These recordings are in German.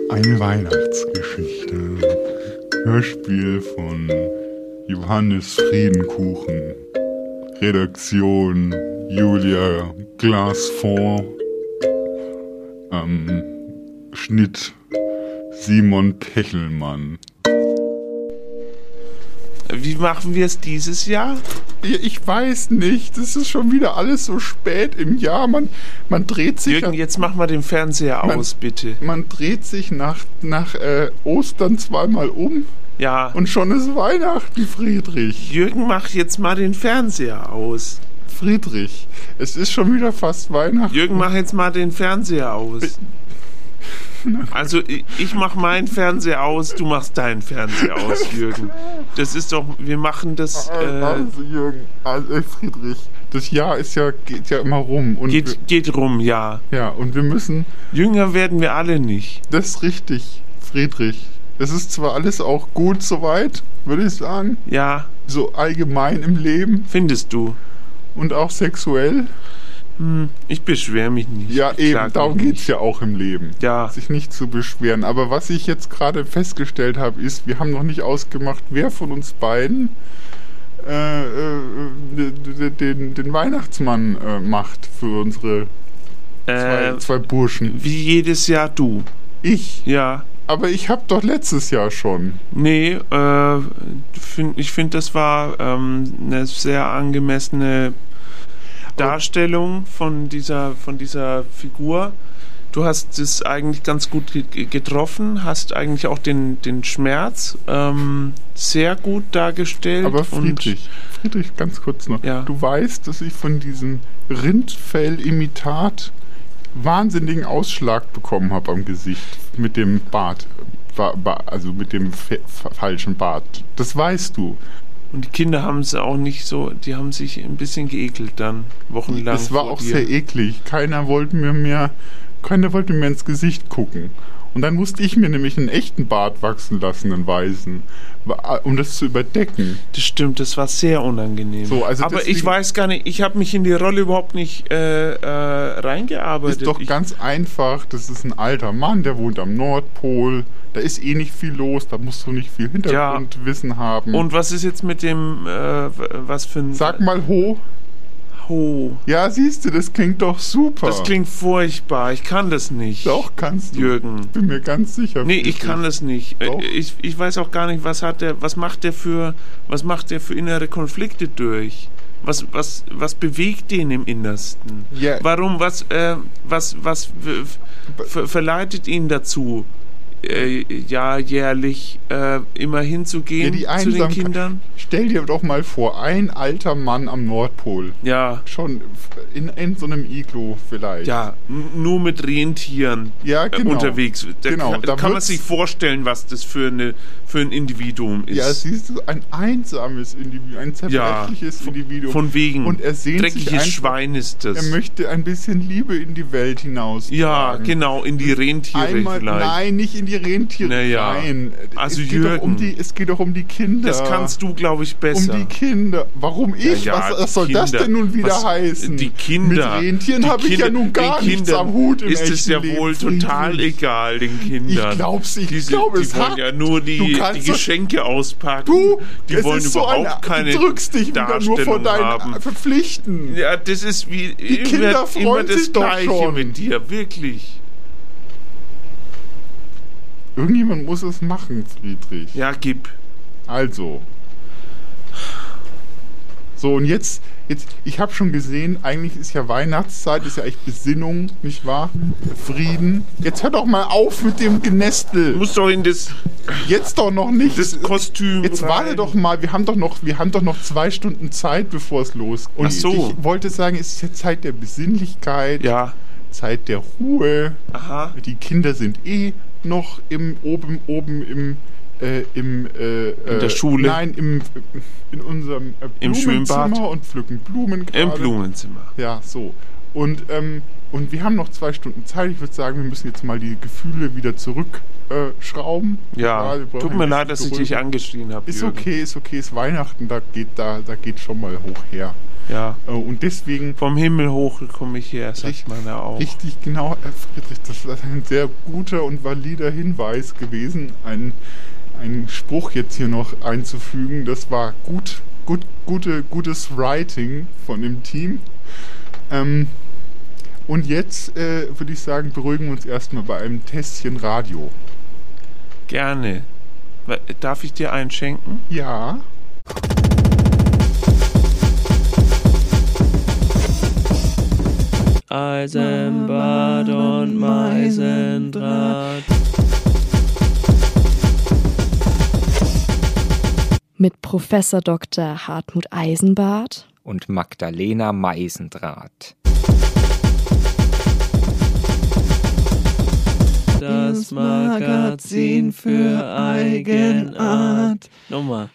Eine Weihnachtsgeschichte. Hörspiel von Johannes Friedenkuchen. Redaktion Julia Glasfond. Schnitt Simon Pechelmann. Wie machen wir es dieses Jahr? Ich weiß nicht, es ist schon wieder alles so spät im Jahr. Man dreht sich... Jürgen, jetzt mach mal den Fernseher aus, bitte. Man dreht sich nach Ostern zweimal um. Ja. Und schon ist Weihnachten, Friedrich. Jürgen, mach jetzt mal den Fernseher aus. Friedrich, es ist schon wieder fast Weihnachten. Jürgen, mach jetzt mal den Fernseher aus. Also, ich mach meinen Fernseher aus, du machst deinen Fernseher aus, Jürgen. Das ist doch, wir machen das... Also, Jürgen, Friedrich, das Jahr geht ja immer rum. Und geht rum, ja. Ja, und wir müssen... Jünger werden wir alle nicht. Das ist richtig, Friedrich. Es ist zwar alles auch gut soweit, würde ich sagen. Ja. So allgemein im Leben. Findest du? Und auch sexuell. Ich beschwere mich nicht. Ja, eben, darum geht es ja auch im Leben. Ja. Sich nicht zu beschweren. Aber was ich jetzt gerade festgestellt habe, ist, wir haben noch nicht ausgemacht, wer von uns beiden den Weihnachtsmann macht für unsere zwei Burschen. Wie jedes Jahr du. Ich? Ja. Aber ich habe doch letztes Jahr schon. Nee, ich finde, das war eine sehr angemessene Darstellung von dieser Figur. Du hast es eigentlich ganz gut getroffen, hast eigentlich auch den Schmerz sehr gut dargestellt. Aber Friedrich, ganz kurz noch. Ja. Du weißt, dass ich von diesem Rindfellimitat wahnsinnigen Ausschlag bekommen habe am Gesicht mit dem Bart. Also mit dem falschen Bart. Das weißt du. Und die Kinder haben es auch nicht so, die haben sich ein bisschen geekelt dann, wochenlang. Das war auch sehr eklig. Keiner wollte mir ins Gesicht gucken. Und dann musste ich mir nämlich einen echten Bart wachsen lassen, einen weißen, um das zu überdecken. Das stimmt, das war sehr unangenehm. So, also aber ich weiß gar nicht, ich habe mich in die Rolle überhaupt nicht reingearbeitet. Ist doch ganz einfach, das ist ein alter Mann, der wohnt am Nordpol, da ist eh nicht viel los, da musst du nicht viel Hintergrundwissen haben. Und was ist jetzt mit dem, was für ein... Sag mal Ho. Ho. Ja, siehst du, das klingt doch super. Das klingt furchtbar, ich kann das nicht. Doch, kannst du. Jürgen. Ich bin mir ganz sicher. Nee, ich kann das nicht. Ich weiß auch gar nicht, was macht der für innere Konflikte durch? Was bewegt den im Innersten? Yeah. Warum, verleitet ihn dazu, jährlich immer hinzugehen zu den Kindern? Stell dir doch mal vor, ein alter Mann am Nordpol. Ja. Schon in so einem Iglo vielleicht. Ja, nur mit Rentieren unterwegs. Da kann man sich vorstellen, was das für ein Individuum ist. Ja, siehst du, ein einsames Individuum, ein zerbrechliches Individuum. Von wegen. Und er sehnt dreckiges sich Schwein ist das. Er möchte ein bisschen Liebe in die Welt hinaus. Ja, genau, in die Rentiere vielleicht. Nein, nicht in die Rentiere. Naja. Nein. Also es geht doch um die Kinder. Das kannst du, glaube ich, besser. Um die Kinder. Warum ich? Ja, was soll das denn nun wieder heißen? Die Kinder. Mit Rentieren habe ich ja nun gar nichts am Hut im echten ist es ja wohl Leben. Total egal, den Kindern. Ich glaube es. Die wollen ja nur die Geschenke auspacken. Die wollen überhaupt keine Du drückst dich wieder nur vor deinen Pflichten. Ja, das ist wie die Kinder immer das sich doch Gleiche schon. mit dir, wirklich. Irgendjemand muss es machen, Friedrich. Ja, gib. Also. So, und jetzt, ich habe schon gesehen, eigentlich ist ja Weihnachtszeit, ist ja echt Besinnung, nicht wahr? Frieden. Jetzt hör doch mal auf mit dem Genestel. Du musst doch in das... Jetzt doch noch nicht. Das Kostüm Jetzt rein. Warte doch mal, wir haben doch noch 2 Stunden Zeit, bevor es losgeht. Ach so. Ich wollte sagen, es ist ja Zeit der Besinnlichkeit. Ja. Zeit der Ruhe. Aha. Die Kinder sind noch oben in der Schule? Nein, in unserem Blumenzimmer und pflücken Blumen gerade. Im Blumenzimmer. Ja, so. Und wir haben noch 2 Stunden Zeit. Ich würde sagen, wir müssen jetzt mal die Gefühle wieder zurückschrauben. Ja, tut mir leid, dass ich dich angeschrien habe. Ist okay, ist Weihnachten, da geht schon mal hoch her. Ja. Und deswegen... Vom Himmel hoch komme ich her, sagt man ja auch. Richtig, genau, Friedrich, das ist ein sehr guter und valider Hinweis gewesen, einen Spruch jetzt hier noch einzufügen. Das war gutes Writing von dem Team. Und jetzt würde ich sagen, beruhigen wir uns erstmal bei einem Tässchen Radio. Gerne. Darf ich dir einen schenken? Ja. Eisenbad und Meisendraht. Mit Professor Dr. Hartmut Eisenbart und Magdalena Meisendraht. Das Magazin für Eigenart. Nochmal.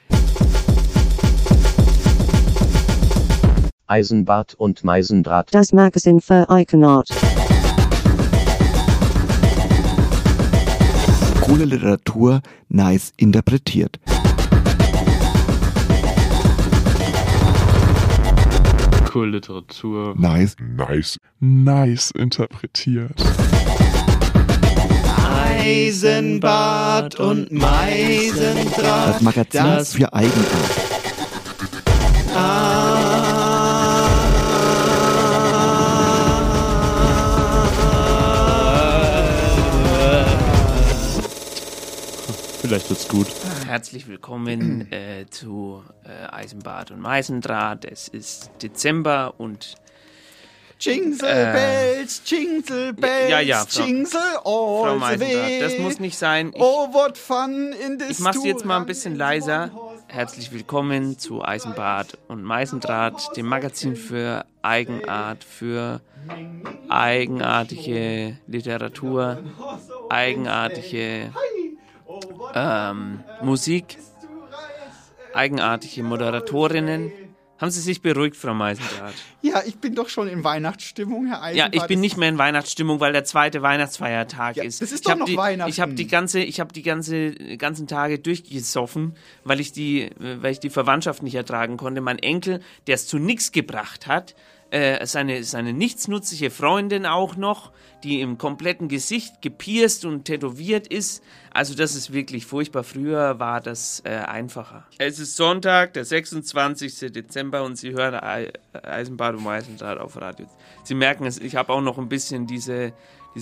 Eisenbart und Meisendraht. Das Magazin für Eigenart. Coole Literatur, nice interpretiert. Coole Literatur. Nice interpretiert. Eisenbart und Meisendraht. Das Magazin für Eigenart. Vielleicht wird's gut. Herzlich willkommen zu Eisenbart und Meisendraht. Es ist Dezember und Jingle Bells, Jingle Bells, ja, Jingle all Frau the Meisendraht, way. das muss nicht sein. Oh, what fun in this. Ich mach's jetzt mal ein bisschen leiser. Herzlich willkommen zu Eisenbart und Meisendraht, dem Magazin für Eigenart, für eigenartige Literatur, eigenartige Musik, eigenartige Moderatorinnen. Haben Sie sich beruhigt, Frau Meisendraht? Ja, ich bin doch schon in Weihnachtsstimmung, Herr Eisenbart. Ja, ich bin nicht mehr in Weihnachtsstimmung, weil der zweite Weihnachtsfeiertag ist. Das ist doch noch Weihnachten. Ich habe die ganzen Tage durchgesoffen, weil ich die Verwandtschaft nicht ertragen konnte. Mein Enkel, der es zu nichts gebracht hat, seine nichtsnutzige Freundin auch noch, die im kompletten Gesicht gepierst und tätowiert ist. Also das ist wirklich furchtbar. Früher war das einfacher. Es ist Sonntag, der 26. Dezember und Sie hören Eisenbart und Meisendraht auf Radio. Sie merken es, ich habe auch noch ein bisschen diese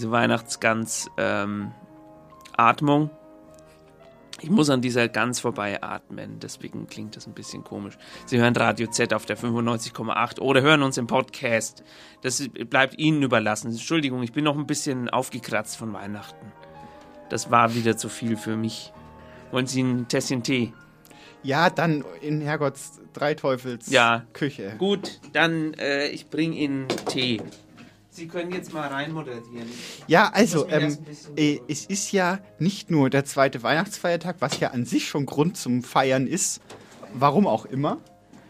Weihnachtsgans-Atmung. Ich muss an dieser Gans vorbei atmen, deswegen klingt das ein bisschen komisch. Sie hören Radio Z auf der 95,8 oder hören uns im Podcast. Das bleibt Ihnen überlassen. Entschuldigung, ich bin noch ein bisschen aufgekratzt von Weihnachten. Das war wieder zu viel für mich. Wollen Sie ein Tässchen Tee? Ja, dann in Herrgotts Dreiteufels Küche. Gut, dann ich bringe Ihnen Tee. Sie können jetzt mal rein moderieren. Ja, also, es ist ja nicht nur der zweite Weihnachtsfeiertag, was ja an sich schon Grund zum Feiern ist, warum auch immer.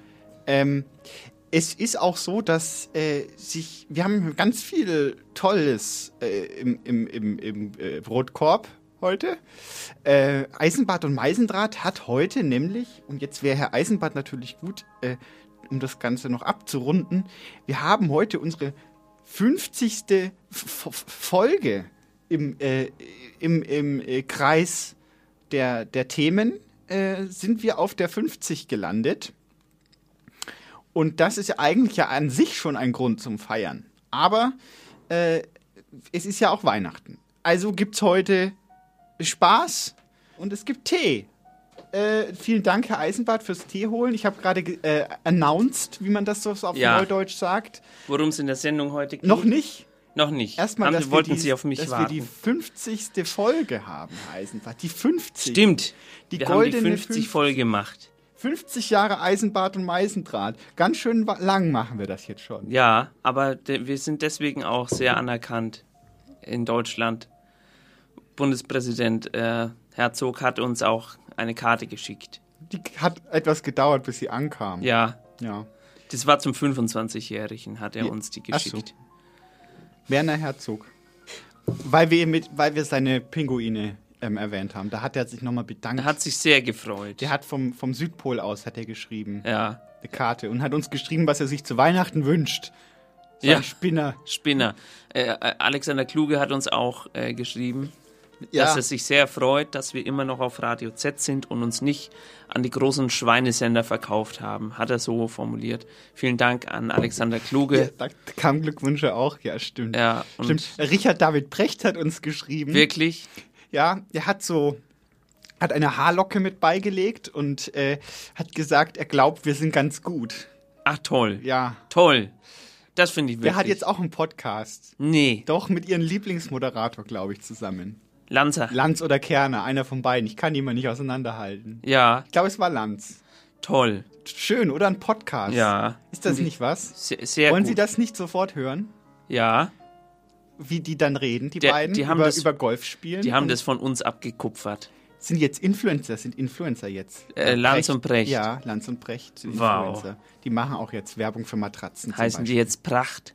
Es ist auch so, dass wir haben ganz viel Tolles im Brotkorb heute. Eisenbart und Meisendraht hat heute nämlich, und jetzt wäre Herr Eisenbart natürlich gut, um das Ganze noch abzurunden, wir haben heute unsere 50. Folge im Kreis der Themen sind wir auf der 50 gelandet. Und das ist ja eigentlich ja an sich schon ein Grund zum Feiern. Aber es ist ja auch Weihnachten. Also gibt's heute Spaß und es gibt Tee. Vielen Dank, Herr Eisenbart, fürs Tee holen. Ich habe gerade announced, wie man das so auf Neudeutsch sagt. Worum es in der Sendung heute geht? Noch nicht. Noch nicht. Erstmal, wollten Sie auf mich warten. Dass wir die 50. Folge haben, Herr Eisenbart. Die 50. Stimmt. Wir haben die 50 voll gemacht. 50 Jahre Eisenbart und Meisendraht. Ganz schön lang machen wir das jetzt schon. Ja, aber wir sind deswegen auch sehr anerkannt in Deutschland. Bundespräsident Herzog hat uns auch eine Karte geschickt. Die hat etwas gedauert, bis sie ankam. Ja. Das war zum 25-Jährigen, hat er uns die geschickt. So. Werner Herzog. Weil wir seine Pinguine erwähnt haben. Da hat er sich nochmal bedankt. Er hat sich sehr gefreut. Der hat vom Südpol aus hat er geschrieben. Ja. eine Karte und hat uns geschrieben, was er sich zu Weihnachten wünscht. So ein Spinner. Alexander Kluge hat uns auch geschrieben, dass er sich sehr freut, dass wir immer noch auf Radio Z sind und uns nicht an die großen Schweinesender verkauft haben. Hat er so formuliert. Vielen Dank an Alexander Kluge. Ja, da kamen Glückwünsche auch. Ja, stimmt. Ja, stimmt. Richard David Brecht hat uns geschrieben. Wirklich? Ja, er hat eine Haarlocke mit beigelegt und hat gesagt, er glaubt, wir sind ganz gut. Ach, toll. Ja. Toll. Das finde ich wirklich. Der hat jetzt auch einen Podcast. Nee. Doch, mit ihrem Lieblingsmoderator, glaube ich, zusammen. Lanzer. Lanz oder Kerner, einer von beiden. Ich kann die mal nicht auseinanderhalten. Ja. Ich glaube, es war Lanz. Toll. Schön, oder? Ein Podcast. Ja. Ist das nicht was? Sehr Wollen gut. Sie das nicht sofort hören? Ja. Wie die dann reden, die beiden, über Golf spielen? Die haben das von uns abgekupfert. Sind jetzt Influencer, jetzt. Lanz und Brecht. Ja, Lanz und Brecht sind Wow. Influencer. Die machen auch jetzt Werbung für Matratzen. Heißen die jetzt Pracht?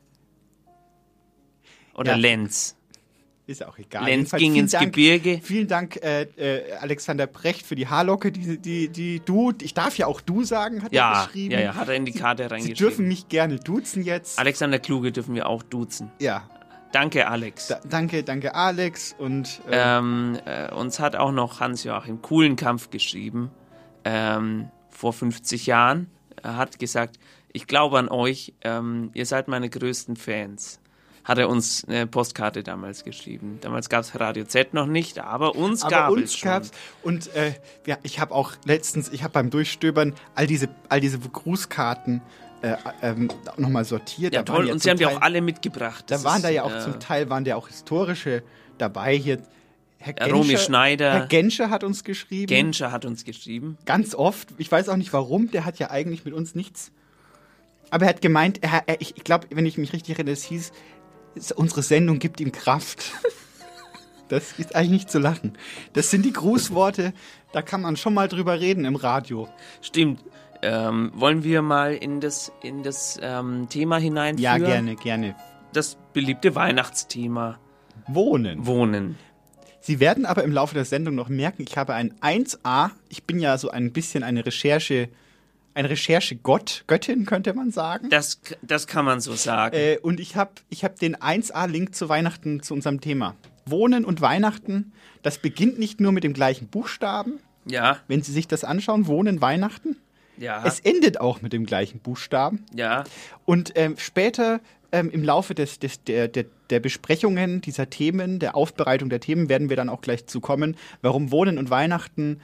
Oder Ja. Lenz? Ist auch egal. Lenz Jedenfalls ging ins Gebirge. Vielen Dank, Alexander Brecht, für die Haarlocke, die du, ich darf ja auch du sagen, hat er geschrieben. Ja, hat er in die Karte reingeschrieben. Sie dürfen mich gerne duzen jetzt. Alexander Kluge dürfen wir auch duzen. Ja. Danke, Alex. Danke, Alex. Und uns hat auch noch Hans-Joachim Kuhlenkampf geschrieben, vor 50 Jahren. Er hat gesagt, ich glaube an euch, ihr seid meine größten Fans. Hat er uns eine Postkarte damals geschrieben. Damals gab es Radio Z noch nicht, aber uns gab es schon. Und ich habe auch letztens, beim Durchstöbern all diese Grußkarten nochmal sortiert. Ja, toll, und sie haben die auch alle mitgebracht. Da waren da ja auch zum Teil auch historische dabei. Hier Romy Schneider. Herr Genscher hat uns geschrieben. Genscher hat uns geschrieben. Ganz oft. Ich weiß auch nicht warum. Der hat ja eigentlich mit uns nichts. Aber er hat gemeint, ich glaube, wenn ich mich richtig erinnere, es hieß, unsere Sendung gibt ihm Kraft. Das ist eigentlich nicht zu lachen. Das sind die Grußworte, da kann man schon mal drüber reden im Radio. Stimmt. Wollen wir mal in das Thema hineinführen? Ja, gerne. Das beliebte Weihnachtsthema. Wohnen. Sie werden aber im Laufe der Sendung noch merken, ich habe ein 1A. Ich bin ja so ein bisschen eine Recherche-Göttin, könnte man sagen. Das kann man so sagen. Und ich hab den 1A-Link zu Weihnachten, zu unserem Thema. Wohnen und Weihnachten, das beginnt nicht nur mit dem gleichen Buchstaben. Ja. Wenn Sie sich das anschauen, Wohnen, Weihnachten. Ja. Es endet auch mit dem gleichen Buchstaben. Ja. Und später im Laufe der Besprechungen dieser Themen, der Aufbereitung der Themen, werden wir dann auch gleich zu kommen, warum Wohnen und Weihnachten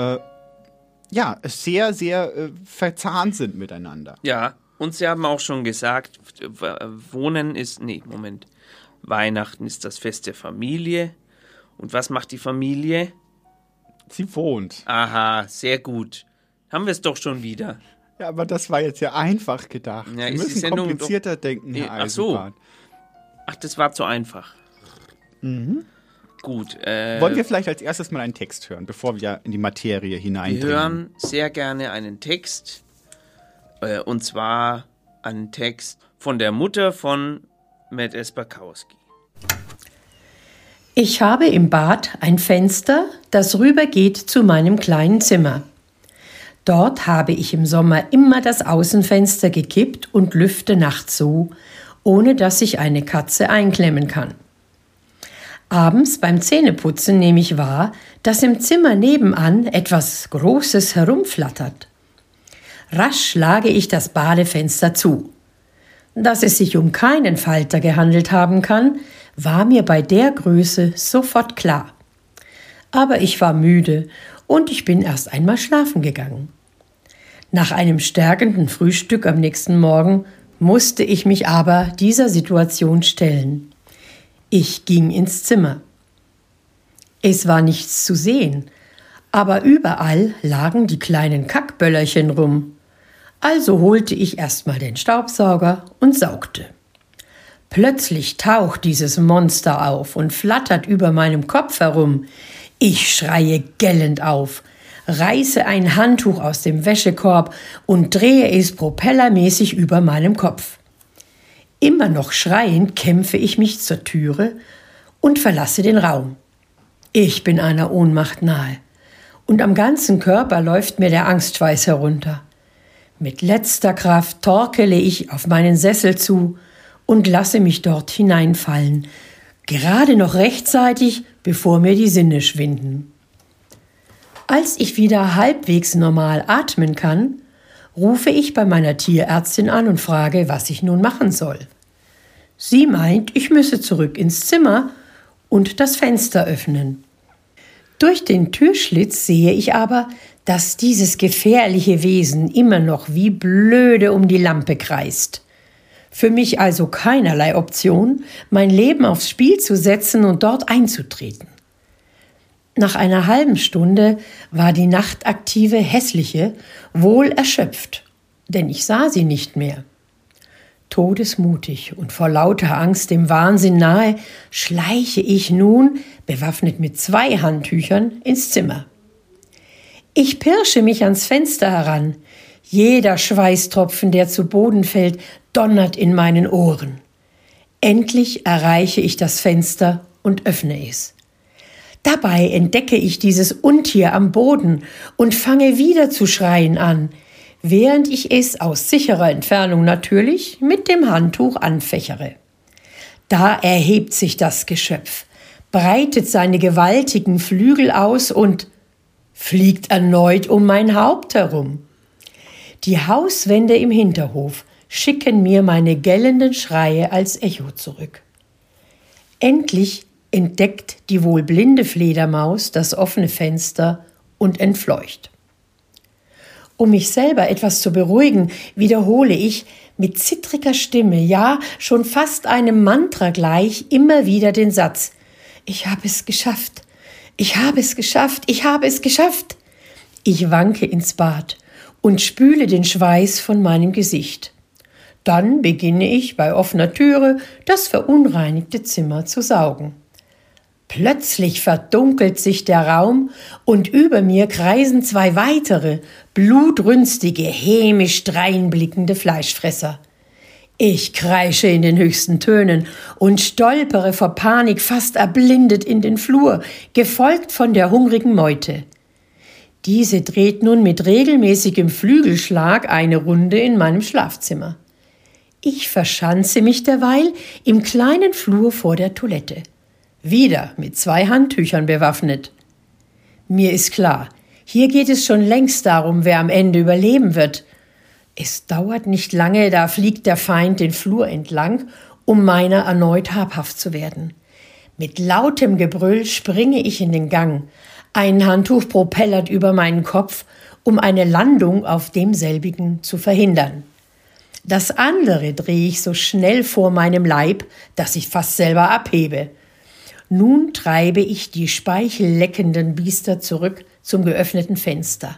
sehr, sehr verzahnt sind miteinander. Ja, und Sie haben auch schon gesagt, Weihnachten ist das Fest der Familie. Und was macht die Familie? Sie wohnt. Aha, sehr gut. Haben wir es doch schon wieder. Ja, aber das war jetzt ja einfach gedacht. Ja, Sie müssen komplizierter denken, Herr Eisenbart. Ach, das war zu einfach. Mhm. Gut. Wollen wir vielleicht als erstes mal einen Text hören, bevor wir in die Materie hineindringen? Wir hören sehr gerne einen Text. Und zwar einen Text von der Mutter von Matt Esperkowski. Ich habe im Bad ein Fenster, das rübergeht zu meinem kleinen Zimmer. Dort habe ich im Sommer immer das Außenfenster gekippt und lüfte nachts so, ohne dass sich eine Katze einklemmen kann. Abends beim Zähneputzen nehme ich wahr, dass im Zimmer nebenan etwas Großes herumflattert. Rasch schlage ich das Badefenster zu. Dass es sich um keinen Falter gehandelt haben kann, war mir bei der Größe sofort klar. Aber ich war müde und ich bin erst einmal schlafen gegangen. Nach einem stärkenden Frühstück am nächsten Morgen musste ich mich aber dieser Situation stellen. Ich ging ins Zimmer. Es war nichts zu sehen, aber überall lagen die kleinen Kackböllerchen rum. Also holte ich erstmal den Staubsauger und saugte. Plötzlich taucht dieses Monster auf und flattert über meinem Kopf herum. Ich schreie gellend auf, reiße ein Handtuch aus dem Wäschekorb und drehe es propellermäßig über meinem Kopf. Immer noch schreiend kämpfe ich mich zur Türe und verlasse den Raum. Ich bin einer Ohnmacht nahe und am ganzen Körper läuft mir der Angstschweiß herunter. Mit letzter Kraft torkele ich auf meinen Sessel zu und lasse mich dort hineinfallen, gerade noch rechtzeitig, bevor mir die Sinne schwinden. Als ich wieder halbwegs normal atmen kann, rufe ich bei meiner Tierärztin an und frage, was ich nun machen soll. Sie meint, ich müsse zurück ins Zimmer und das Fenster öffnen. Durch den Türschlitz sehe ich aber, dass dieses gefährliche Wesen immer noch wie blöde um die Lampe kreist. Für mich also keinerlei Option, mein Leben aufs Spiel zu setzen und dort einzutreten. Nach einer halben Stunde war die nachtaktive Hässliche wohl erschöpft, denn ich sah sie nicht mehr. Todesmutig und vor lauter Angst dem Wahnsinn nahe, schleiche ich nun, bewaffnet mit 2 Handtüchern, ins Zimmer. Ich pirsche mich ans Fenster heran. Jeder Schweißtropfen, der zu Boden fällt, donnert in meinen Ohren. Endlich erreiche ich das Fenster und öffne es. Dabei entdecke ich dieses Untier am Boden und fange wieder zu schreien an, während ich es aus sicherer Entfernung natürlich mit dem Handtuch anfächere. Da erhebt sich das Geschöpf, breitet seine gewaltigen Flügel aus und fliegt erneut um mein Haupt herum. Die Hauswände im Hinterhof schicken mir meine gellenden Schreie als Echo zurück. Endlich entdeckt die wohl blinde Fledermaus das offene Fenster und entfleucht. Um mich selber etwas zu beruhigen, wiederhole ich mit zittriger Stimme, ja schon fast einem Mantra gleich, immer wieder den Satz: Ich habe es geschafft, ich habe es geschafft, ich habe es geschafft. Ich wanke ins Bad und spüle den Schweiß von meinem Gesicht. Dann beginne ich bei offener Türe das verunreinigte Zimmer zu saugen. Plötzlich verdunkelt sich der Raum und über mir kreisen 2 weitere, blutrünstige, hämisch dreinblickende Fleischfresser. Ich kreische in den höchsten Tönen und stolpere vor Panik fast erblindet in den Flur, gefolgt von der hungrigen Meute. Diese dreht nun mit regelmäßigem Flügelschlag eine Runde in meinem Schlafzimmer. Ich verschanze mich derweil im kleinen Flur vor der Toilette. Wieder mit 2 Handtüchern bewaffnet. Mir ist klar, hier geht es schon längst darum, wer am Ende überleben wird. Es dauert nicht lange, da fliegt der Feind den Flur entlang, um meiner erneut habhaft zu werden. Mit lautem Gebrüll springe ich in den Gang. Ein Handtuch propellert über meinen Kopf, um eine Landung auf demselbigen zu verhindern. Das andere drehe ich so schnell vor meinem Leib, dass ich fast selber abhebe. Nun treibe ich die speichelleckenden Biester zurück zum geöffneten Fenster.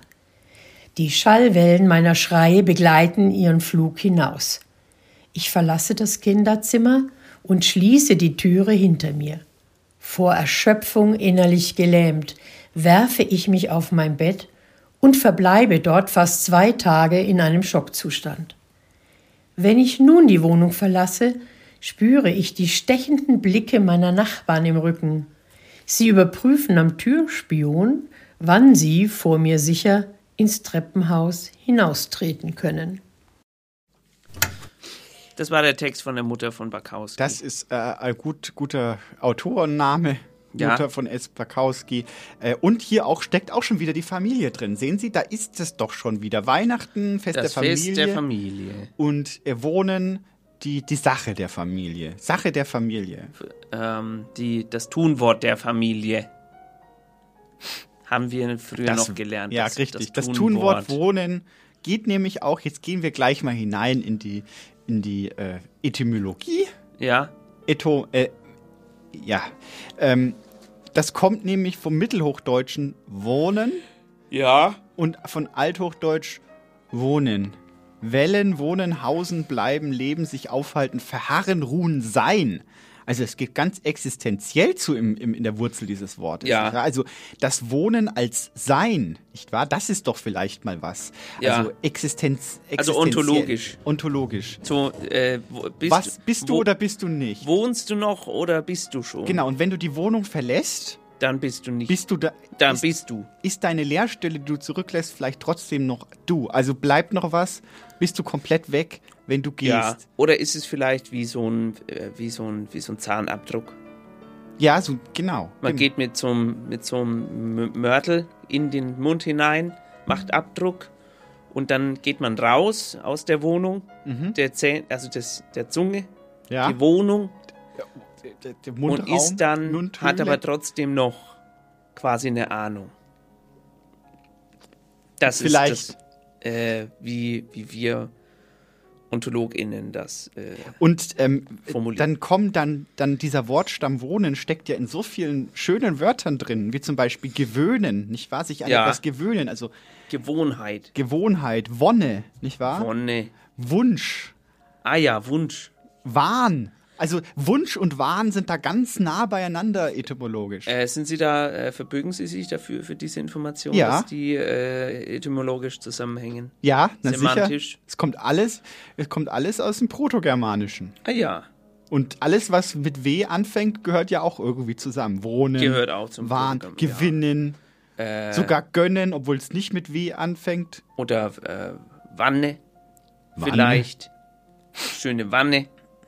Die Schallwellen meiner Schreie begleiten ihren Flug hinaus. Ich verlasse das Kinderzimmer und schließe die Türe hinter mir. Vor Erschöpfung innerlich gelähmt, werfe ich mich auf mein Bett und verbleibe dort fast 2 Tage in einem Schockzustand. Wenn ich nun die Wohnung verlasse, spüre ich die stechenden Blicke meiner Nachbarn im Rücken. Sie überprüfen am Türspion, wann sie vor mir sicher ins Treppenhaus hinaustreten können. Das war der Text von der Mutter von Bakowski. Das ist ein guter Autorenname. Ja. Mutter von S. Bakowski. Und hier steckt auch schon wieder die Familie drin. Sehen Sie, da ist es doch schon wieder. Weihnachten, Fest der Familie. Das Fest der Familie. Und Wohnen, die Sache der Familie. Sache der Familie. Das Tunwort der Familie. Haben wir früher noch gelernt. Ja, richtig. Das Tunwort Wohnen geht nämlich auch, jetzt gehen wir gleich mal hinein in die Etymologie. Ja. Das kommt nämlich vom Mittelhochdeutschen wohnen. Ja. Und von Althochdeutsch wohnen. Wellen, wohnen, hausen, bleiben, leben, sich aufhalten, verharren, ruhen, sein. Also es geht ganz existenziell in der Wurzel dieses Wortes. Ja. Also das Wohnen als Sein, nicht wahr? Das ist doch vielleicht mal was. Ja. Also existenziell. Also ontologisch. Ontologisch. So, bist du oder bist du nicht? Wohnst du noch oder bist du schon? Genau, und wenn du die Wohnung verlässt, Dann bist du nicht. Bist du da? Bist du. Ist deine Leerstelle, die du zurücklässt, vielleicht trotzdem noch du? Also bleibt noch was? Bist du komplett weg, wenn du gehst? Ja. Oder ist es vielleicht wie so ein Zahnabdruck? Ja, so genau. Man geht mit so einem Mörtel in den Mund hinein, macht Abdruck und dann geht man raus aus der Wohnung, der Zunge, die Wohnung der Mundraum, und ist dann, Mundhöhle. hat aber trotzdem noch quasi eine Ahnung. Das vielleicht ist das, wie wir OntologInnen das und formulieren. dann dieser Wortstamm Wohnen steckt ja in so vielen schönen Wörtern drin, wie zum Beispiel gewöhnen, nicht wahr? Sich an etwas gewöhnen, also Gewohnheit, Wonne, nicht wahr? Wonne, Wunsch. Ah ja, Wunsch. Wahn. Also Wunsch und Wahn sind da ganz nah beieinander etymologisch. Sind Sie da, verbürgen Sie sich dafür für diese Information, Ja. dass die etymologisch zusammenhängen? Ja, na Semantisch. sicher. Es kommt alles aus dem Protogermanischen. Ah ja. Und alles, was mit W anfängt, gehört ja auch irgendwie zusammen. Wohnen, Gehört auch zum Wahn, Protogerman, gewinnen, sogar gönnen, obwohl es nicht mit W anfängt. Oder Wanne. Vielleicht. Schöne Wanne.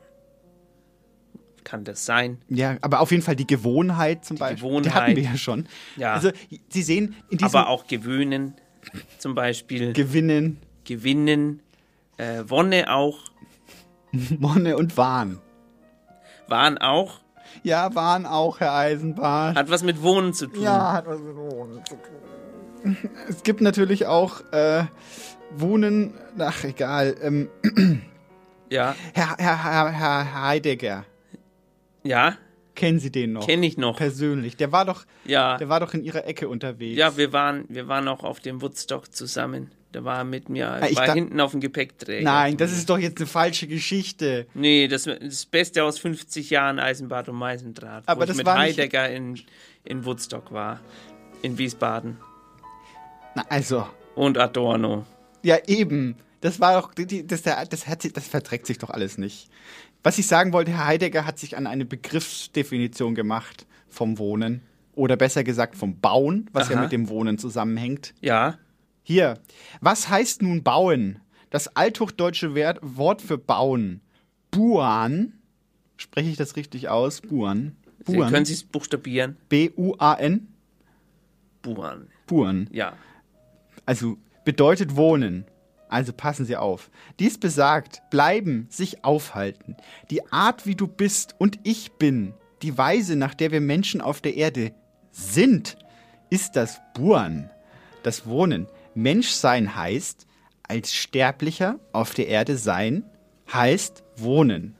Kann das sein? Ja, aber auf jeden Fall die Gewohnheit zum Beispiel. Gewohnheit. Die hatten wir ja schon. Ja. Also, Sie sehen in diesem... Aber auch gewöhnen, zum Beispiel. Gewinnen. Wonne auch. Wonne und Wahn. Wahn auch. Ja, Wahn auch, Herr Eisenbart. Hat was mit Wohnen zu tun. Ja, hat was mit Wohnen zu tun. Es gibt natürlich auch Wohnen, ach egal. Ja. Herr Heidegger. Ja. Kennen Sie den noch? Kenne ich noch. Persönlich. Der war doch in Ihrer Ecke unterwegs. Ja, wir waren auch auf dem Woodstock zusammen. Da war er mit mir, war hinten auf dem Gepäckträger. Nein, das ist doch jetzt eine falsche Geschichte. Nee, das Beste aus 50 Jahren Eisenbahn und Meisendraht. Aber wo das ich mit war Heidegger in Woodstock war. In Wiesbaden. Na, also. Und Adorno. Ja, eben. Das war doch, das verträgt sich doch alles nicht. Was ich sagen wollte, Herr Heidegger hat sich an eine Begriffsdefinition gemacht vom Wohnen. Oder besser gesagt vom Bauen, was ja mit dem Wohnen zusammenhängt. Ja. Hier. Was heißt nun bauen? Das althochdeutsche Wort für bauen. Buan. Spreche ich das richtig aus? Buan. Können Sie es buchstabieren? B-U-A-N? Buan. Buan. Ja. Also bedeutet wohnen. Also passen Sie auf. Dies besagt, bleiben, sich aufhalten. Die Art, wie du bist und ich bin, die Weise, nach der wir Menschen auf der Erde sind, ist das Buan, das Wohnen. Menschsein heißt, als Sterblicher auf der Erde sein, heißt wohnen.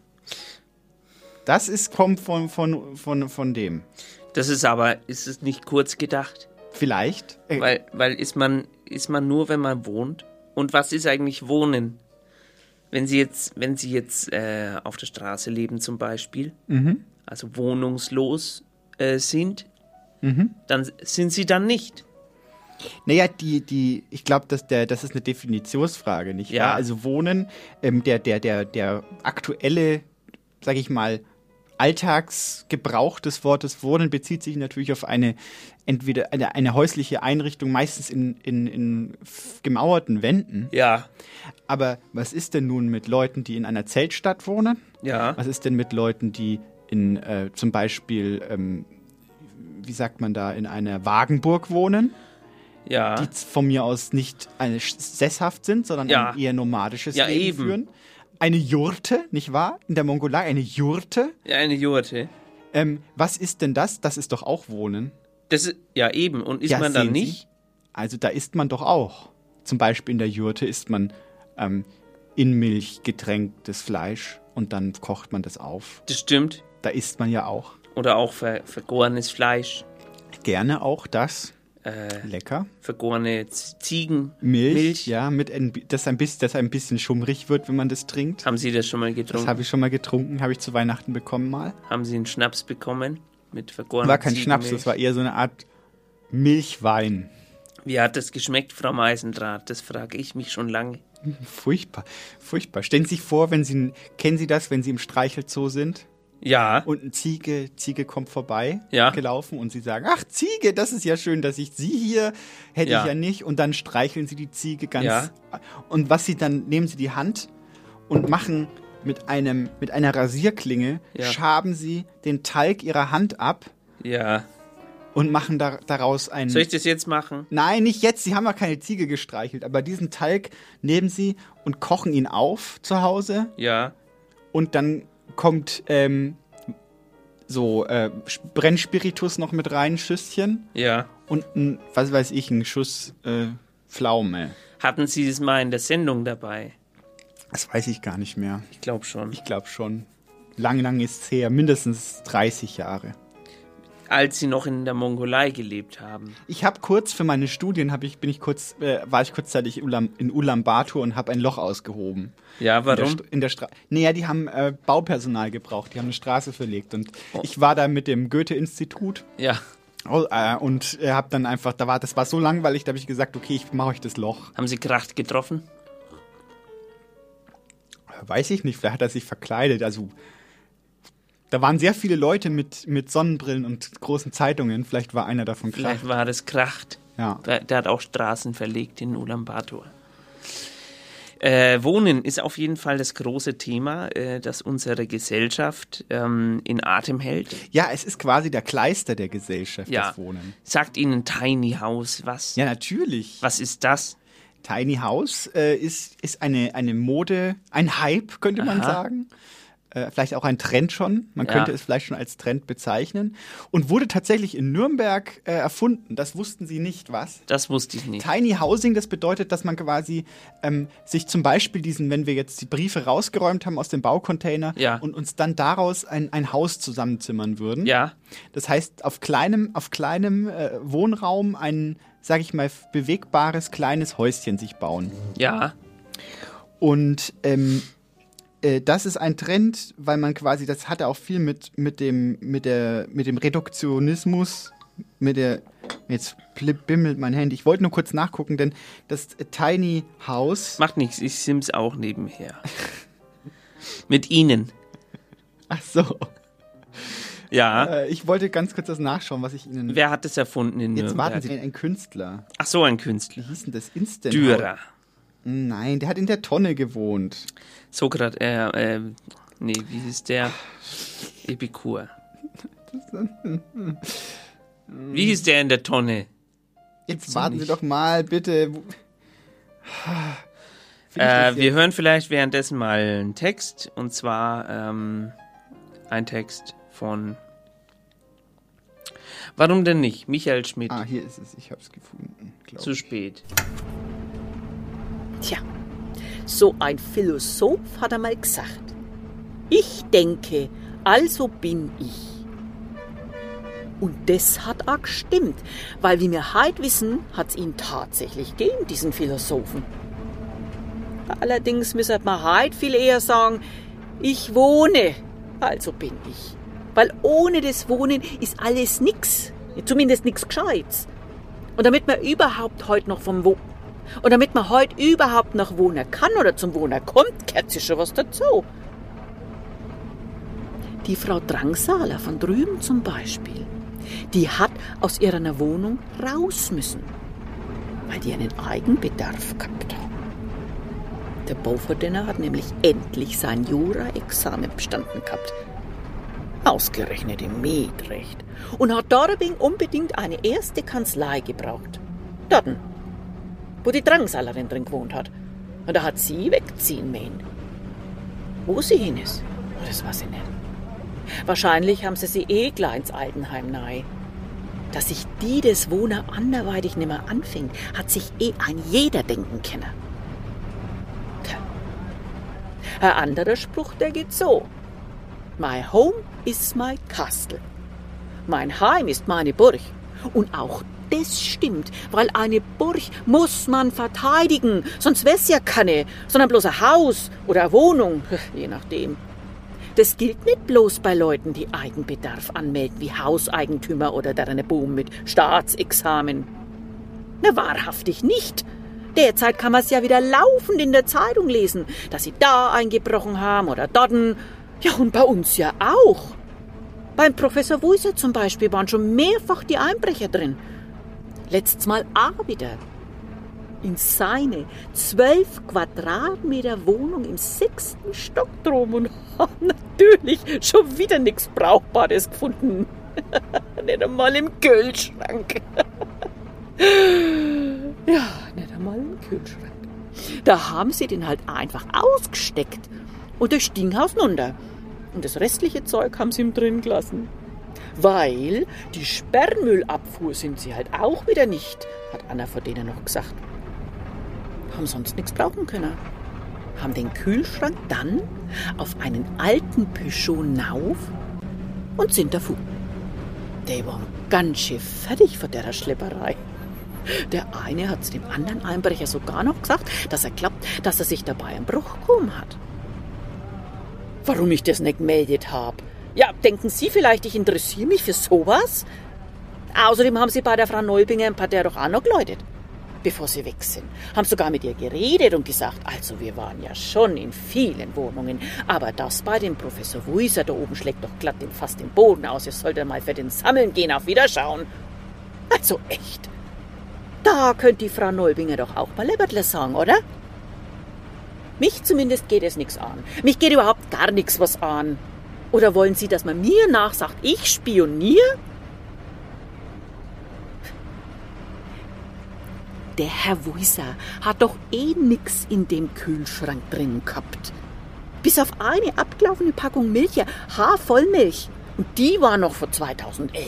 Das kommt von dem. Das ist aber, ist es nicht kurz gedacht? Vielleicht. Weil ist man nur, wenn man wohnt? Und was ist eigentlich Wohnen? Wenn Sie jetzt auf der Straße leben zum Beispiel, also wohnungslos sind, dann sind Sie dann nicht. Naja, ich glaube, das ist eine Definitionsfrage, nicht wahr? Ja. Also Wohnen, der aktuelle, sag ich mal, Alltagsgebrauch des Wortes Wohnen bezieht sich natürlich auf entweder eine häusliche Einrichtung, meistens in gemauerten Wänden. Ja. Aber was ist denn nun mit Leuten, die in einer Zeltstadt wohnen? Ja. Was ist denn mit Leuten, die in zum Beispiel, wie sagt man da, in einer Wagenburg wohnen? Ja. Die von mir aus nicht sesshaft sind, sondern ein eher nomadisches Leben führen. Eine Jurte, nicht wahr? In der Mongolei eine Jurte. Ja, eine Jurte. Was ist denn das? Das ist doch auch Wohnen. Das ist, ja, eben. Und isst man dann nicht? Sie? Also da isst man doch auch. Zum Beispiel in der Jurte isst man in Milch getränktes Fleisch und dann kocht man das auf. Das stimmt. Da isst man ja auch. Oder auch vergorenes Fleisch. Gerne auch das. Lecker. Vergorene Ziegen. Milch. Ja, das ein bisschen schummrig wird, wenn man das trinkt. Haben Sie das schon mal getrunken? Das habe ich schon mal getrunken, habe ich zu Weihnachten bekommen mal. Haben Sie einen Schnaps bekommen mit vergorenem War kein Schnaps, das war eher so eine Art Milchwein. Wie hat das geschmeckt, Frau Meisendraht? Das frage ich mich schon lange. Furchtbar, furchtbar. Stellen Sie sich vor, kennen Sie das, wenn Sie im Streichelzoo sind? Ja. Und eine Ziege kommt vorbei, Ja. gelaufen und sie sagen, ach Ziege, das ist ja schön, dass ich Sie hier, hätte Ja. ich ja nicht. Und dann streicheln sie die Ziege ganz. Ja. Und nehmen sie die Hand und machen mit einer Rasierklinge, Ja. schaben sie den Talg ihrer Hand ab Ja. und machen daraus ein... Soll ich das jetzt machen? Nein, nicht jetzt, sie haben ja keine Ziege gestreichelt, aber diesen Talg nehmen sie und kochen ihn auf zu Hause. Ja. Und dann kommt Brennspiritus noch mit rein, ein Schüsschen. Ja. Und ein Schuss Pflaume. Hatten Sie es mal in der Sendung dabei? Das weiß ich gar nicht mehr. Ich glaube schon. Ich glaube schon. Lang ist es her, mindestens 30 Jahre. Als Sie noch in der Mongolei gelebt haben. Ich habe kurz für meine Studien, war ich kurzzeitig in Ulaanbaatar und habe ein Loch ausgehoben. Ja, warum? In der Straße. Naja, die haben Baupersonal gebraucht, die haben eine Straße verlegt. Und ich war da mit dem Goethe-Institut. Ja. Und habe dann einfach, das war so langweilig, da habe ich gesagt, okay, ich mache euch das Loch. Haben Sie Kracht getroffen? Weiß ich nicht, vielleicht hat er sich verkleidet. Also, da waren sehr viele Leute mit Sonnenbrillen und großen Zeitungen. Vielleicht war einer davon Kracht. Vielleicht war das Kracht. Ja. Der hat auch Straßen verlegt in Ulaanbaatar. Wohnen ist auf jeden Fall das große Thema, das unsere Gesellschaft in Atem hält. Ja, es ist quasi der Kleister der Gesellschaft, Ja. das Wohnen. Sagt Ihnen Tiny House was? Ja, natürlich. Was ist das? Tiny House ist eine Mode, ein Hype, könnte man Aha. sagen. Vielleicht auch ein Trend schon. Man Ja. könnte es vielleicht schon als Trend bezeichnen. Und wurde tatsächlich in Nürnberg erfunden. Das wussten Sie nicht, was? Das wusste ich nicht. Tiny Housing, das bedeutet, dass man quasi sich zum Beispiel wenn wir jetzt die Briefe rausgeräumt haben aus dem Baucontainer Ja. und uns dann daraus ein Haus zusammenzimmern würden. Ja. Das heißt, auf kleinem Wohnraum ein, sag ich mal, bewegbares kleines Häuschen sich bauen. Ja. Und das ist ein Trend, weil man quasi, das hat auch viel mit dem Reduktionismus, jetzt bimmelt mein Handy. Ich wollte nur kurz nachgucken, denn das Tiny House. Macht nichts, ich sims auch nebenher. Mit Ihnen. Ach so. Ja. Ich wollte ganz kurz das nachschauen, was ich Ihnen... Wer hat das erfunden in Jetzt Nürnberg? warten Sie, ein Künstler. Ach so, ein Künstler. Wie hieß denn das? Instant Dürer. Nein, der hat in der Tonne gewohnt. Sokrat, wie hieß der? Epikur. Wie hieß der in der Tonne? Jetzt warten Sie doch mal, bitte. Wir hören vielleicht währenddessen mal einen Text, und zwar ein Text von... Warum denn nicht? Michael Schmidt. Ah, hier ist es. Ich hab's gefunden. Zu spät. Tja, so ein Philosoph hat einmal gesagt, ich denke, also bin ich. Und das hat auch gestimmt, weil wie wir heute wissen, hat es ihn tatsächlich gegeben, diesen Philosophen. Allerdings müsste man heute viel eher sagen, ich wohne, also bin ich. Weil ohne das Wohnen ist alles nix, zumindest nix Gescheites. Und damit man überhaupt heute noch Und damit man heute überhaupt noch wohnen kann oder zum Wohnen kommt, gehört sich schon was dazu. Die Frau Drangsaler von drüben zum Beispiel, die hat aus ihrer Wohnung raus müssen, weil die einen Eigenbedarf gehabt hat. Der Bauverdiener hat nämlich endlich sein Jura-Examen bestanden gehabt. Ausgerechnet im Mietrecht. Und hat deswegen unbedingt eine erste Kanzlei gebraucht. Dort, wo die Drangsalerin drin gewohnt hat. Und da hat sie wegziehen müssen. Wo sie hin ist, das weiß ich nicht. Wahrscheinlich haben sie gleich ins Altenheim nahe. Dass sich die das Wohnen anderweitig nicht mehr anfängt, hat sich ein jeder denken können. Tja. Ein anderer Spruch, der geht so. My home is my castle. Mein Heim ist meine Burg. Und auch das stimmt, weil eine Burg muss man verteidigen, sonst wär's ja keine, sondern bloß ein Haus oder eine Wohnung, je nachdem. Das gilt nicht bloß bei Leuten, die Eigenbedarf anmelden, wie Hauseigentümer oder deren Boom mit Staatsexamen. Na, wahrhaftig nicht. Derzeit kann man's ja wieder laufend in der Zeitung lesen, dass sie da eingebrochen haben oder dort. Ja, und bei uns ja auch. Beim Professor Wuiser zum Beispiel waren schon mehrfach die Einbrecher drin. Letztes Mal auch wieder. In seine 12 Quadratmeter Wohnung im 6. Stock drum und haben natürlich schon wieder nichts Brauchbares gefunden. Nicht einmal im Kühlschrank. Ja, nicht einmal im Kühlschrank. Da haben sie den halt einfach ausgesteckt und das Stinghaus runter. Und das restliche Zeug haben sie ihm drin gelassen. Weil die Sperrmüllabfuhr sind sie halt auch wieder nicht, hat einer von denen noch gesagt. Haben sonst nichts brauchen können. Haben den Kühlschrank dann auf einen alten Peugeot nauf und sind davon. Die waren ganz schön fertig von der Schlepperei. Der eine hat es dem anderen Einbrecher sogar noch gesagt, dass er glaubt, dass er sich dabei einen Bruch gekommen hat. Warum ich das nicht gemeldet habe? Ja, denken Sie vielleicht, ich interessiere mich für sowas? Außerdem haben Sie bei der Frau Neubinger im Parterre doch auch noch geläutet, bevor Sie weg sind. Haben sogar mit ihr geredet und gesagt, also wir waren ja schon in vielen Wohnungen, aber das bei dem Professor Wuiser da oben schlägt doch glatt fast den Boden aus. Ihr solltet mal für den Sammeln gehen, auf Wiederschauen. Also echt. Da könnte die Frau Neubinger doch auch mal Lebertle sagen, oder? Mich zumindest geht es nichts an. Mich geht überhaupt gar nichts was an. Oder wollen Sie, dass man mir nachsagt, ich spioniere? Der Herr Wuiser hat doch eh nix in dem Kühlschrank drin gehabt. Bis auf eine abgelaufene Packung Milch, Haarvollmilch. Und die war noch von 2011.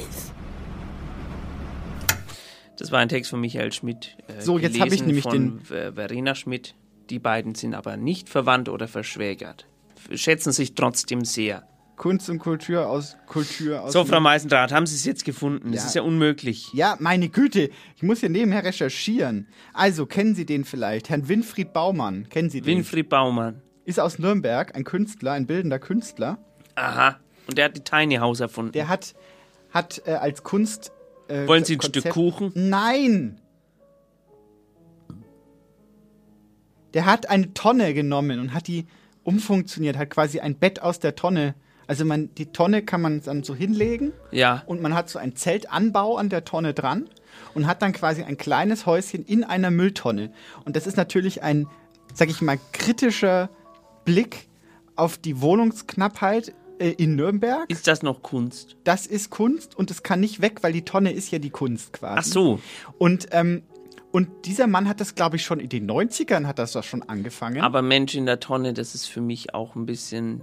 Das war ein Text von Michael Schmidt. So, jetzt habe ich nämlich von Verena Schmidt. Die beiden sind aber nicht verwandt oder verschwägert. Schätzen sich trotzdem sehr. Kunst und Kultur aus So, Frau Meisendrath, haben Sie es jetzt gefunden? Das ist ja unmöglich. Ja, meine Güte, ich muss hier nebenher recherchieren. Also, kennen Sie den vielleicht? Herrn Winfried Baumann, kennen Sie den? Winfried Baumann. Ist aus Nürnberg, ein Künstler, ein bildender Künstler. Aha, und der hat die Tiny House erfunden. Der hat als Kunst... Wollen Sie ein Stück Kuchen? Nein! Der hat eine Tonne genommen und hat die umfunktioniert, hat quasi ein Bett aus der Tonne. Also die Tonne kann man dann so hinlegen. Ja. Und man hat so einen Zeltanbau an der Tonne dran und hat dann quasi ein kleines Häuschen in einer Mülltonne. Und das ist natürlich ein, sag ich mal, kritischer Blick auf die Wohnungsknappheit in Nürnberg. Ist das noch Kunst? Das ist Kunst und es kann nicht weg, weil die Tonne ist ja die Kunst quasi. Ach so. Und dieser Mann hat das, glaube ich, schon in den 90ern hat das schon angefangen. Aber Mensch in der Tonne, das ist für mich auch ein bisschen,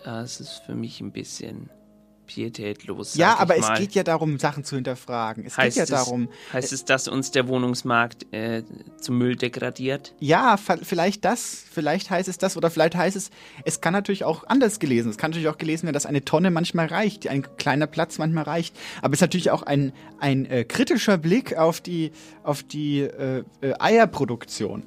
pietätlos. Ja, aber es geht ja darum, Sachen zu hinterfragen. Heißt es, dass uns der Wohnungsmarkt zum Müll degradiert? Ja, vielleicht heißt es das, oder vielleicht heißt es, es kann natürlich auch anders gelesen. Es kann natürlich auch gelesen werden, dass eine Tonne manchmal reicht, ein kleiner Platz manchmal reicht. Aber es ist natürlich auch ein kritischer Blick auf die Eierproduktion.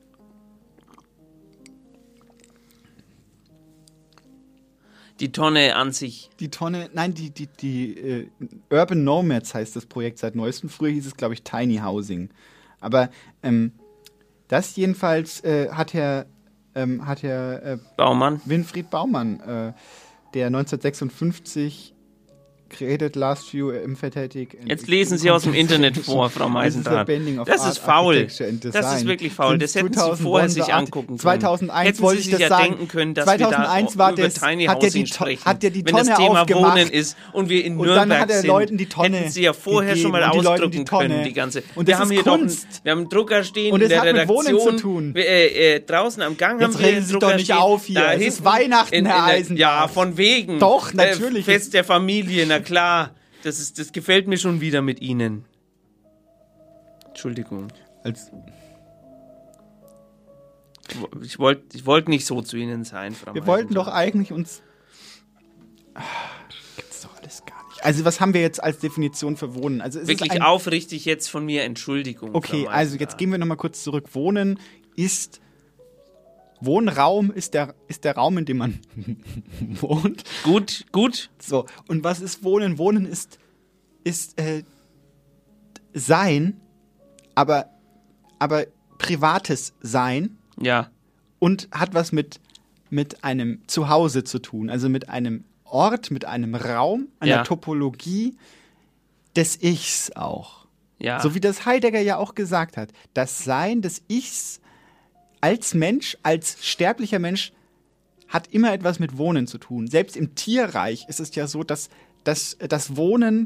Die Tonne an sich. Die Tonne, nein, die Urban Nomads heißt das Projekt seit neuestem. Früher hieß es, glaube ich, Tiny Housing. Aber das jedenfalls hat Herr Baumann. Winfried Baumann, der 1956 Created Last View tätig. Jetzt lesen Sie aus dem Internet vor, Frau Meisendrath. Das ist faul. Das ist wirklich faul. Das hätten Sie vorher sich angucken können. 2001 hätten wollte Sie ich sich das denken können, dass 2001 wir da über Tiny Housing sprechen. Hat der die wenn Tonne das Thema aufgemacht. Wohnen ist und wir in Nürnberg und dann hat er Leuten die Tonne hätten Sie ja vorher schon mal ausdrücken können, die ganze. Und wir haben hier Kunst. Wir haben einen Drucker stehen in der Redaktion. Zu tun. Draußen am Gang haben wir einen Drucker stehen. Jetzt reden Sie doch nicht auf hier. Es ist Weihnachten, Herr Eisenbart. Ja, von wegen. Doch, natürlich. Fest der Familie, na klar. Das gefällt mir schon wieder mit Ihnen. Entschuldigung. Ich wollte nicht so zu Ihnen sein, Frau Wir wollten doch eigentlich uns... Gibt's doch alles gar nicht. Also was haben wir jetzt als Definition für Wohnen? Also wirklich aufrichtig jetzt von mir Entschuldigung. Okay, also jetzt gehen wir nochmal kurz zurück. Wohnraum ist der Raum, in dem man wohnt. Gut. So, und was ist Wohnen? Wohnen ist Sein, aber privates Sein. Ja. Und hat was mit mit einem Zuhause zu tun, also mit einem Ort, mit einem Raum, einer Topologie des Ichs auch. Ja. So wie das Heidegger ja auch gesagt hat. Das Sein des Ichs als Mensch, als sterblicher Mensch, hat immer etwas mit Wohnen zu tun. Selbst im Tierreich ist es ja so, dass das Wohnen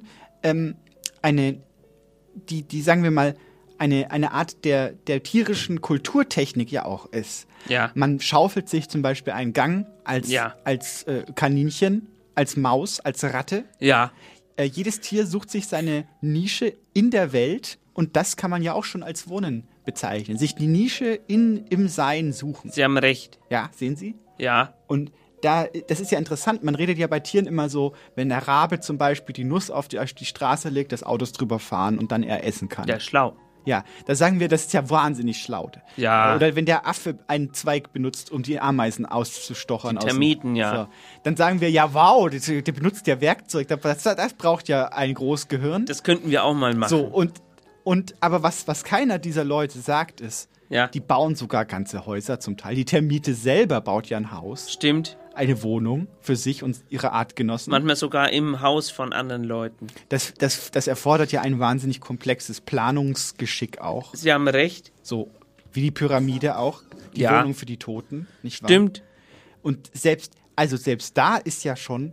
sagen wir mal, eine Art der tierischen Kulturtechnik ja auch ist. Ja. Man schaufelt sich zum Beispiel einen Gang als Kaninchen, als Maus, als Ratte. Ja. Jedes Tier sucht sich seine Nische in der Welt und das kann man ja auch schon als Wohnen bezeichnen. Sich die Nische im Sein suchen. Sie haben recht. Ja, sehen Sie? Ja. Und das ist ja interessant, man redet ja bei Tieren immer so, wenn der Rabe zum Beispiel die Nuss auf die Straße legt, dass Autos drüber fahren und dann er essen kann. Der ist schlau. Ja, da sagen wir, das ist ja wahnsinnig schlau. Ja. Oder wenn der Affe einen Zweig benutzt, um die Ameisen auszustochern. Die Termiten, So. Dann sagen wir, ja wow, der benutzt ja Werkzeug, das braucht ja ein großes Gehirn. Das könnten wir auch mal machen. So, aber was keiner dieser Leute sagt ist, die bauen sogar ganze Häuser zum Teil. Die Termite selber baut ja ein Haus. Stimmt. Eine Wohnung für sich und ihre Artgenossen. Manchmal sogar im Haus von anderen Leuten. Das erfordert ja ein wahnsinnig komplexes Planungsgeschick auch. Sie haben recht. So wie die Pyramide auch. Die Wohnung für die Toten, nicht wahr? Stimmt. Und selbst da ist ja schon,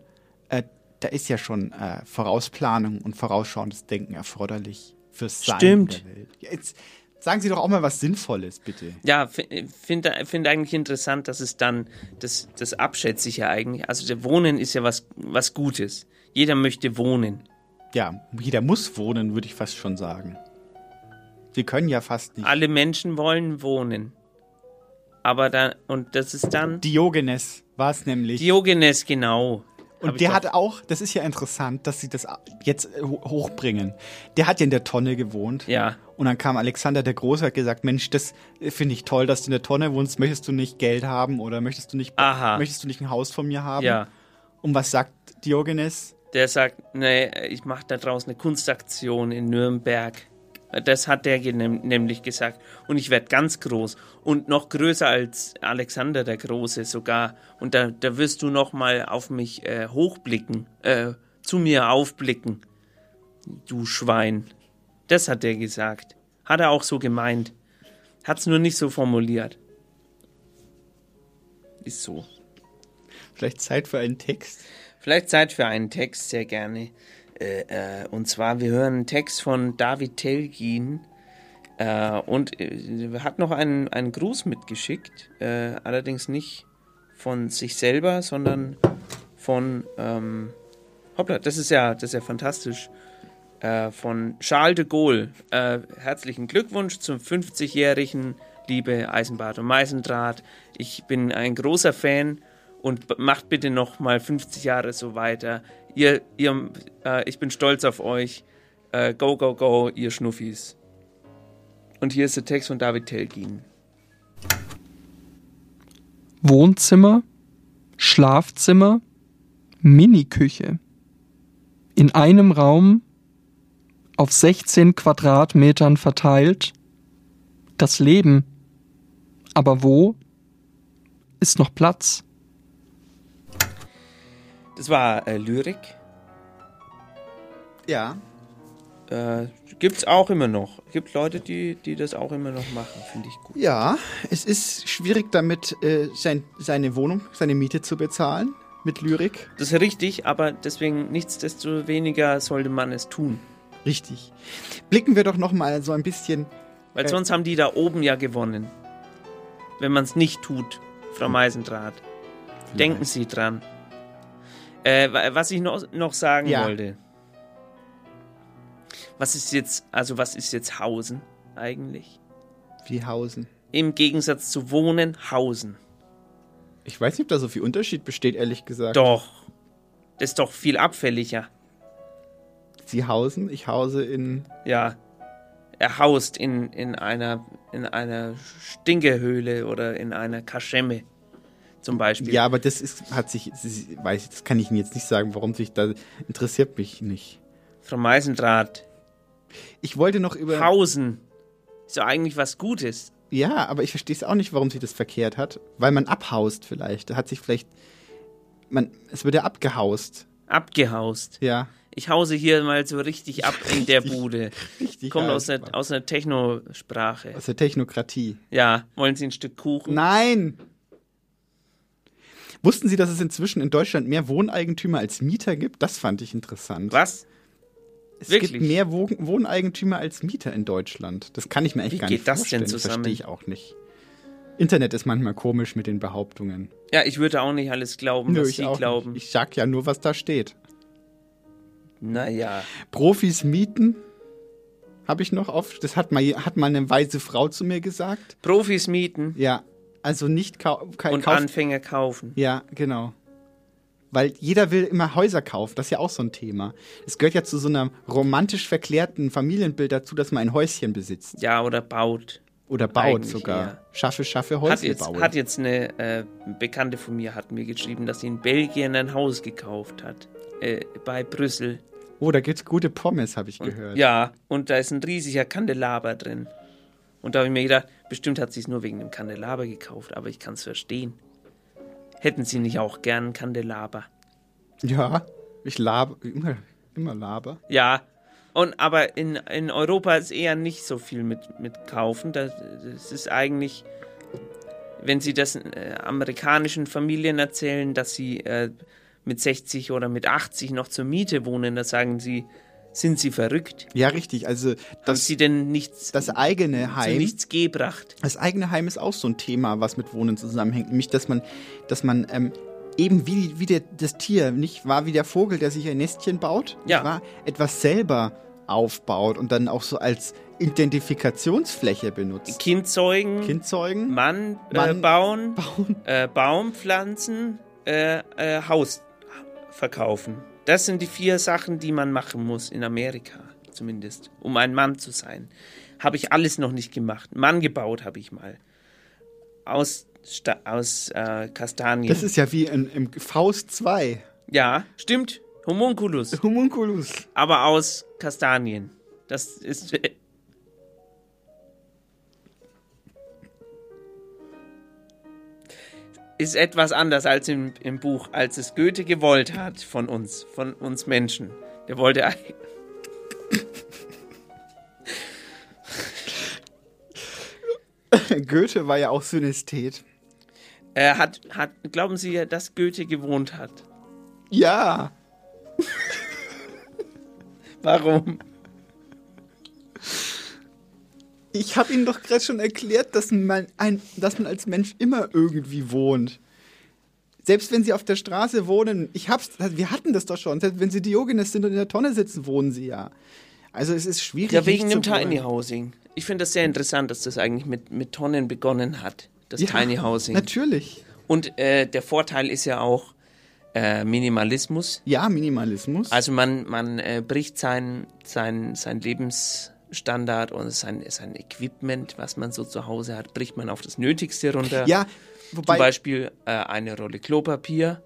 Vorausplanung und vorausschauendes Denken erforderlich fürs Sein der Welt. Jetzt sagen Sie doch auch mal was Sinnvolles, bitte. Ja, finde eigentlich interessant, dass es dann, das abschätze ich ja eigentlich. Also der Wohnen ist ja was Gutes. Jeder möchte wohnen. Ja, jeder muss wohnen, würde ich fast schon sagen. Sie können ja fast nicht. Alle Menschen wollen wohnen. Aber und das ist dann... Diogenes war es nämlich. Diogenes, genau. Und der hat auch, das ist ja interessant, dass sie das jetzt hochbringen. Der hat ja in der Tonne gewohnt. Ja. Und dann kam Alexander der Große und hat gesagt, Mensch, das finde ich toll, dass du in der Tonne wohnst. Möchtest du nicht Geld haben oder möchtest du nicht ein Haus von mir haben? Ja. Und was sagt Diogenes? Der sagt, nee, ich mache da draußen eine Kunstaktion in Nürnberg. Das hat der nämlich gesagt. Und ich werde ganz groß und noch größer als Alexander der Große sogar. Und da wirst du noch mal auf mich hochblicken, zu mir aufblicken, du Schwein. Das hat er gesagt. Hat er auch so gemeint. Hat's nur nicht so formuliert. Ist so. Vielleicht Zeit für einen Text? Vielleicht Zeit für einen Text, sehr gerne. Und zwar, wir hören einen Text von David Telgin und hat noch einen Gruß mitgeschickt, allerdings nicht von sich selber, sondern von, das ist ja fantastisch, von Charles de Gaulle. Herzlichen Glückwunsch zum 50-jährigen, liebe Eisenbart und Meisendraht. Ich bin ein großer Fan und macht bitte noch mal 50 Jahre so weiter. Ich bin stolz auf euch. Go, go, go, ihr Schnuffis. Und hier ist der Text von David Telgin. Wohnzimmer, Schlafzimmer, Miniküche. In einem Raum auf 16 Quadratmetern verteilt. Das Leben. Aber wo ist noch Platz? Das war Lyrik. Ja. Gibt's auch immer noch. Gibt Leute, die das auch immer noch machen, finde ich gut. Ja, es ist schwierig damit, seine Wohnung, seine Miete zu bezahlen mit Lyrik. Das ist richtig, aber deswegen nichtsdestoweniger sollte man es tun. Richtig. Blicken wir doch noch mal so ein bisschen... Weil sonst haben die da oben ja gewonnen. Wenn man es nicht tut, Frau Meisendraht. Vielleicht. Denken Sie dran. Was ich noch sagen wollte. Was ist jetzt Hausen eigentlich? Wie Hausen? Im Gegensatz zu Wohnen, Hausen. Ich weiß nicht, ob da so viel Unterschied besteht, ehrlich gesagt. Doch. Das ist doch viel abfälliger. Sie hausen, ich hause in... Ja. Er haust in einer Stinkehöhle oder in einer Kaschemme. Zum Beispiel. Ja, aber das kann ich Ihnen jetzt nicht sagen, warum sich da interessiert mich nicht. Frau Meisendraht. Ich wollte noch über... Hausen ist ja eigentlich was Gutes. Ja, aber ich verstehe es auch nicht, warum sie das verkehrt hat. Weil man abhaust vielleicht. Da hat sich vielleicht... Es wird ja abgehaust. Abgehaust? Ja. Ich hause hier mal so richtig ab in der Bude. Richtig. Kommt aus einer Technosprache. Aus der Technokratie. Ja. Wollen Sie ein Stück Kuchen? Nein! Wussten Sie, dass es inzwischen in Deutschland mehr Wohneigentümer als Mieter gibt? Das fand ich interessant. Was? Es Wirklich? gibt mehr Wohneigentümer als Mieter in Deutschland. Das kann ich mir echt gar nicht vorstellen. Wie geht das denn zusammen? Verstehe ich auch nicht. Internet ist manchmal komisch mit den Behauptungen. Ja, ich würde auch nicht alles glauben, was Sie glauben. Nicht. Ich sag ja nur, was da steht. Naja. Profis mieten, habe ich noch oft. Das hat mal eine weise Frau zu mir gesagt. Profis mieten? Ja, also nicht und Anfänger kaufen. Ja, genau. Weil jeder will immer Häuser kaufen, das ist ja auch so ein Thema. Es gehört ja zu so einem romantisch verklärten Familienbild dazu, dass man ein Häuschen besitzt. Ja, oder baut. Oder baut sogar. Ja. Schaffe Häuser bauen. Hat jetzt eine Bekannte von mir hat mir geschrieben, dass sie in Belgien ein Haus gekauft hat. Bei Brüssel. Oh, da gibt's gute Pommes, habe ich gehört. Ja, und da ist ein riesiger Kandelaber drin. Und da habe ich mir gedacht, bestimmt hat sie es nur wegen dem Kandelaber gekauft, aber ich kann es verstehen. Hätten Sie nicht auch gern einen Kandelaber? Ja, ich laber, immer laber. Ja, aber in Europa ist eher nicht so viel mit kaufen. Das ist eigentlich, wenn Sie das amerikanischen Familien erzählen, dass sie mit 60 oder mit 80 noch zur Miete wohnen, da sagen sie, sind Sie verrückt? Ja, richtig. Also haben Sie denn das eigene Heim zu nichts gebracht? Das eigene Heim ist auch so ein Thema, was mit Wohnen zusammenhängt. Nämlich, dass man eben wie das Tier, nicht wahr, wie der Vogel, der sich ein Nestchen baut, ja. Wahr, etwas selber aufbaut und dann auch so als Identifikationsfläche benutzt. Kind zeugen, Mann bauen, Baum pflanzen, Haus verkaufen. Das sind die 4 Sachen, die man machen muss in Amerika, zumindest, um ein Mann zu sein. Habe ich alles noch nicht gemacht. Mann gebaut habe ich mal. Aus Kastanien. Das ist ja wie im Faust 2. Ja, stimmt. Homunculus. Aber aus Kastanien. Das ist... ist etwas anders als im Buch, als es Goethe gewollt hat von uns Menschen. Der wollte eigentlich... Goethe war ja auch Synästhet. Glauben Sie, dass Goethe gewohnt hat? Ja. Warum? Ich habe Ihnen doch gerade schon erklärt, dass man als Mensch immer irgendwie wohnt. Selbst wenn Sie auf der Straße wohnen, wir hatten das doch schon, selbst wenn Sie Diogenes sind und in der Tonne sitzen, wohnen Sie ja. Also es ist schwierig. Ja, wegen dem Tiny Housing. Ich finde das sehr interessant, dass das eigentlich mit Tonnen begonnen hat, das Tiny Housing. Natürlich. Und der Vorteil ist ja auch Minimalismus. Ja, Minimalismus. Also man bricht sein Lebensstandard und sein Equipment, was man so zu Hause hat, bricht man auf das Nötigste runter. Ja, wobei... Zum Beispiel eine Rolle Klopapier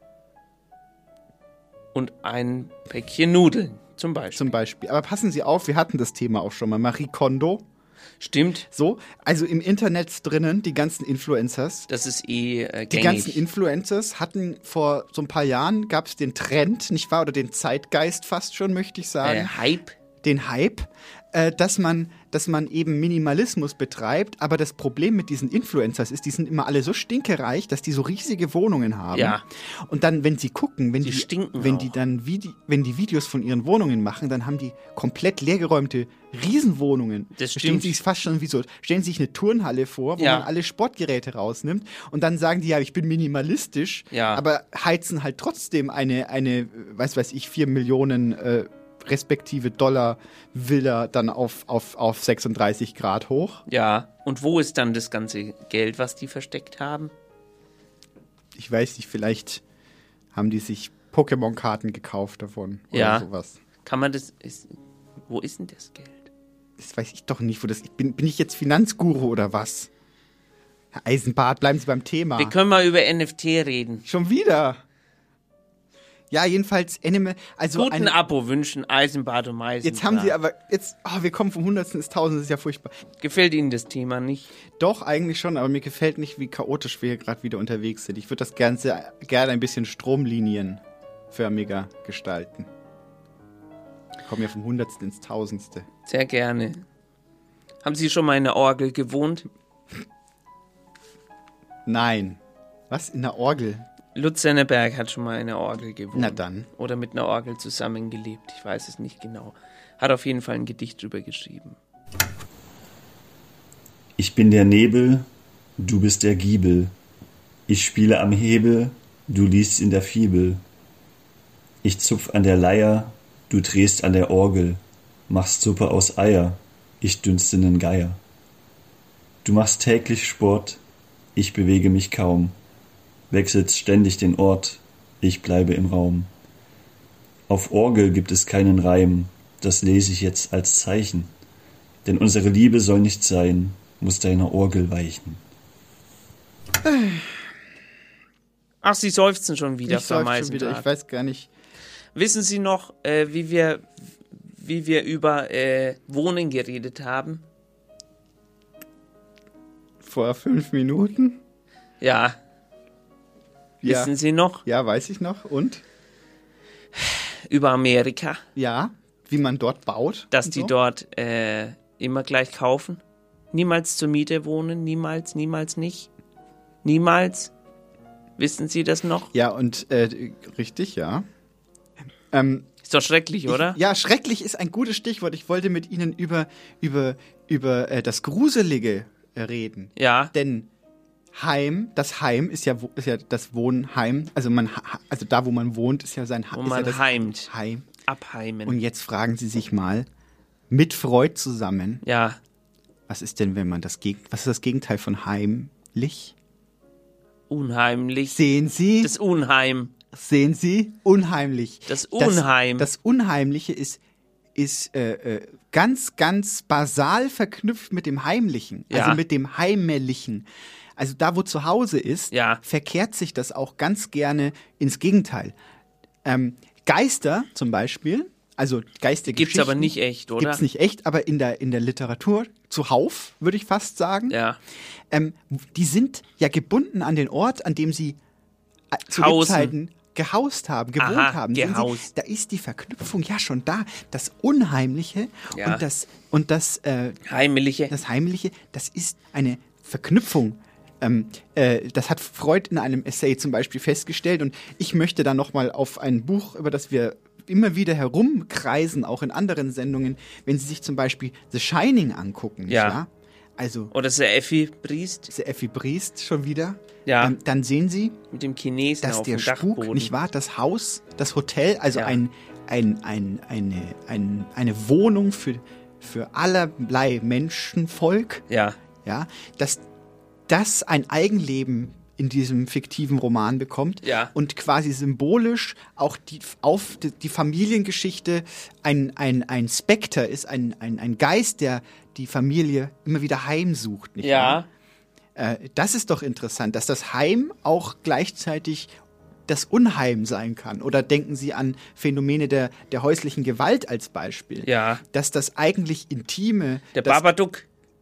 und ein Päckchen Nudeln. Zum Beispiel. Aber passen Sie auf, wir hatten das Thema auch schon mal. Marie Kondo. Stimmt. So, also im Internet drinnen, die ganzen Influencers. Das ist gängig. Die ganzen Influencers hatten vor so ein paar Jahren, gab es den Trend, nicht wahr? Oder den Zeitgeist fast schon, möchte ich sagen. Hype. Den Hype, dass man eben Minimalismus betreibt, aber das Problem mit diesen Influencers ist, die sind immer alle so stinkereich, dass die so riesige Wohnungen haben. Ja. Und dann, wenn sie gucken, wenn die Videos von ihren Wohnungen machen, dann haben die komplett leergeräumte Riesenwohnungen. Das stimmt. Stellen sich fast schon stellen sich eine Turnhalle vor, wo man alle Sportgeräte rausnimmt und dann sagen die, ja, ich bin minimalistisch, aber heizen halt trotzdem eine 4 Millionen respektive Dollar Villa dann auf 36 Grad hoch. Ja, und wo ist dann das ganze Geld, was die versteckt haben? Ich weiß nicht, vielleicht haben die sich Pokémon-Karten gekauft davon oder sowas. Kann man das... Wo ist denn das Geld? Das weiß ich doch nicht, wo das... Bin ich jetzt Finanzguru oder was? Herr Eisenbart, bleiben Sie beim Thema. Wir können mal über NFT reden. Schon wieder? Ja, jedenfalls Animal. Also Guten Abo wünschen Eisenbart und Meisendraht. Jetzt haben Sie aber, wir kommen vom Hundertsten ins Tausend, das ist ja furchtbar. Gefällt Ihnen das Thema nicht? Doch, eigentlich schon, aber mir gefällt nicht, wie chaotisch wir hier gerade wieder unterwegs sind. Ich würde das gerne ein bisschen stromlinienförmiger gestalten. Wir kommen ja vom Hundertsten ins Tausendste. Sehr gerne. Haben Sie schon mal in der Orgel gewohnt? Nein. Was? In der Orgel? Lutz Senneberg hat schon mal in der Orgel gewohnt. Na dann. Oder mit einer Orgel zusammengelebt. Ich weiß es nicht genau. Hat auf jeden Fall ein Gedicht drüber geschrieben. Ich bin der Nebel, du bist der Giebel. Ich spiele am Hebel, du liest in der Fibel. Ich zupf an der Leier, du drehst an der Orgel. Machst Suppe aus Eier, ich dünste nen Geier. Du machst täglich Sport, ich bewege mich kaum. Wechselst ständig den Ort, ich bleibe im Raum. Auf Orgel gibt es keinen Reim, das lese ich jetzt als Zeichen. Denn unsere Liebe soll nicht sein, muss deiner Orgel weichen. Ach, Sie seufzen schon wieder, Frau Meisendraht. Ich weiß gar nicht. Wissen Sie noch, wie wir über Wohnen geredet haben? Vor 5 Minuten? Ja. Wissen Sie noch? Ja, weiß ich noch. Und? Über Amerika. Ja, wie man dort baut. Dass die dort immer gleich kaufen. Niemals zur Miete wohnen. Niemals nicht. Niemals. Wissen Sie das noch? Ja, und richtig, ja. Ist doch schrecklich, oder? Ja, schrecklich ist ein gutes Stichwort. Ich wollte mit Ihnen über das Gruselige reden. Ja. Denn das Heim ist ja das Wohnheim. Also da, wo man wohnt, ist ja sein Heim. Wo man das heimt. Heim. Abheimen. Und jetzt fragen Sie sich mal, mit Freud zusammen. Ja. Was ist denn, was ist das Gegenteil von heimlich? Unheimlich. Sehen Sie? Das Unheim. Sehen Sie? Unheimlich. Das Unheim. Das Unheimliche ist ganz, ganz basal verknüpft mit dem Heimlichen. Ja. Also mit dem Heimelichen. Also da, wo zu Hause ist, verkehrt sich das auch ganz gerne ins Gegenteil. Geister zum Beispiel, also geistige Gibt's aber nicht echt, oder? Gibt's nicht echt, aber in der Literatur zuhauf, würde ich fast sagen. Ja. Die sind ja gebunden an den Ort, an dem sie zu Lebzeiten gewohnt haben. Da ist die Verknüpfung ja schon da. Das Unheimliche und das Heimliche. Das Heimliche, das ist eine Verknüpfung. Das hat Freud in einem Essay zum Beispiel festgestellt und ich möchte da nochmal auf ein Buch, über das wir immer wieder herumkreisen, auch in anderen Sendungen, wenn Sie sich zum Beispiel The Shining angucken, nicht wahr? Also, oder The Effi Briest. The Effi Briest schon wieder. Ja. Dann sehen Sie, mit dem Chinesen dass auf der dem Spuk, Dachboden. nicht wahr, das Haus, das Hotel, also eine Wohnung für allerlei Menschenvolk, ja, dass das ein Eigenleben in diesem fiktiven Roman bekommt und quasi symbolisch auch die Familiengeschichte ein Spekter ist, ein Geist, der die Familie immer wieder heimsucht. Nicht wahr? Das ist doch interessant, dass das Heim auch gleichzeitig das Unheim sein kann. Oder denken Sie an Phänomene der häuslichen Gewalt als Beispiel. Ja. Dass das eigentlich Intime... Der Babadook.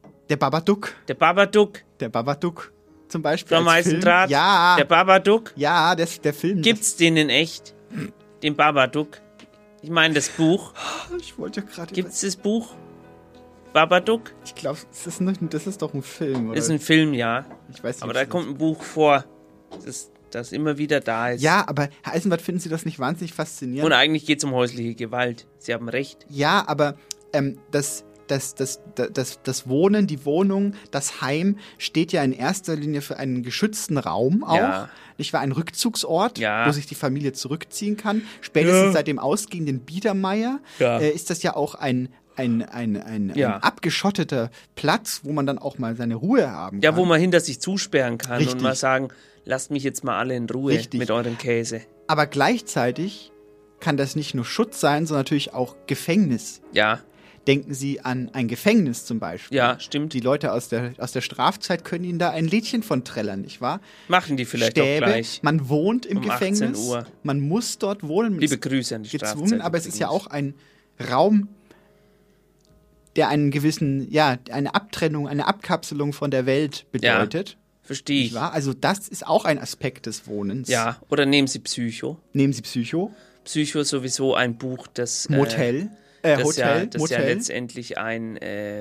Zum Beispiel. Frau Meisendraht. Ja. Der Babadook. Ja, der Film. Gibt's den in echt? Den Babadook? Ich meine das Buch. Ich wollte ja gerade... Gibt's das Buch? Babadook? Ich glaube, das ist doch ein Film, oder? Das ist ein Film, ja. Ich weiß nicht. Aber da kommt ein Buch vor, das immer wieder da ist. Ja, aber Herr Eisenbart, finden Sie das nicht wahnsinnig faszinierend? Und eigentlich geht es um häusliche Gewalt. Sie haben recht. Ja, aber das Wohnen, die Wohnung, das Heim steht ja in erster Linie für einen geschützten Raum auch. Ja. Nicht wahr? Ein Rückzugsort, wo sich die Familie zurückziehen kann. Spätestens seit dem ausgehenden Biedermeier ist das ja auch ein abgeschotteter Platz, wo man dann auch mal seine Ruhe haben kann. Ja, wo man hinter sich zusperren kann. Richtig. Und mal sagen, lasst mich jetzt mal alle in Ruhe mit eurem Käse. Aber gleichzeitig kann das nicht nur Schutz sein, sondern natürlich auch Gefängnis. Ja. Denken Sie an ein Gefängnis zum Beispiel. Ja, stimmt. Die Leute aus der Strafzeit können Ihnen da ein Liedchen von trällern, nicht wahr? Machen die vielleicht Stäbe. auch gleich. Man wohnt im um Gefängnis. 18 Uhr. Man muss dort wohnen. Liebe Grüße an die gezwungen, Strafzeit. aber es ist ja auch ein Raum, der einen gewissen, eine Abtrennung, eine Abkapselung von der Welt bedeutet. Ja, verstehe ich. Also das ist auch ein Aspekt des Wohnens. Ja, oder nehmen Sie Psycho. Nehmen Sie Psycho. Psycho ist sowieso ein Buch, das Motel. Ja Motel. letztendlich ein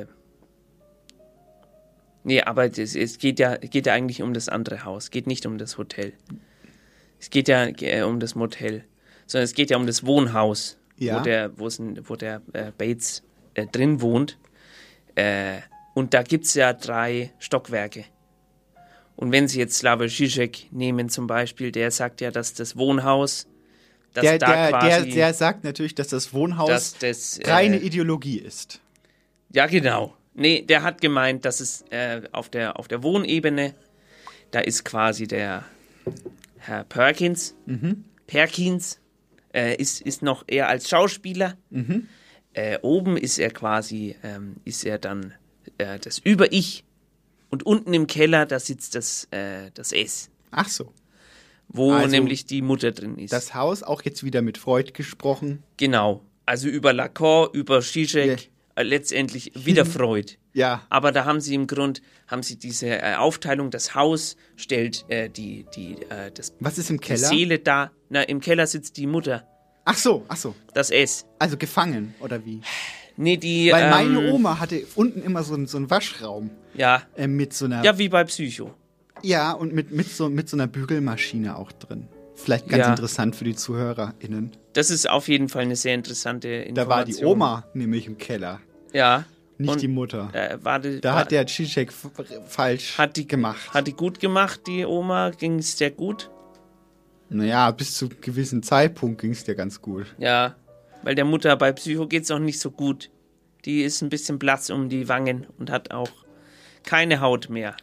nee, aber es geht ja eigentlich um das andere Haus. Es geht nicht um das Hotel. Es geht ja um das Motel. Sondern es geht ja um das Wohnhaus, wo der Bates drin wohnt. Und da gibt es ja 3 Stockwerke. Und wenn Sie jetzt Slavoj Žižek nehmen zum Beispiel, der sagt ja, dass das Wohnhaus Der sagt natürlich, dass das Wohnhaus reine Ideologie ist. Ja, genau. Nee, der hat gemeint, dass es auf der Wohnebene, da ist quasi der Herr Perkins, ist noch eher als Schauspieler. Oben ist er quasi, ist er dann das Über-Ich und unten im Keller, da sitzt das S. Ach so. Wo also nämlich die Mutter drin ist. Das Haus, auch jetzt wieder mit Freud gesprochen. Genau, also über Lacan, über Žižek, letztendlich wieder Freud. Ja. Aber da haben sie im Grund, diese Aufteilung, das Haus stellt Was ist im Keller? Die Seele da. Na, im Keller sitzt die Mutter. Ach so. Das S. Also gefangen, oder wie? Nee, Weil meine Oma hatte unten immer so einen Waschraum. Ja. Mit so einer... Ja, wie bei Psycho. Ja, und mit so einer Bügelmaschine auch drin. Vielleicht ganz interessant für die ZuhörerInnen. Das ist auf jeden Fall eine sehr interessante Information. Da war die Oma nämlich im Keller. Ja. Nicht die Mutter. Da hat der Žižek falsch gemacht. Hat die gut gemacht, die Oma? Ging es sehr gut? Naja, bis zu einem gewissen Zeitpunkt ging es dir ganz gut. Ja, weil der Mutter bei Psycho geht es auch nicht so gut. Die ist ein bisschen blass um die Wangen und hat auch keine Haut mehr.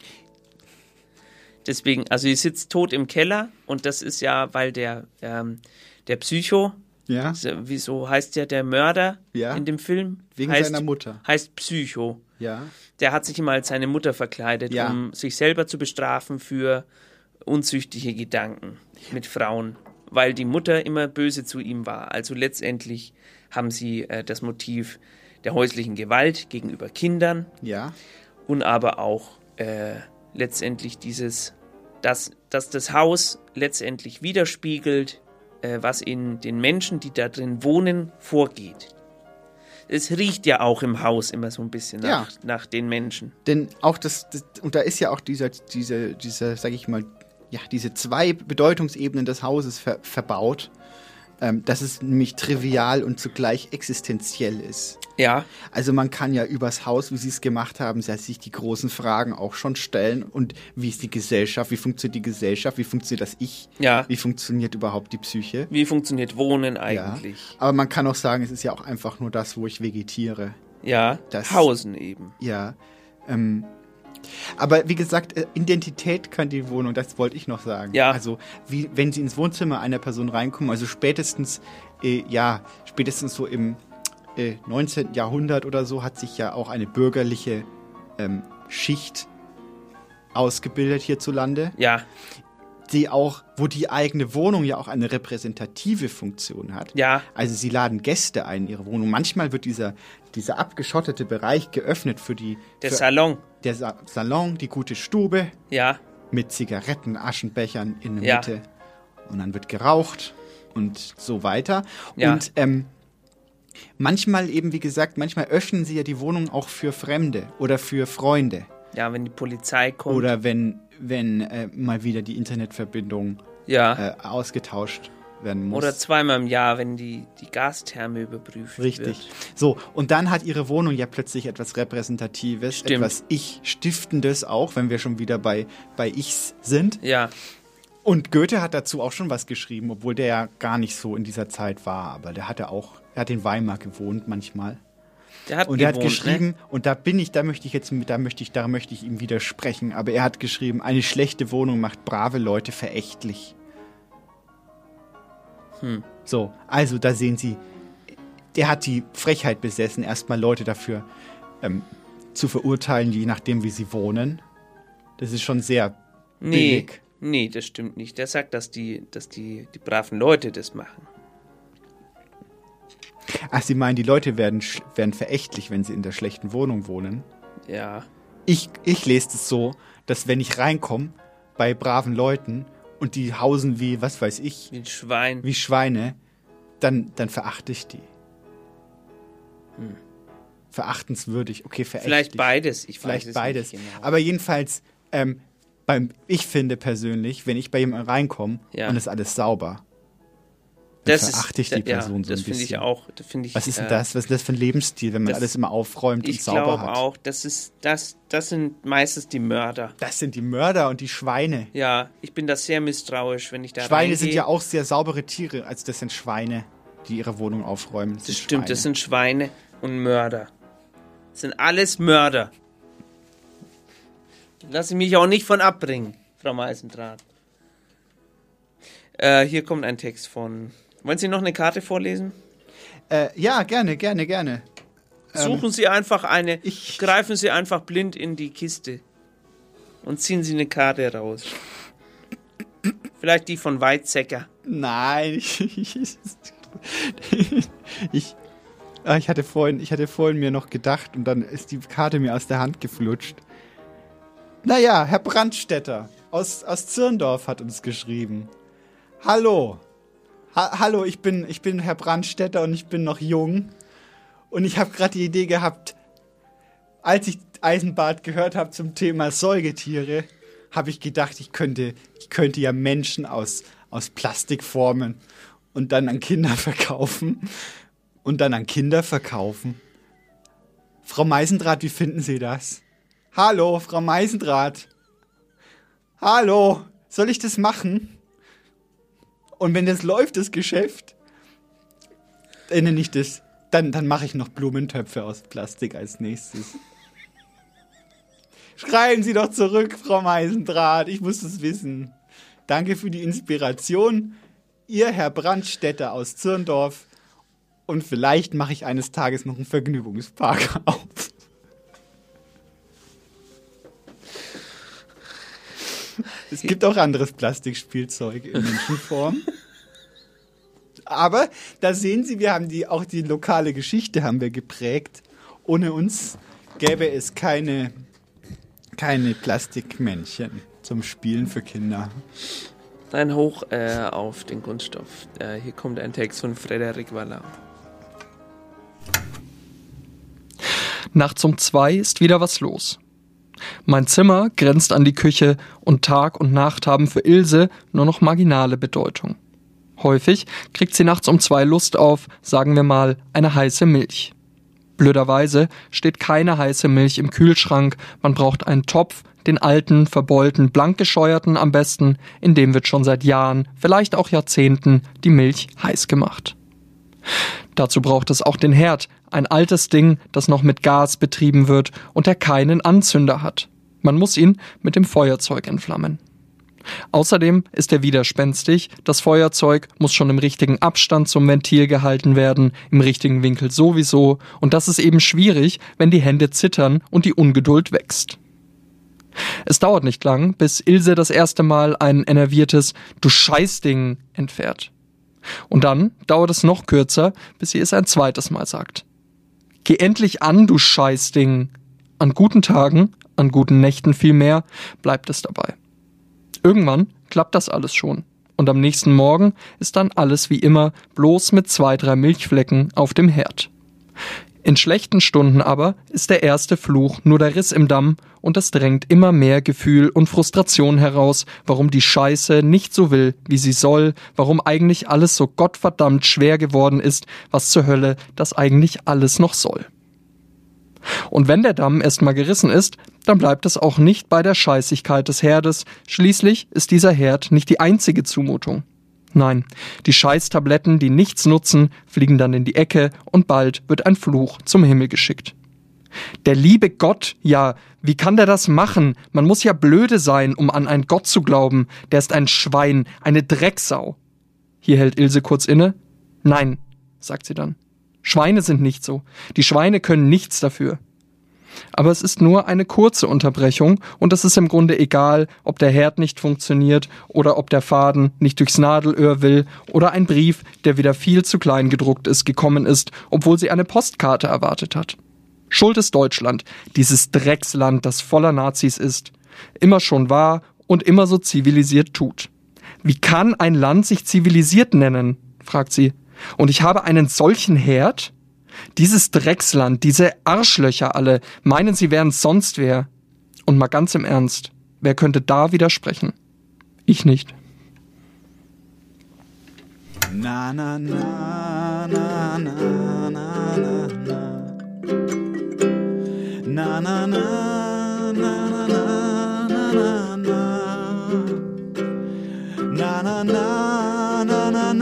Deswegen, also sie sitzt tot im Keller und das ist ja, weil der Psycho, wieso heißt der Mörder in dem Film? Wegen seiner Mutter. Heißt Psycho. Ja. Der hat sich immer als seine Mutter verkleidet, um sich selber zu bestrafen für unzüchtige Gedanken mit Frauen, weil die Mutter immer böse zu ihm war. Also letztendlich haben sie das Motiv der häuslichen Gewalt gegenüber Kindern und aber auch letztendlich dass das Haus letztendlich widerspiegelt, was in den Menschen, die da drin wohnen, vorgeht. Es riecht ja auch im Haus immer so ein bisschen nach den Menschen. Denn auch und da ist ja auch diese, sag ich mal, diese 2 Bedeutungsebenen des Hauses verbaut, dass es nämlich trivial und zugleich existenziell ist. Ja. Also man kann ja übers Haus, wie sie es gemacht haben, sich die großen Fragen auch schon stellen. Und wie ist die Gesellschaft? Wie funktioniert die Gesellschaft? Wie funktioniert das Ich? Ja. Wie funktioniert überhaupt die Psyche? Wie funktioniert Wohnen eigentlich? Ja. Aber man kann auch sagen, es ist ja auch einfach nur das, wo ich vegetiere. Ja, das Hausen eben. Ja. Aber wie gesagt, Identität kann die Wohnung, das wollte ich noch sagen. Ja. Also wenn Sie ins Wohnzimmer einer Person reinkommen, also spätestens so im 19. Jahrhundert oder so hat sich ja auch eine bürgerliche Schicht ausgebildet hierzulande. Ja. Wo die eigene Wohnung ja auch eine repräsentative Funktion hat. Ja. Also sie laden Gäste ein in ihre Wohnung. Manchmal wird dieser abgeschottete Bereich geöffnet für Salon. Der Salon, die gute Stube. Ja. Mit Zigaretten, Aschenbechern in der Mitte. Und dann wird geraucht und so weiter. Ja. Und manchmal eben, wie gesagt, manchmal öffnen sie ja die Wohnung auch für Fremde oder für Freunde. Ja, wenn die Polizei kommt. Oder wenn mal wieder die Internetverbindung ausgetauscht werden muss. Oder 2-mal im Jahr, wenn die Gastherme überprüft wird. Richtig. So, und dann hat ihre Wohnung ja plötzlich etwas Repräsentatives, Stimmt. etwas Ich-Stiftendes auch, wenn wir schon wieder bei Ichs sind. Ja. Und Goethe hat dazu auch schon was geschrieben, obwohl der ja gar nicht so in dieser Zeit war, aber er hat in Weimar gewohnt manchmal. Er hat geschrieben, ne? Und da möchte ich ihm widersprechen, aber er hat geschrieben, eine schlechte Wohnung macht brave Leute verächtlich. So, also da sehen Sie, der hat die Frechheit besessen, erstmal Leute dafür zu verurteilen, je nachdem, wie sie wohnen. Das ist schon sehr billig. Nee, das stimmt nicht. Der sagt, dass die braven Leute das machen. Ach, Sie meinen, die Leute werden verächtlich, wenn sie in der schlechten Wohnung wohnen? Ja. Ich lese es so, dass wenn ich reinkomme bei braven Leuten und die hausen wie, was weiß ich, wie ein Schwein. Wie Schweine, dann verachte ich die. Verachtenswürdig, okay, verächtlich. Vielleicht beides, ich weiß es beides. nicht genau. Aber jedenfalls, ich finde persönlich, wenn ich bei jemandem reinkomme und ist alles sauber, dann verachte ich die Person so ein bisschen. Das finde ich auch. Was ist denn das? Was ist das für ein Lebensstil, wenn man alles immer aufräumt und sauber hat? Ich glaube auch, das sind meistens die Mörder. Das sind die Mörder und die Schweine. Ja, ich bin da sehr misstrauisch, wenn ich da Schweine sind ja auch sehr saubere Tiere, also das sind Schweine, die ihre Wohnung aufräumen. Das stimmt, das sind Schweine und Mörder. Das sind alles Mörder. Lass ich mich auch nicht von abbringen, Frau Meisendrath. Hier kommt ein Text von... Wollen Sie noch eine Karte vorlesen? Ja, gerne. Suchen Sie einfach eine, greifen Sie einfach blind in die Kiste und ziehen Sie eine Karte raus. Vielleicht die von Weizsäcker. Nein, ich hatte vorhin mir noch gedacht und dann ist die Karte mir aus der Hand geflutscht. Naja, Herr Brandstätter aus Zirndorf hat uns geschrieben. Hallo. Hallo, ich bin Herr Brandstätter und ich bin noch jung. Und ich habe gerade die Idee gehabt, als ich Eisenbart gehört habe zum Thema Säugetiere, habe ich gedacht, ich könnte ja Menschen aus Plastik formen und dann an Kinder verkaufen. Frau Meisendrath, wie finden Sie das? Hallo, Frau Meisendrath. Hallo, soll ich das machen? Und wenn das läuft, das Geschäft, dann mache ich noch Blumentöpfe aus Plastik als nächstes. Schreiben Sie doch zurück, Frau Meisendrath, ich muss es wissen. Danke für die Inspiration, Ihr Herr Brandstätter aus Zirndorf. Und vielleicht mache ich eines Tages noch einen Vergnügungspark auf. Es gibt auch anderes Plastikspielzeug in Menschenform. Aber da sehen Sie, wir haben auch die lokale Geschichte haben wir geprägt. Ohne uns gäbe es keine Plastikmännchen zum Spielen für Kinder. Ein Hoch auf den Kunststoff. Hier kommt ein Text von Frédéric Vallard. Nachts um 2 ist wieder was los. Mein Zimmer grenzt an die Küche und Tag und Nacht haben für Ilse nur noch marginale Bedeutung. Häufig kriegt sie nachts um 2 Lust auf, sagen wir mal, eine heiße Milch. Blöderweise steht keine heiße Milch im Kühlschrank, man braucht einen Topf, den alten, verbeulten, blankgescheuerten am besten, in dem wird schon seit Jahren, vielleicht auch Jahrzehnten, die Milch heiß gemacht. Dazu braucht es auch den Herd, ein altes Ding, das noch mit Gas betrieben wird und der keinen Anzünder hat. Man muss ihn mit dem Feuerzeug entflammen. Außerdem ist er widerspenstig, das Feuerzeug muss schon im richtigen Abstand zum Ventil gehalten werden, im richtigen Winkel sowieso, und das ist eben schwierig, wenn die Hände zittern und die Ungeduld wächst. Es dauert nicht lang, bis Ilse das erste Mal ein enerviertes »Du Scheißding« entfährt. Und dann dauert es noch kürzer, bis sie es ein zweites Mal sagt. Geh endlich an, du Scheißding. An guten Tagen, an guten Nächten vielmehr, bleibt es dabei. Irgendwann klappt das alles schon. Und am nächsten Morgen ist dann alles wie immer, bloß mit 2-3 Milchflecken auf dem Herd. In schlechten Stunden aber ist der erste Fluch nur der Riss im Damm und es drängt immer mehr Gefühl und Frustration heraus, warum die Scheiße nicht so will, wie sie soll, warum eigentlich alles so gottverdammt schwer geworden ist, was zur Hölle das eigentlich alles noch soll. Und wenn der Damm erstmal gerissen ist, dann bleibt es auch nicht bei der Scheißigkeit des Herdes, schließlich ist dieser Herd nicht die einzige Zumutung. Nein, die Scheißtabletten, die nichts nutzen, fliegen dann in die Ecke und bald wird ein Fluch zum Himmel geschickt. Der liebe Gott, ja, wie kann der das machen? Man muss ja blöde sein, um an einen Gott zu glauben. Der ist ein Schwein, eine Drecksau. Hier hält Ilse kurz inne. Nein, sagt sie dann. Schweine sind nicht so. Die Schweine können nichts dafür. Aber es ist nur eine kurze Unterbrechung und es ist im Grunde egal, ob der Herd nicht funktioniert oder ob der Faden nicht durchs Nadelöhr will oder ein Brief, der wieder viel zu klein gedruckt ist, gekommen ist, obwohl sie eine Postkarte erwartet hat. Schuld ist Deutschland, dieses Drecksland, das voller Nazis ist, immer schon war und immer so zivilisiert tut. Wie kann ein Land sich zivilisiert nennen? Fragt sie. Und ich habe einen solchen Herd? Dieses Drecksland, diese Arschlöcher alle, meinen, sie wären sonst wer. Und mal ganz im Ernst, wer könnte da widersprechen? Ich nicht. Na na na na na na na na na na na na na na na na na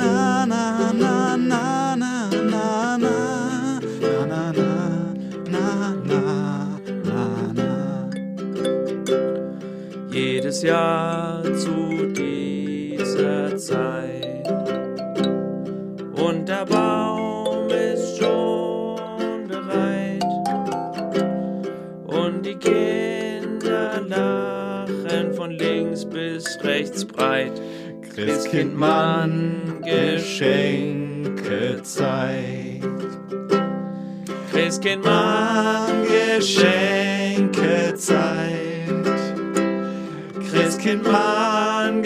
jedes Jahr zu dieser Zeit und der Baum ist schon bereit und die Kinder lachen von links bis rechts breit. Christkindmann, Geschenkezeit. Christkindmann, Geschenkezeit. Christkindmann,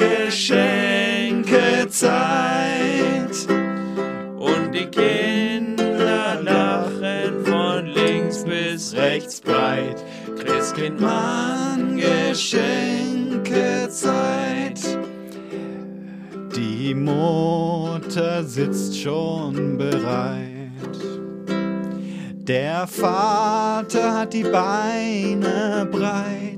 Geschenkezeit. Und die Kinder lachen von links bis rechts breit. Christkindmann, Geschenkezeit. Die Mutter sitzt schon bereit. Der Vater hat die Beine breit.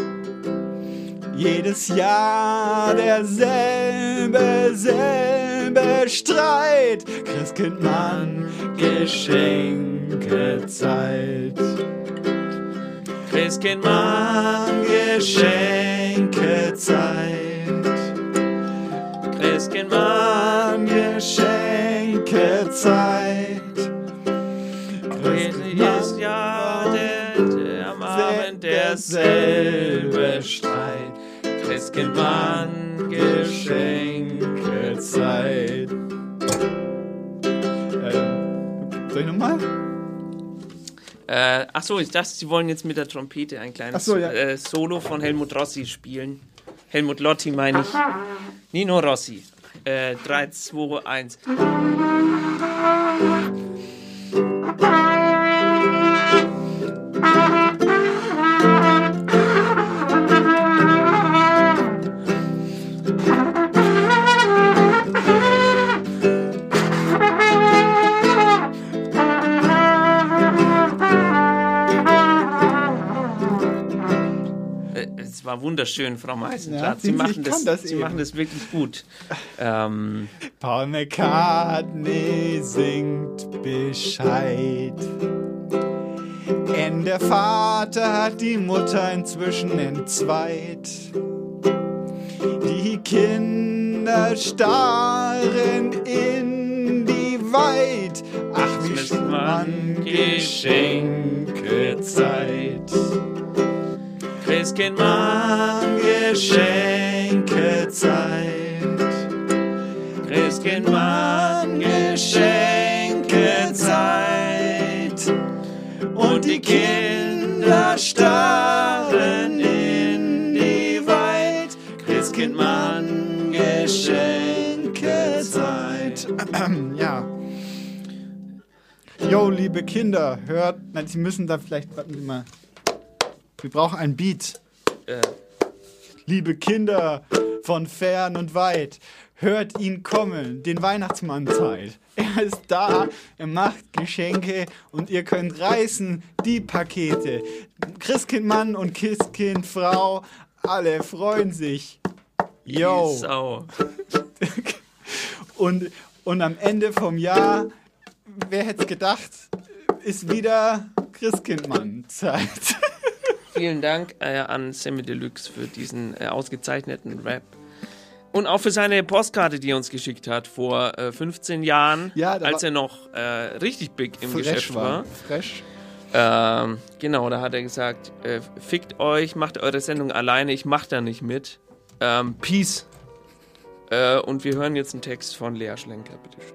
Jedes Jahr derselbe Streit. Christkindmann, Geschenkezeit. Christkindmann, Geschenkezeit. Christkindmann, Geschenkezeit. Jedes Jahr am Abend derselbe Streit. Christkindmann, Geschenkezeit. Soll ich nochmal? Achso, ich dachte, Sie wollen jetzt mit der Trompete ein kleines Solo von Helmut Rossi spielen. Helmut Lotti meine ich. Nino Rossi. 3, 2, 1. Es war wunderschön, Frau Meisendrath. Ja, Sie machen das wirklich gut. Paul McCartney singt Bescheid. Der Vater hat die Mutter inzwischen entzweit. Die Kinder starren in die Weit. Ach, wie spannend Geschenkezeit. Christkindmann, Geschenkezeit. Christkindmann, Geschenkezeit. Und die Kinder starren in die Weit. Christkindmann, Geschenkezeit. Ja. Jo, liebe Kinder, hört. Nein, Sie müssen da vielleicht. Warten Sie mal. Wir brauchen ein Beat. Liebe Kinder von fern und weit, hört ihn kommen, den Weihnachtsmann Zeit. Er ist da, er macht Geschenke und ihr könnt reißen die Pakete. Christkindmann und Christkindfrau, alle freuen sich. Yo. Sau. Und am Ende vom Jahr, wer hätte es gedacht, ist wieder Christkindmann Zeit. Vielen Dank an Semi Deluxe für diesen ausgezeichneten Rap. Und auch für seine Postkarte, die er uns geschickt hat vor 15 Jahren, als er noch richtig big im Geschäft war. Fresh. Genau, da hat er gesagt, fickt euch, macht eure Sendung alleine, ich mach da nicht mit. Peace. Und wir hören jetzt einen Text von Lea Schlenker, bitte schön.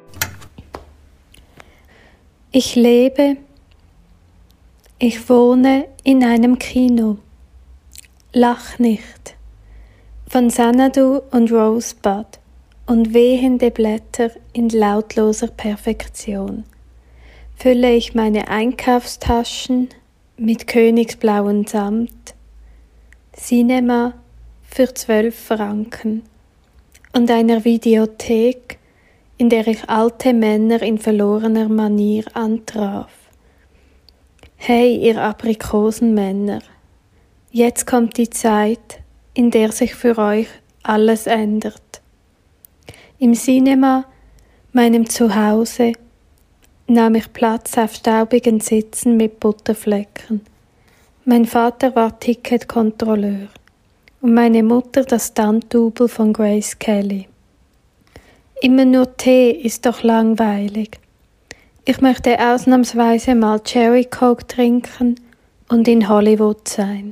Ich lebe, ich wohne in einem Kino. Lach nicht. Von Xanadu und Rosebud und wehende Blätter in lautloser Perfektion fülle ich meine Einkaufstaschen mit königsblauem Samt, Cinema für 12 Franken und einer Videothek, in der ich alte Männer in verlorener Manier antraf. Hey, ihr Aprikosenmänner, jetzt kommt die Zeit, in der sich für euch alles ändert. Im Cinema, meinem Zuhause, nahm ich Platz auf staubigen Sitzen mit Butterflecken. Mein Vater war Ticketkontrolleur und meine Mutter das Stunt-Double von Grace Kelly. Immer nur Tee ist doch langweilig. Ich möchte ausnahmsweise mal Cherry Coke trinken und in Hollywood sein.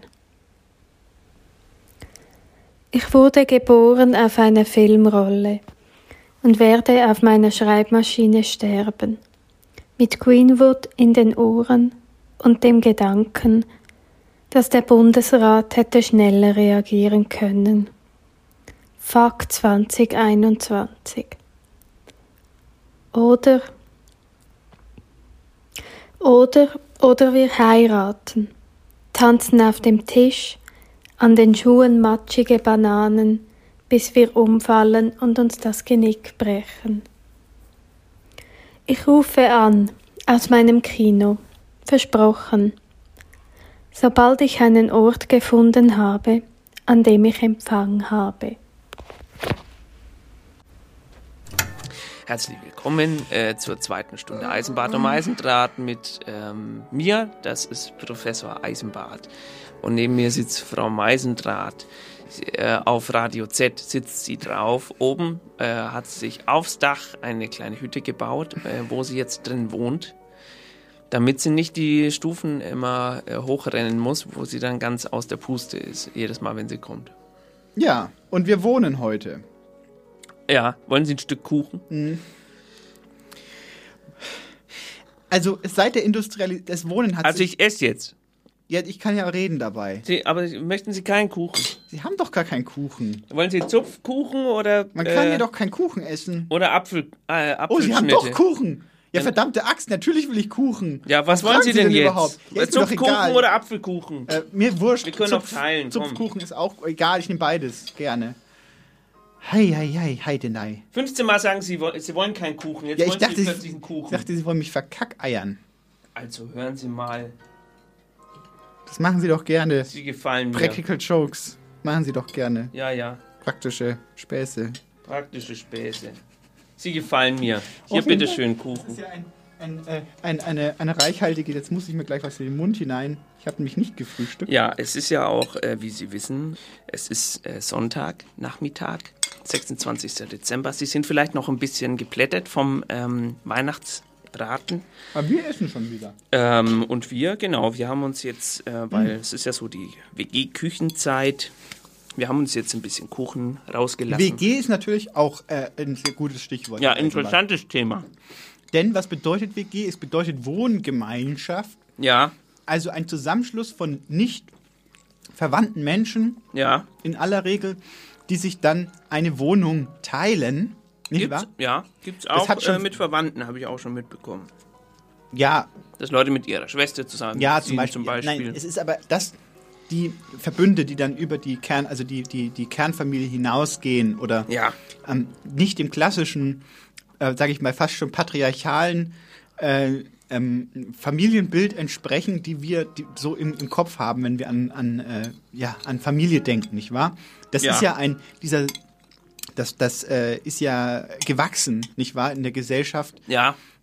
Ich wurde geboren auf einer Filmrolle und werde auf meiner Schreibmaschine sterben. Mit Greenwood in den Ohren und dem Gedanken, dass der Bundesrat hätte schneller reagieren können. Fuck 2021. Oder wir heiraten, tanzen auf dem Tisch, an den Schuhen matschige Bananen, bis wir umfallen und uns das Genick brechen. Ich rufe an, aus meinem Kino, versprochen, sobald ich einen Ort gefunden habe, an dem ich Empfang habe. Herzlich willkommen zur zweiten Stunde Eisenbart um Eisendraht mit mir, das ist Professor Eisenbart. Und neben mir sitzt Frau Meisendraht. Auf Radio Z sitzt sie drauf. Oben hat sie sich aufs Dach eine kleine Hütte gebaut, wo sie jetzt drin wohnt, damit sie nicht die Stufen immer hochrennen muss, wo sie dann ganz aus der Puste ist, jedes Mal, wenn sie kommt. Ja, und wir wohnen heute. Ja, wollen Sie ein Stück Kuchen? Mhm. Also seit der Industrialisierung, das Wohnen hat ich esse jetzt. Ja, ich kann ja reden dabei. Aber möchten Sie keinen Kuchen? Sie haben doch gar keinen Kuchen. Wollen Sie Zupfkuchen oder... Man kann ja doch keinen Kuchen essen. Oder Apfelschnitte. Oh, Sie haben doch Kuchen. Ja, verdammte Axt, natürlich will ich Kuchen. Ja, was wollen Sie denn jetzt? Überhaupt? Ja, Zupfkuchen oder Apfelkuchen? Mir wurscht. Wir können auch teilen. Zupfkuchen ist auch egal, ich nehme beides, gerne. Hei, denei. 15 Mal sagen Sie wollen keinen Kuchen. Jetzt wollen Sie plötzlich einen Kuchen. Ich dachte, Sie wollen mich verkackeiern. Also hören Sie mal. Das machen Sie doch gerne. Sie gefallen mir. Practical Jokes. Machen Sie doch gerne. Ja. Praktische Späße. Sie gefallen mir. Hier, bitteschön, Kuchen. Das ist ja eine reichhaltige, jetzt muss ich mir gleich was in den Mund hinein. Ich habe nämlich nicht gefrühstückt. Ja, es ist ja auch, wie Sie wissen, es ist Sonntag, Nachmittag, 26. Dezember. Sie sind vielleicht noch ein bisschen geplättet vom Weihnachtsbraten. Aber wir essen schon wieder. Und wir haben uns jetzt, weil es ist ja so die WG-Küchenzeit, wir haben uns jetzt ein bisschen Kuchen rausgelassen. WG ist natürlich auch ein sehr gutes Stichwort. Ja, interessantes Thema. Denn was bedeutet WG? Es bedeutet Wohngemeinschaft. Ja. Also ein Zusammenschluss von nicht verwandten Menschen. Ja. In aller Regel, die sich dann eine Wohnung teilen. Nicht wahr? Ja, gibt's auch mit Verwandten, habe ich auch schon mitbekommen. Ja. Dass Leute mit ihrer Schwester zusammen zum Beispiel. Nein, es ist aber die Verbünde, die dann über die die Kernfamilie hinausgehen oder nicht dem klassischen, sage ich mal, fast schon patriarchalen Familienbild entsprechen, die wir so im Kopf haben, wenn wir an Familie denken, nicht wahr? Das ist ja das ist ja gewachsen, nicht wahr, in der Gesellschaft. Ja.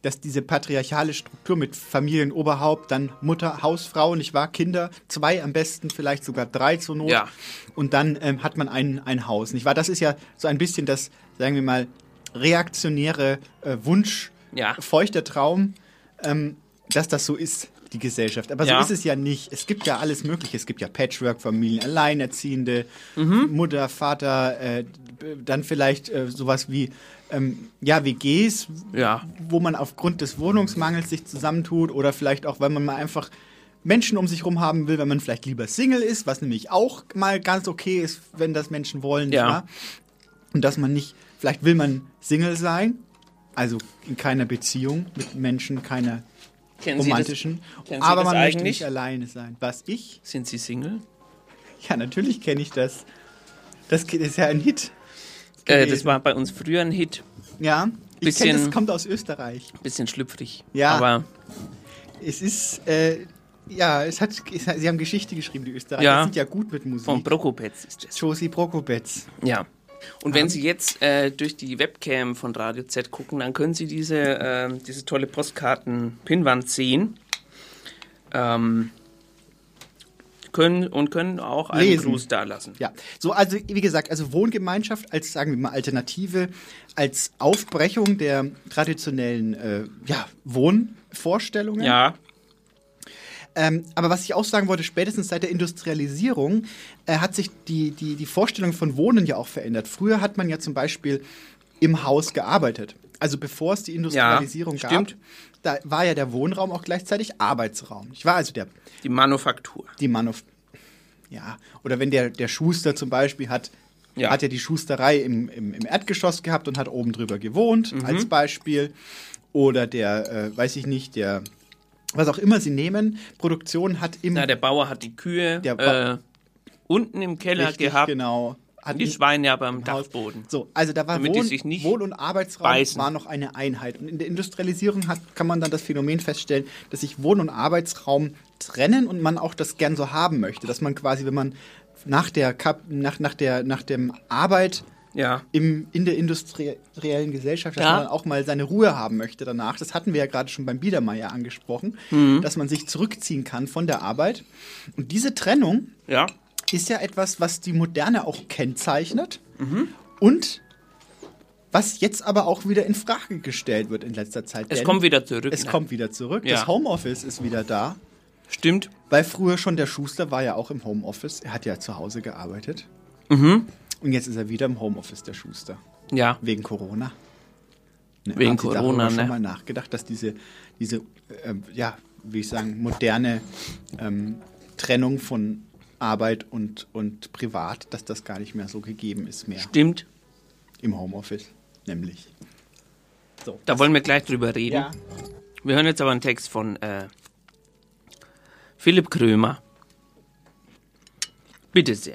dass diese patriarchale Struktur mit Familienoberhaupt, dann Mutter, Hausfrau, nicht wahr, Kinder, 2 am besten, vielleicht sogar 3 zur Not. Ja. Und dann hat man ein Haus, nicht wahr? Das ist ja so ein bisschen das, sagen wir mal, reaktionäre Wunsch, feuchter Traum, dass das so ist, die Gesellschaft. Aber so ist es ja nicht. Es gibt ja alles Mögliche. Es gibt ja Patchwork-Familien, Alleinerziehende, Mutter, Vater, dann vielleicht sowas wie WGs, wo man aufgrund des Wohnungsmangels sich zusammentut oder vielleicht auch, weil man mal einfach Menschen um sich rum haben will, wenn man vielleicht lieber Single ist, was nämlich auch mal ganz okay ist, wenn das Menschen wollen. Nicht wahr? Und dass man nicht, vielleicht will man Single sein, also in keiner Beziehung mit Menschen, keiner romantischen, aber man möchte nicht alleine sein. Was, ich? Sind Sie Single? Ja, natürlich kenne ich das. Das ist ja ein Hit. Das war bei uns früher ein Hit. Ja, ich kenne das, kommt aus Österreich. Bisschen schlüpfrig. Ja, aber es ist, sie haben Geschichte geschrieben, die Österreicher. Ja, die sind ja gut mit Musik. Von Prokopetz ist das. Josie Prokopetz. Ja. Und wenn Sie jetzt durch die Webcam von Radio Z gucken, dann können Sie diese tolle Postkarten-Pinnwand sehen. Können auch einen lesen. Gruß dalassen. Ja, so, also wie gesagt, also Wohngemeinschaft als, sagen wir mal, Alternative, als Aufbrechung der traditionellen Wohnvorstellungen. Ja. Aber was ich auch sagen wollte, spätestens seit der Industrialisierung hat sich die Vorstellung von Wohnen ja auch verändert. Früher hat man ja zum Beispiel im Haus gearbeitet. Also bevor es die Industrialisierung gab, da war ja der Wohnraum auch gleichzeitig Arbeitsraum. Ich war also die Manufaktur. Ja, oder wenn der Schuster zum Beispiel hat ja die Schusterei im Erdgeschoss gehabt und hat oben drüber gewohnt, als Beispiel. Oder weiß ich nicht, was auch immer sie nehmen, Produktion hat der Bauer hat die Kühe unten im Keller gehabt. Genau. Die Schweine aber am Dachboden. So, also da war Wohn- und Arbeitsraum war noch eine Einheit. Und in der Industrialisierung kann man dann das Phänomen feststellen, dass sich Wohn- und Arbeitsraum trennen und man auch das gern so haben möchte. Dass man quasi, wenn man nach dem Arbeit in der industriellen Gesellschaft, dass man dann auch mal seine Ruhe haben möchte danach. Das hatten wir ja gerade schon beim Biedermeier angesprochen, dass man sich zurückziehen kann von der Arbeit. Und diese Trennung ist ja etwas, was die Moderne auch kennzeichnet und was jetzt aber auch wieder in Frage gestellt wird in letzter Zeit. Es kommt wieder zurück. Es kommt wieder zurück. Ja. Das Homeoffice ist wieder da. Stimmt. Weil früher schon der Schuster war ja auch im Homeoffice. Er hat ja zu Hause gearbeitet. Und jetzt ist er wieder im Homeoffice, der Schuster. Ja. Wegen Corona. Wegen Corona, schon mal nachgedacht, dass diese moderne Trennung von Arbeit und Privat, dass das gar nicht mehr so gegeben ist mehr. Stimmt. Im Homeoffice, nämlich. So, da wollen wir gleich drüber reden. Ja. Wir hören jetzt aber einen Text von Philipp Krömer. Bitte sehr.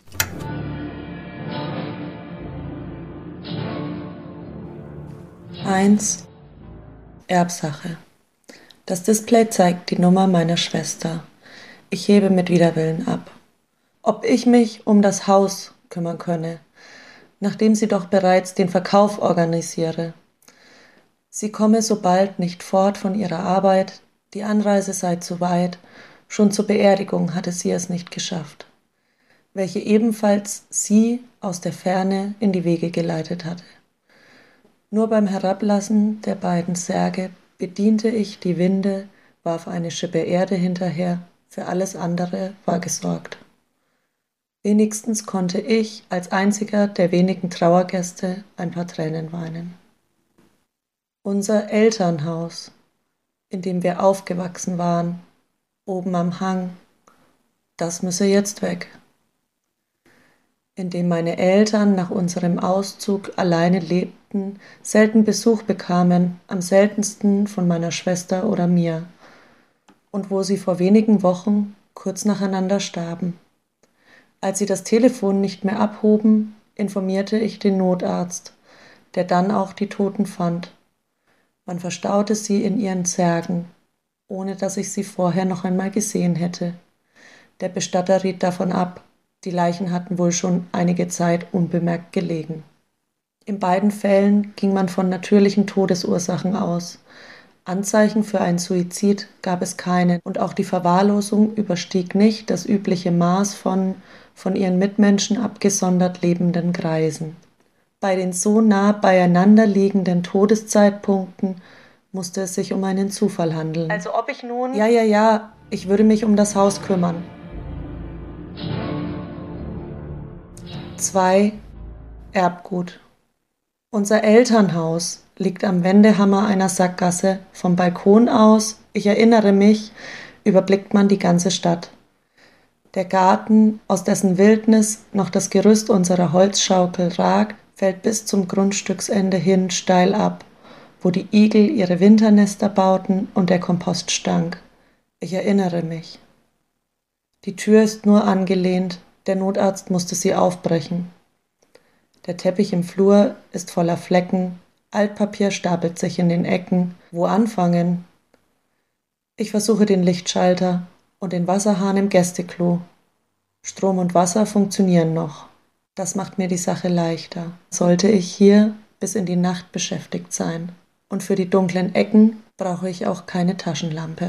Eins. Erbsache. Das Display zeigt die Nummer meiner Schwester. Ich hebe mit Widerwillen ab. Ob ich mich um das Haus kümmern könne, nachdem sie doch bereits den Verkauf organisiere. Sie komme so bald nicht fort von ihrer Arbeit, die Anreise sei zu weit, schon zur Beerdigung hatte sie es nicht geschafft, welche ebenfalls sie aus der Ferne in die Wege geleitet hatte. Nur beim Herablassen der beiden Särge bediente ich die Winde, warf eine Schippe Erde hinterher, für alles andere war gesorgt. Wenigstens konnte ich als einziger der wenigen Trauergäste ein paar Tränen weinen. Unser Elternhaus, in dem wir aufgewachsen waren, oben am Hang, das müsse jetzt weg. In dem meine Eltern nach unserem Auszug alleine lebten, selten Besuch bekamen, am seltensten von meiner Schwester oder mir, und wo sie vor wenigen Wochen kurz nacheinander starben. Als sie das Telefon nicht mehr abhoben, informierte ich den Notarzt, der dann auch die Toten fand. Man verstaute sie in ihren Särgen, ohne dass ich sie vorher noch einmal gesehen hätte. Der Bestatter riet davon ab, die Leichen hatten wohl schon einige Zeit unbemerkt gelegen. In beiden Fällen ging man von natürlichen Todesursachen aus, Anzeichen für einen Suizid gab es keine und auch die Verwahrlosung überstieg nicht das übliche Maß von ihren Mitmenschen abgesondert lebenden Greisen. Bei den so nah beieinander liegenden Todeszeitpunkten musste es sich um einen Zufall handeln. Also ob ich nun... Ja, ich würde mich um das Haus kümmern. 2. Erbgut. Unser Elternhaus liegt am Wendehammer einer Sackgasse. Vom Balkon aus, ich erinnere mich, überblickt man die ganze Stadt. Der Garten, aus dessen Wildnis noch das Gerüst unserer Holzschaukel ragt, fällt bis zum Grundstücksende hin steil ab, wo die Igel ihre Winternester bauten und der Kompost stank. Ich erinnere mich. Die Tür ist nur angelehnt, der Notarzt musste sie aufbrechen. Der Teppich im Flur ist voller Flecken, Altpapier stapelt sich in den Ecken. Wo anfangen? Ich versuche den Lichtschalter und den Wasserhahn im Gästeklo. Strom und Wasser funktionieren noch. Das macht mir die Sache leichter. Sollte ich hier bis in die Nacht beschäftigt sein. Und für die dunklen Ecken brauche ich auch keine Taschenlampe.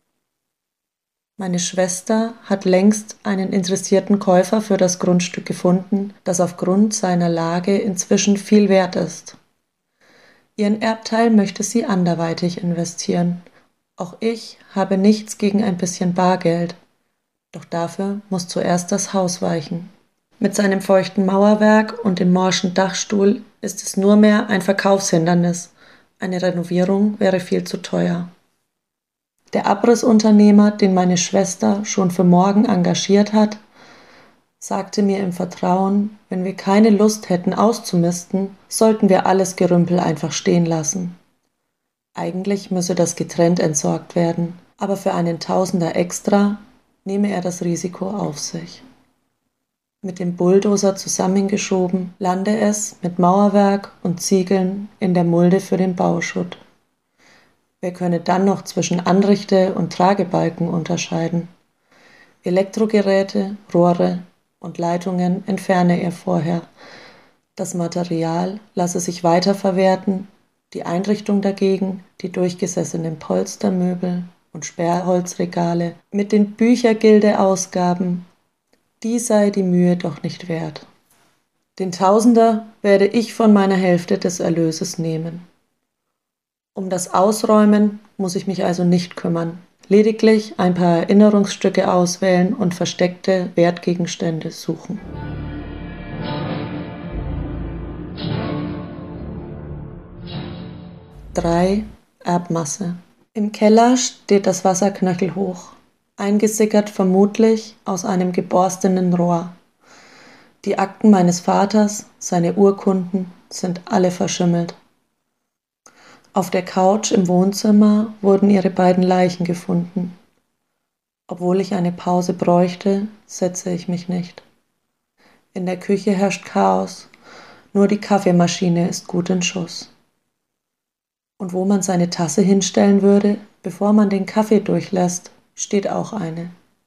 Meine Schwester hat längst einen interessierten Käufer für das Grundstück gefunden, das aufgrund seiner Lage inzwischen viel wert ist. Ihren Erbteil möchte sie anderweitig investieren. Auch ich habe nichts gegen ein bisschen Bargeld. Doch dafür muss zuerst das Haus weichen. Mit seinem feuchten Mauerwerk und dem morschen Dachstuhl ist es nur mehr ein Verkaufshindernis. Eine Renovierung wäre viel zu teuer. Der Abrissunternehmer, den meine Schwester schon für morgen engagiert hat, sagte mir im Vertrauen, wenn wir keine Lust hätten auszumisten, sollten wir alles Gerümpel einfach stehen lassen. Eigentlich müsse das getrennt entsorgt werden, aber für einen Tausender extra nehme er das Risiko auf sich. Mit dem Bulldozer zusammengeschoben, lande es mit Mauerwerk und Ziegeln in der Mulde für den Bauschutt. Wer könne dann noch zwischen Anrichte- und Tragebalken unterscheiden? Elektrogeräte, Rohre und Leitungen entferne er vorher. Das Material lasse sich weiterverwerten, die Einrichtung dagegen, die durchgesessenen Polstermöbel und Sperrholzregale mit den Büchergilde-Ausgaben, die sei die Mühe doch nicht wert. Den Tausender werde ich von meiner Hälfte des Erlöses nehmen. Um das Ausräumen muss ich mich also nicht kümmern, lediglich ein paar Erinnerungsstücke auswählen und versteckte Wertgegenstände suchen. Drei Erbmasse. Im Keller steht das Wasser knöchelhoch, eingesickert vermutlich aus einem geborstenen Rohr. Die Akten meines Vaters, seine Urkunden, sind alle verschimmelt. Auf der Couch im Wohnzimmer wurden ihre beiden Leichen gefunden. Obwohl ich eine Pause bräuchte, setze ich mich nicht. In der Küche herrscht Chaos, nur die Kaffeemaschine ist gut in Schuss. Und wo man seine Tasse hinstellen würde, bevor man den Kaffee durchlässt, steht auch eine.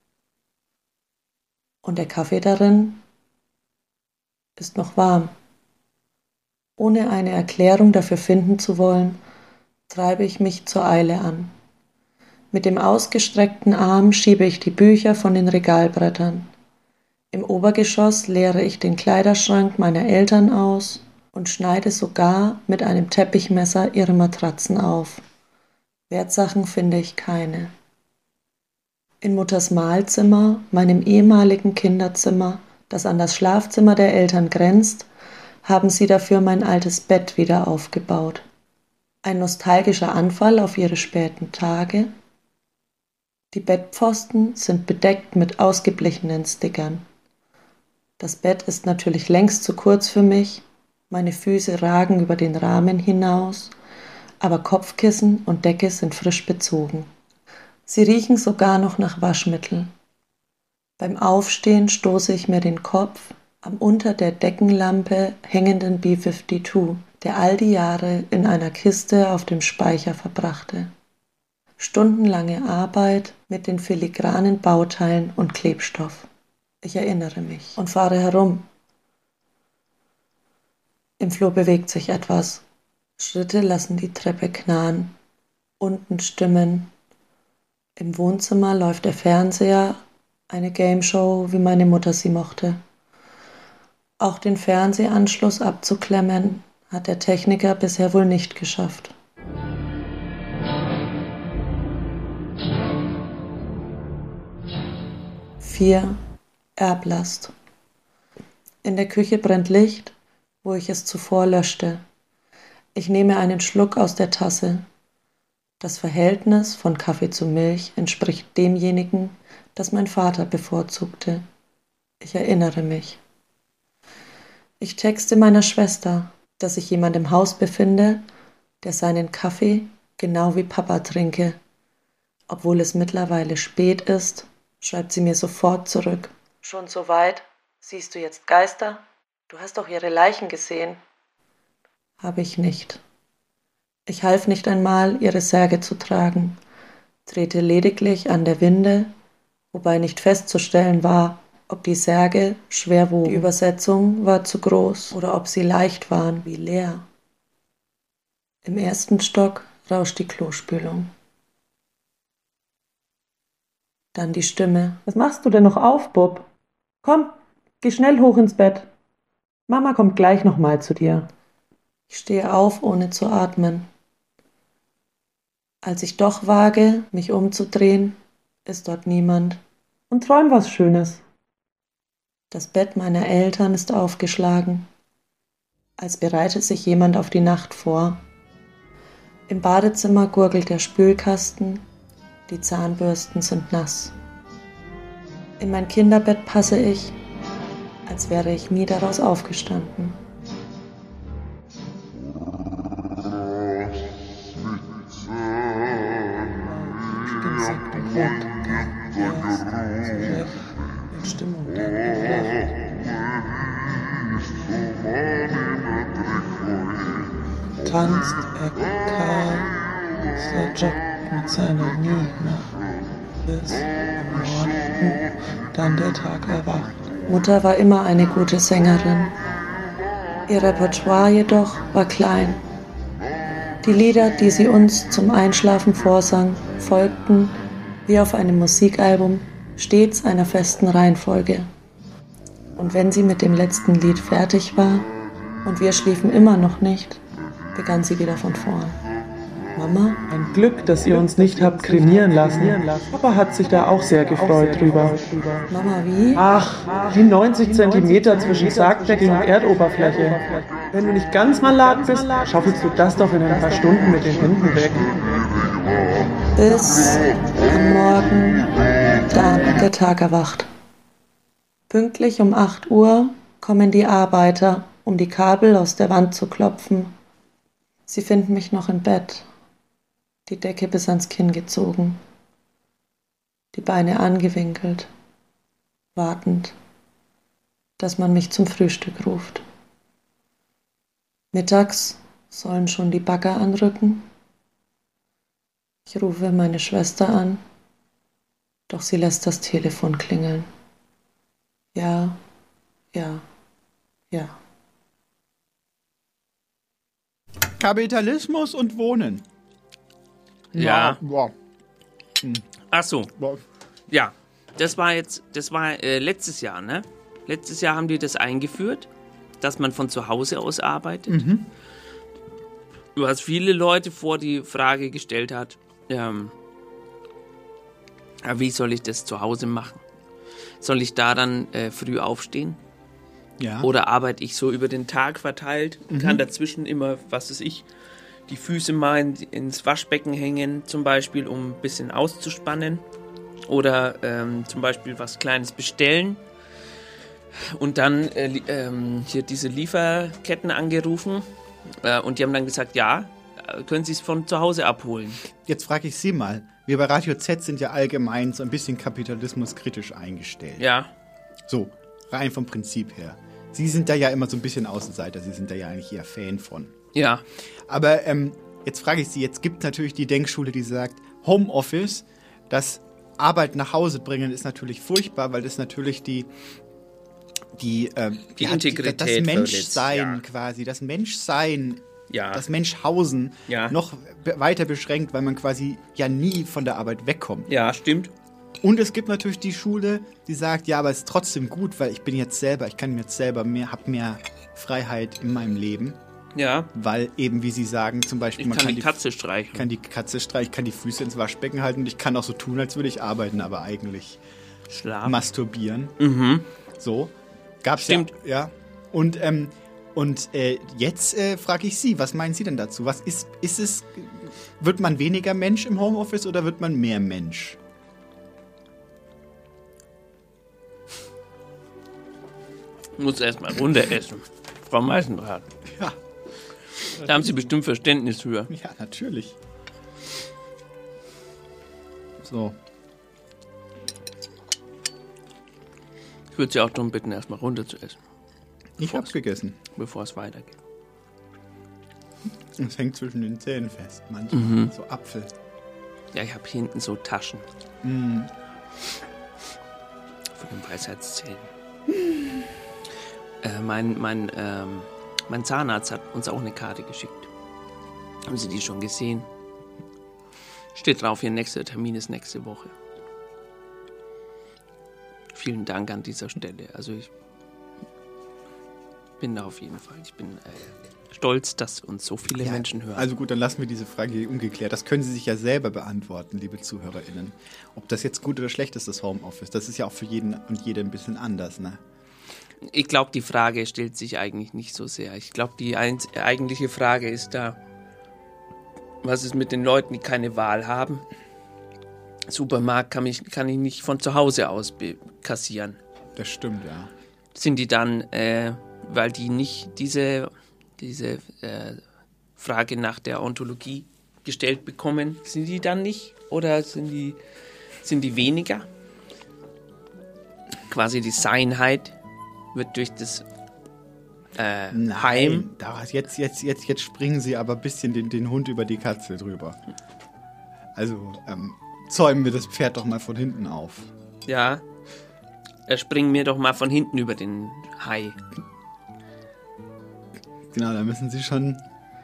Und der Kaffee darin ist noch warm. Ohne eine Erklärung dafür finden zu wollen, treibe ich mich zur Eile an. Mit dem ausgestreckten Arm schiebe ich die Bücher von den Regalbrettern. Im Obergeschoss leere ich den Kleiderschrank meiner Eltern aus und schneide sogar mit einem Teppichmesser ihre Matratzen auf. Wertsachen finde ich keine. In Mutters Mahlzimmer, meinem ehemaligen Kinderzimmer, das an das Schlafzimmer der Eltern grenzt, haben sie dafür mein altes Bett wieder aufgebaut. Ein nostalgischer Anfall auf ihre späten Tage. Die Bettpfosten sind bedeckt mit ausgeblichenen Stickern. Das Bett ist natürlich längst zu kurz für mich, meine Füße ragen über den Rahmen hinaus, aber Kopfkissen und Decke sind frisch bezogen. Sie riechen sogar noch nach Waschmittel. Beim Aufstehen stoße ich mir den Kopf am unter der Deckenlampe hängenden B-52, der all die Jahre in einer Kiste auf dem Speicher verbrachte. Stundenlange Arbeit mit den filigranen Bauteilen und Klebstoff. Ich erinnere mich und fahre herum. Im Flur bewegt sich etwas. Schritte lassen die Treppe knarren. Unten Stimmen. Im Wohnzimmer läuft der Fernseher, eine Gameshow, wie meine Mutter sie mochte. Auch den Fernsehanschluss abzuklemmen, hat der Techniker bisher wohl nicht geschafft. Vier, Erblast. In der Küche brennt Licht, wo ich es zuvor löschte. Ich nehme einen Schluck aus der Tasse. Das Verhältnis von Kaffee zu Milch entspricht demjenigen, das mein Vater bevorzugte. Ich erinnere mich. Ich texte meiner Schwester, dass sich jemand im Haus befinde, der seinen Kaffee genau wie Papa trinke. Obwohl es mittlerweile spät ist, schreibt sie mir sofort zurück. Schon so weit? Siehst du jetzt Geister? Du hast doch ihre Leichen gesehen. Habe ich nicht. Ich half nicht einmal, ihre Särge zu tragen, drehte lediglich an der Winde, wobei nicht festzustellen war, ob die Särge schwer wogen. Die Übersetzung war zu groß oder ob sie leicht waren, wie leer. Im ersten Stock rauscht die Klospülung. Dann die Stimme. Was machst du denn noch auf, Bub? Komm, geh schnell hoch ins Bett. Mama kommt gleich noch mal zu dir. Ich stehe auf, ohne zu atmen. Als ich doch wage, mich umzudrehen, ist dort niemand. Und träum was Schönes. Das Bett meiner Eltern ist aufgeschlagen, als bereite sich jemand auf die Nacht vor. Im Badezimmer gurgelt der Spülkasten, die Zahnbürsten sind nass. In mein Kinderbett passe ich, als wäre ich nie daraus aufgestanden. Tanzt er kahl, er joggt mit seiner Nina, bis am Morgen dann der Tag erwacht. Mutter war immer eine gute Sängerin. Ihr Repertoire jedoch war klein. Die Lieder, die sie uns zum Einschlafen vorsang, folgten, wie auf einem Musikalbum, stets einer festen Reihenfolge. Und wenn sie mit dem letzten Lied fertig war und wir schliefen immer noch nicht, begann sie wieder von vorn. Mama? Ein Glück, dass ihr uns nicht habt kremieren lassen. Papa hat sich da auch sehr gefreut drüber. Mama, wie? Ach, die 90 Zentimeter zwischen Sargdeckel und Erdoberfläche. Wenn du nicht ganz malat bist, schaufelst du das doch in ein paar Stunden mit den Händen weg. Bis am Morgen dann der Tag erwacht. Pünktlich um 8 Uhr kommen die Arbeiter, um die Kabel aus der Wand zu klopfen. Sie finden mich noch im Bett, die Decke bis ans Kinn gezogen, die Beine angewinkelt, wartend, dass man mich zum Frühstück ruft. Mittags sollen schon die Bagger anrücken. Ich rufe meine Schwester an, doch sie lässt das Telefon klingeln. Ja, ja, ja. Kapitalismus und Wohnen. Ja. Wow. Ach so. Ja, das war letztes Jahr, ne? Letztes Jahr haben die das eingeführt, dass man von zu Hause aus arbeitet. Mhm. Was viele Leute vor die Frage gestellt hat, wie soll ich das zu Hause machen? Soll ich da dann früh aufstehen? Ja. Oder arbeite ich so über den Tag verteilt, kann dazwischen immer, was weiß ich, die Füße mal ins Waschbecken hängen, zum Beispiel, um ein bisschen auszuspannen. Oder zum Beispiel was Kleines bestellen. Und dann hier diese Lieferketten angerufen. Und die haben dann gesagt, ja, können Sie es von zu Hause abholen. Jetzt frage ich Sie mal. Wir bei Radio Z sind ja allgemein so ein bisschen kapitalismuskritisch eingestellt. Ja. So, rein vom Prinzip her. Sie sind da ja immer so ein bisschen Außenseiter. Sie sind da ja eigentlich eher Fan von. Ja. Aber jetzt frage ich Sie, jetzt gibt es natürlich die Denkschule, die sagt, Homeoffice, das Arbeit nach Hause bringen, ist natürlich furchtbar, weil das natürlich die Integrität das Menschsein quasi, das Menschsein das Menschhausen noch weiter beschränkt, weil man quasi ja nie von der Arbeit wegkommt. Ja, stimmt. Und es gibt natürlich die Schule, die sagt, ja, aber es ist trotzdem gut, weil ich bin jetzt selber, ich kann mir jetzt selber habe mehr Freiheit in meinem Leben. Ja. Weil eben, wie Sie sagen, zum Beispiel, man kann die Katze streichen. Kann die Katze streichen, ich kann die Füße ins Waschbecken halten und ich kann auch so tun, als würde ich arbeiten, aber eigentlich masturbieren. Mhm. So. Gab's Stimmt. Ja. Und jetzt frage ich Sie, was meinen Sie denn dazu? Was ist es, wird man weniger Mensch im Homeoffice oder wird man mehr Mensch? Ich muss erstmal runter essen. Frau Meisendrath. Ja. Da haben Sie bestimmt Verständnis für. Ja, natürlich. So. Ich würde Sie auch darum bitten, erstmal runter zu essen. Ich hab's gegessen. Bevor es weitergeht. Es hängt zwischen den Zähnen fest, manchmal. So Apfel. Ja, ich habe hier hinten so Taschen. Mm. Von den Weisheitszähnen. Mein Zahnarzt hat uns auch eine Karte geschickt. Haben Sie die schon gesehen? Steht drauf, Ihr nächster Termin ist nächste Woche. Vielen Dank an dieser Stelle. Also ich bin da auf jeden Fall. Ich bin stolz, dass uns so viele Menschen hören. Also gut, dann lassen wir diese Frage hier ungeklärt. Das können Sie sich ja selber beantworten, liebe ZuhörerInnen. Ob das jetzt gut oder schlecht ist, das Homeoffice. Das ist ja auch für jeden und jede ein bisschen anders, ne? Ich glaube, die Frage stellt sich eigentlich nicht so sehr. Ich glaube, die eigentliche Frage ist da, was ist mit den Leuten, die keine Wahl haben? Supermarkt kann ich nicht von zu Hause aus kassieren. Das stimmt, ja. Sind die dann, weil die nicht diese Frage nach der Ontologie gestellt bekommen, sind die dann nicht? Oder sind die weniger? Quasi die Seinheit wird durch das Heim. Jetzt springen Sie aber ein bisschen den Hund über die Katze drüber. Also zäumen wir das Pferd doch mal von hinten auf. Ja, springen wir doch mal von hinten über den Hai. Genau, da müssen Sie schon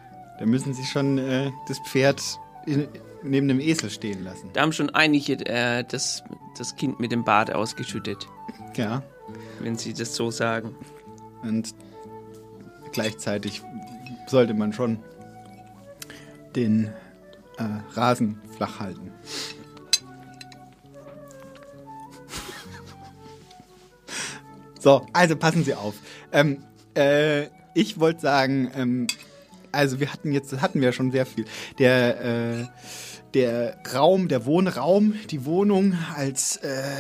das Pferd neben dem Esel stehen lassen. Da haben schon einige das Kind mit dem Bart ausgeschüttet. Ja. Wenn Sie das so sagen. Und gleichzeitig sollte man schon den Rasen flach halten. So, also passen Sie auf. Ich wollte sagen, also das hatten wir schon sehr viel. Der Wohnraum, die Wohnung als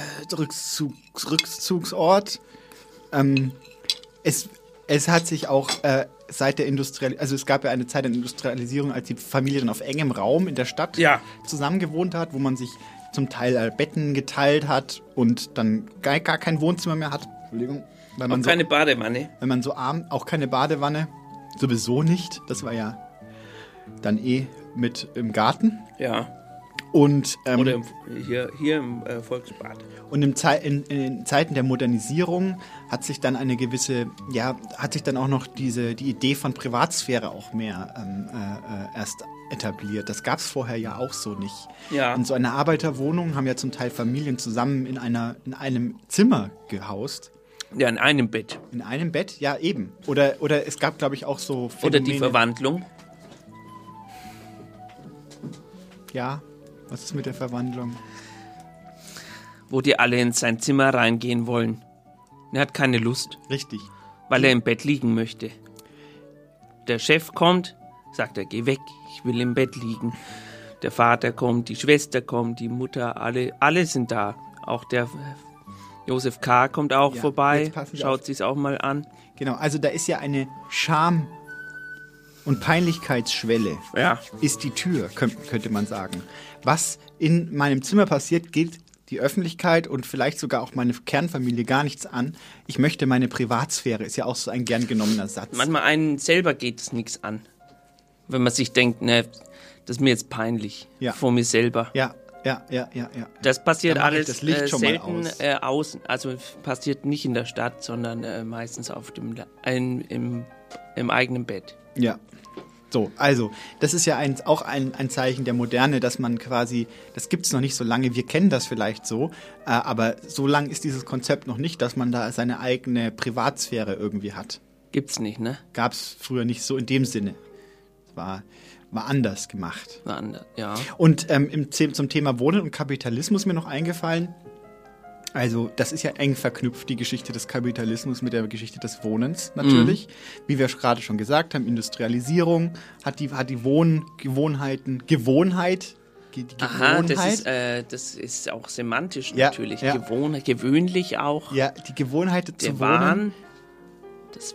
Rückzugsort. Es hat sich auch seit der also es gab ja eine Zeit der Industrialisierung, als die Familie dann auf engem Raum in der Stadt zusammengewohnt hat, wo man sich zum Teil Betten geteilt hat und dann gar kein Wohnzimmer mehr hat. Entschuldigung. Weil man keine Badewanne. Wenn man so arm, auch keine Badewanne. Sowieso nicht. Das war ja dann mit im Garten. Ja. Und, oder hier im Volksbad. Und in Zeiten der Modernisierung hat sich dann eine gewisse, hat sich dann auch noch die Idee von Privatsphäre auch mehr erst etabliert. Das gab es vorher ja auch so nicht. Ja. In so einer Arbeiterwohnung haben ja zum Teil Familien zusammen in einem Zimmer gehaust. Ja, in einem Bett. In einem Bett, ja eben. Oder es gab, glaube ich, auch so Phänomene. Oder die Verwandlung. Ja, was ist mit der Verwandlung? Wo die alle in sein Zimmer reingehen wollen. Er hat keine Lust. Richtig. Weil er im Bett liegen möchte. Der Chef kommt, sagt er, geh weg, ich will im Bett liegen. Der Vater kommt, die Schwester kommt, die Mutter, alle sind da. Auch der Josef K. kommt auch vorbei, schaut sich's auch mal an. Genau, also da ist ja eine Scham- und Peinlichkeitsschwelle. Ja. Ist die Tür, könnte man sagen. Was in meinem Zimmer passiert, geht die Öffentlichkeit und vielleicht sogar auch meine Kernfamilie gar nichts an. Ich möchte meine Privatsphäre, ist ja auch so ein gern genommener Satz. Manchmal einen selber geht es nichts an. Wenn man sich denkt, ne, das ist mir jetzt peinlich. Vor mir selber. Ja. Das passiert da alles das Licht schon selten mal außen. Also passiert nicht in der Stadt, sondern meistens im eigenen Bett. Ja. So, also, das ist ja auch ein Zeichen der Moderne, dass man quasi, das gibt es noch nicht so lange, wir kennen das vielleicht so, aber so lang ist dieses Konzept noch nicht, dass man da seine eigene Privatsphäre irgendwie hat. Gibt's nicht, ne? Gab's früher nicht so in dem Sinne. War anders gemacht. War anders, ja. Und zum Thema Wohnen und Kapitalismus mir noch eingefallen, also das ist ja eng verknüpft, die Geschichte des Kapitalismus mit der Geschichte des Wohnens natürlich. Wie wir gerade schon gesagt haben, Industrialisierung hat die Gewohnheiten, Gewohnheit. Aha, das ist auch semantisch natürlich. Ja. Gewöhnlich auch. Ja, die Gewohnheit zu wohnen. Das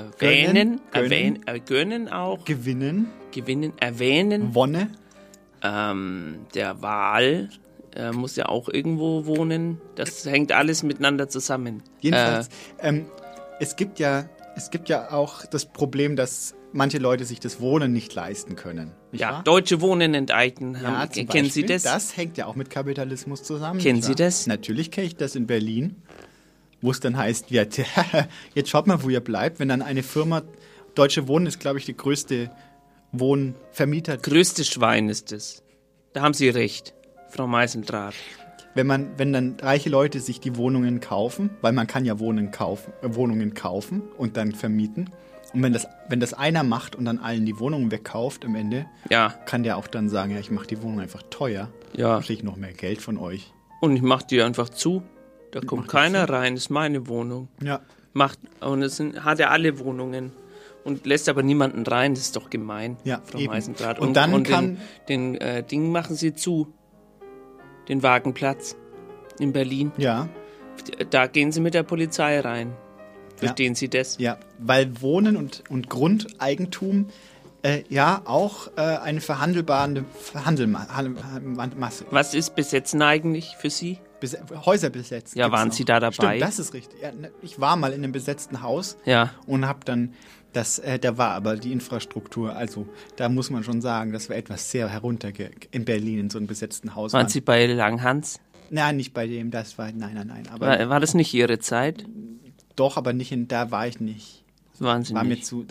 gönnen auch. Gewinnen, erwähnen. Wonne. Der Wahl muss ja auch irgendwo wohnen. Das hängt alles miteinander zusammen. Jedenfalls, es gibt ja auch das Problem, dass manche Leute sich das Wohnen nicht leisten können. Nicht wahr? Deutsche Wohnen enteignen. Kennen Sie das? Das hängt ja auch mit Kapitalismus zusammen. Kennen Sie das? Natürlich kenne ich das in Berlin, wo es dann heißt, jetzt schaut mal, wo ihr bleibt. Wenn dann eine Firma, Deutsche Wohnen ist, glaube ich, die größte Wohnvermieter. Größte Schwein ist es. Da haben Sie recht, Frau Meisendrath. Wenn dann reiche Leute sich die Wohnungen kaufen, weil man kann ja Wohnungen kaufen und dann vermieten. Und wenn das einer macht und dann allen die Wohnungen wegkauft am Ende, kann der auch dann sagen, ja, ich mache die Wohnung einfach teuer. Ja. Kriege ich noch mehr Geld von euch. Und ich mache die einfach zu. Da kommt keiner rein, das ist meine Wohnung. Ja. Und hat er alle Wohnungen. Und lässt aber niemanden rein, das ist doch gemein, Frau Meisendrath. Und dann den Ding machen sie zu. Den Wagenplatz in Berlin. Ja. Da gehen sie mit der Polizei rein. Verstehen Sie das? Ja, weil Wohnen und Grundeigentum auch eine verhandelbare Masse. Was ist Besetzen eigentlich für Sie? Häuser besetzen. Ja, waren Sie da dabei? Stimmt, das ist richtig. Ja, ich war mal in einem besetzten Haus und habe dann da war aber die Infrastruktur, also da muss man schon sagen, das war etwas sehr in Berlin in so einem besetzten Haus. Waren Sie bei Langhans? Nein, nicht bei dem, nein. Aber war das nicht Ihre Zeit? Doch, aber da war ich nicht. Da war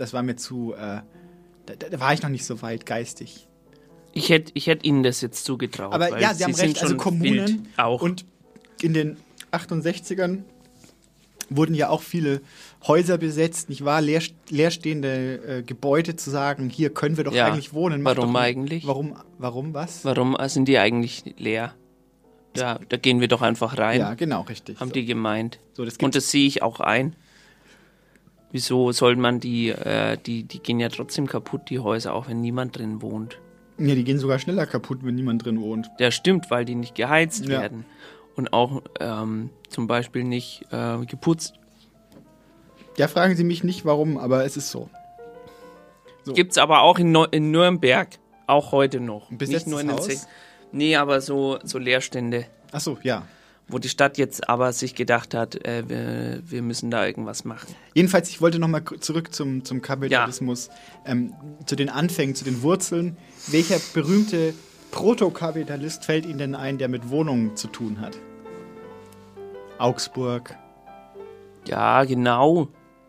ich noch nicht so weit geistig. Ich hätte Ihnen das jetzt zugetraut. Aber ja, Sie haben recht, also Kommunen auch. Und in den 68ern wurden ja auch viele Häuser besetzt, nicht wahr? Leerstehende Gebäude zu sagen, hier können wir doch eigentlich wohnen. Warum eigentlich? Warum was? Warum sind die eigentlich leer? Da gehen wir doch einfach rein. Ja, genau, richtig. Haben die gemeint. So, und das sehe ich auch ein. Wieso soll man die gehen ja trotzdem kaputt, die Häuser, auch wenn niemand drin wohnt. Ja, die gehen sogar schneller kaputt, wenn niemand drin wohnt. Ja, stimmt, weil die nicht geheizt werden. Und auch zum Beispiel nicht geputzt. Ja, fragen Sie mich nicht, warum, aber es ist so. Gibt's aber auch in Nürnberg, auch heute noch. Ein besetztes nicht nur Haus? Nee, aber so Leerstände. Ach so, ja. Wo die Stadt jetzt aber sich gedacht hat, wir müssen da irgendwas machen. Jedenfalls, ich wollte nochmal zurück zum Kapitalismus, zu den Anfängen, zu den Wurzeln. Welcher berühmte Protokapitalist fällt Ihnen denn ein, der mit Wohnungen zu tun hat? Augsburg. Ja, genau.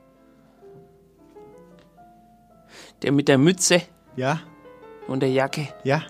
Der mit der Mütze. Ja. Und der Jacke. Ja.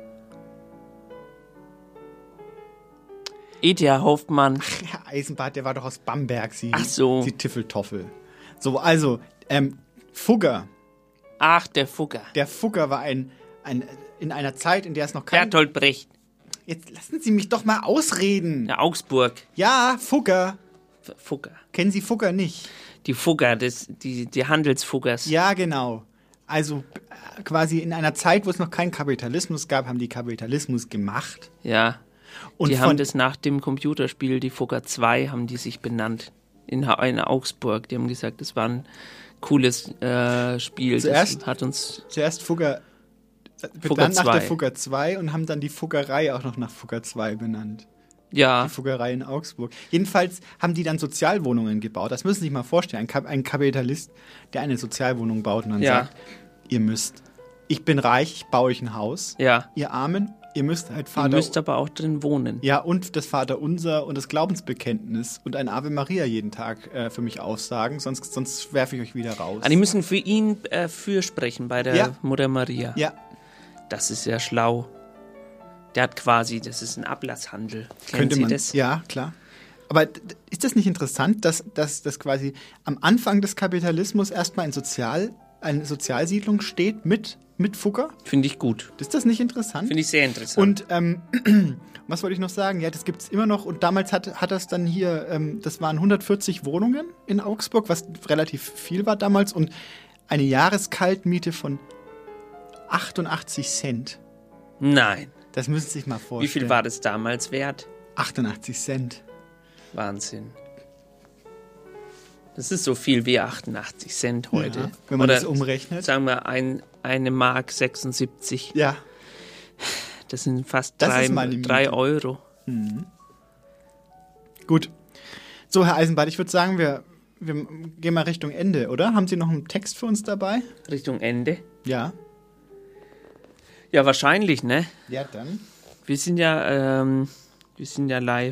E.T.A. Hoffmann. Ach, Herr Eisenbart, der war doch aus Bamberg, Sie Tiffeltoffel. So, also, Fugger. Ach, der Fugger. Der Fugger war in einer Zeit, in der es noch kein... Bertolt Brecht. Jetzt lassen Sie mich doch mal ausreden. Ja, Augsburg. Ja, Fugger. Fugger. Kennen Sie Fugger nicht? Die Fugger, die Handelsfuggers. Ja, genau. Also quasi in einer Zeit, wo es noch keinen Kapitalismus gab, haben die Kapitalismus gemacht. Ja. Und die haben das nach dem Computerspiel, die Fugger 2, haben die sich benannt. In Augsburg. Die haben gesagt, das war ein cooles Spiel. Zuerst Fugger benannt nach der Fugger 2 und haben dann die Fuggerei auch noch nach Fugger 2 benannt. Ja. Die Fuggerei in Augsburg. Jedenfalls haben die dann Sozialwohnungen gebaut. Das müssen Sie sich mal vorstellen. Ein Kapitalist, der eine Sozialwohnung baut und dann sagt, ich bin reich, ich baue euch ein Haus. Ja. Ihr Armen, Ihr müsst halt Ihr müsst aber auch drin wohnen. Ja, und das Vaterunser und das Glaubensbekenntnis und ein Ave Maria jeden Tag für mich aussagen, sonst werfe ich euch wieder raus. Die müssen für ihn fürsprechen bei der Mutter Maria. Ja. Das ist ja schlau. Der hat quasi, das ist ein Ablasshandel. Könnte man das? Ja, klar. Aber ist das nicht interessant, dass quasi am Anfang des Kapitalismus erstmal eine Sozialsiedlung steht mit Fugger? Finde ich gut. Ist das nicht interessant? Finde ich sehr interessant. Und was wollte ich noch sagen? Ja, das gibt es immer noch. Und damals hat das dann hier, das waren 140 Wohnungen in Augsburg, was relativ viel war damals. Und eine Jahreskaltmiete von 88 Cent. Nein. Das müssen Sie sich mal vorstellen. Wie viel war das damals wert? 88 Cent. Wahnsinn. Das ist so viel wie 88 Cent heute. Ja, wenn man das umrechnet. Sagen wir 1 Mark 76. Ja. Das sind fast 3 Euro. Mhm. Gut. So, Herr Eisenbart, ich würde sagen, wir gehen mal Richtung Ende, oder? Haben Sie noch einen Text für uns dabei? Richtung Ende? Ja. Ja, wahrscheinlich, ne? Ja, dann. Wir sind ja live.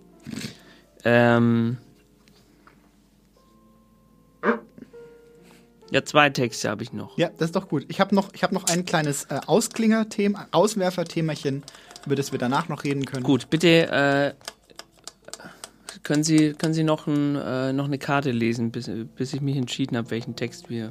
Ja, 2 Texte habe ich noch. Ja, das ist doch gut. Ich habe noch ein kleines Auswerferthemachen, über das wir danach noch reden können. Gut, bitte können Sie noch eine Karte lesen, bis ich mich entschieden habe, welchen Text wir...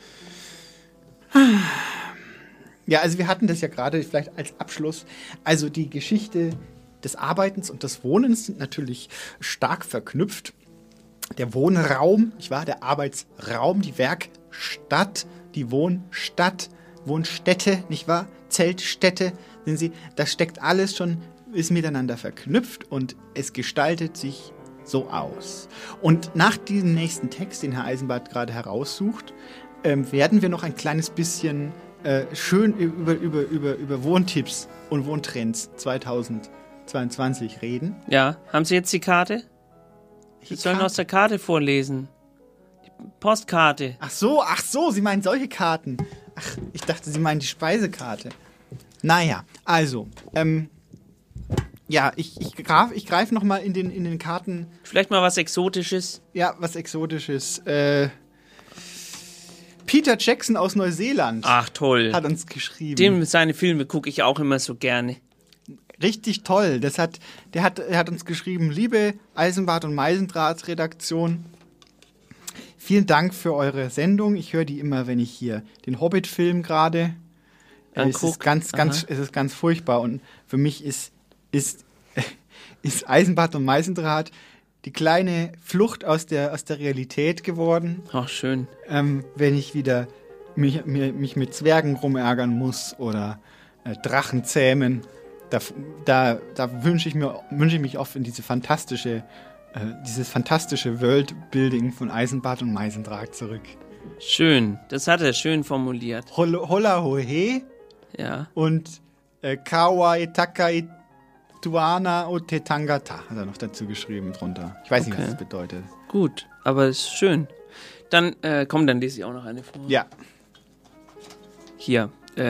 Ja, also wir hatten das ja gerade vielleicht als Abschluss. Also die Geschichte des Arbeitens und des Wohnens sind natürlich stark verknüpft. Der Wohnraum, nicht wahr? Der Arbeitsraum, die Werkstatt, die Wohnstadt, Wohnstätte, nicht wahr? Zeltstätte, sehen Sie, das steckt alles schon, ist miteinander verknüpft und es gestaltet sich so aus. Und nach diesem nächsten Text, den Herr Eisenbart gerade heraussucht, werden wir noch ein kleines bisschen schön über Wohntipps und Wohntrends 2022 reden. Ja, haben Sie jetzt die Karte? Sie sollen aus der Karte vorlesen. Die Postkarte. Ach so, Sie meinen solche Karten. Ach, ich dachte, Sie meinen die Speisekarte. Naja, also, ja, ich greife noch mal in den Karten. Vielleicht mal was Exotisches. Ja, was Exotisches. Peter Jackson aus Neuseeland. Ach, toll. Hat uns geschrieben. Seine Filme gucke ich auch immer so gerne. Richtig toll. Er hat uns geschrieben, liebe Eisenbart und Meisendraht-Redaktion, vielen Dank für eure Sendung. Ich höre die immer, wenn ich hier den Hobbit-Film gerade. Es ist ganz furchtbar. Und für mich ist Eisenbart und Meisendraht die kleine Flucht aus der Realität geworden. Ach, schön. Wenn ich wieder mich mit Zwergen rumärgern muss oder Drachen zähmen. Da wünsche ich mich oft in dieses fantastische Worldbuilding von Eisenbart und Meisendraht zurück. Schön, das hat er schön formuliert. Holla hohe. Ja. Und Kawai Takai Tuana o Tetangata hat er noch dazu geschrieben drunter. Ich weiß nicht, was das bedeutet. Gut, aber es ist schön. Dann lese ich auch noch eine vor. Ja. Hier,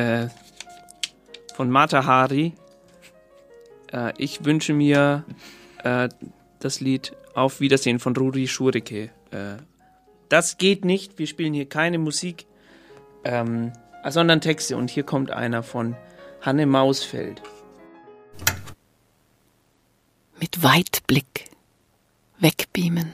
von Mata Hari. Ich wünsche mir das Lied Auf Wiedersehen von Rudi Schurike. Das geht nicht, wir spielen hier keine Musik, sondern Texte. Und hier kommt einer von Hanne Mausfeld. Mit Weitblick wegbeamen.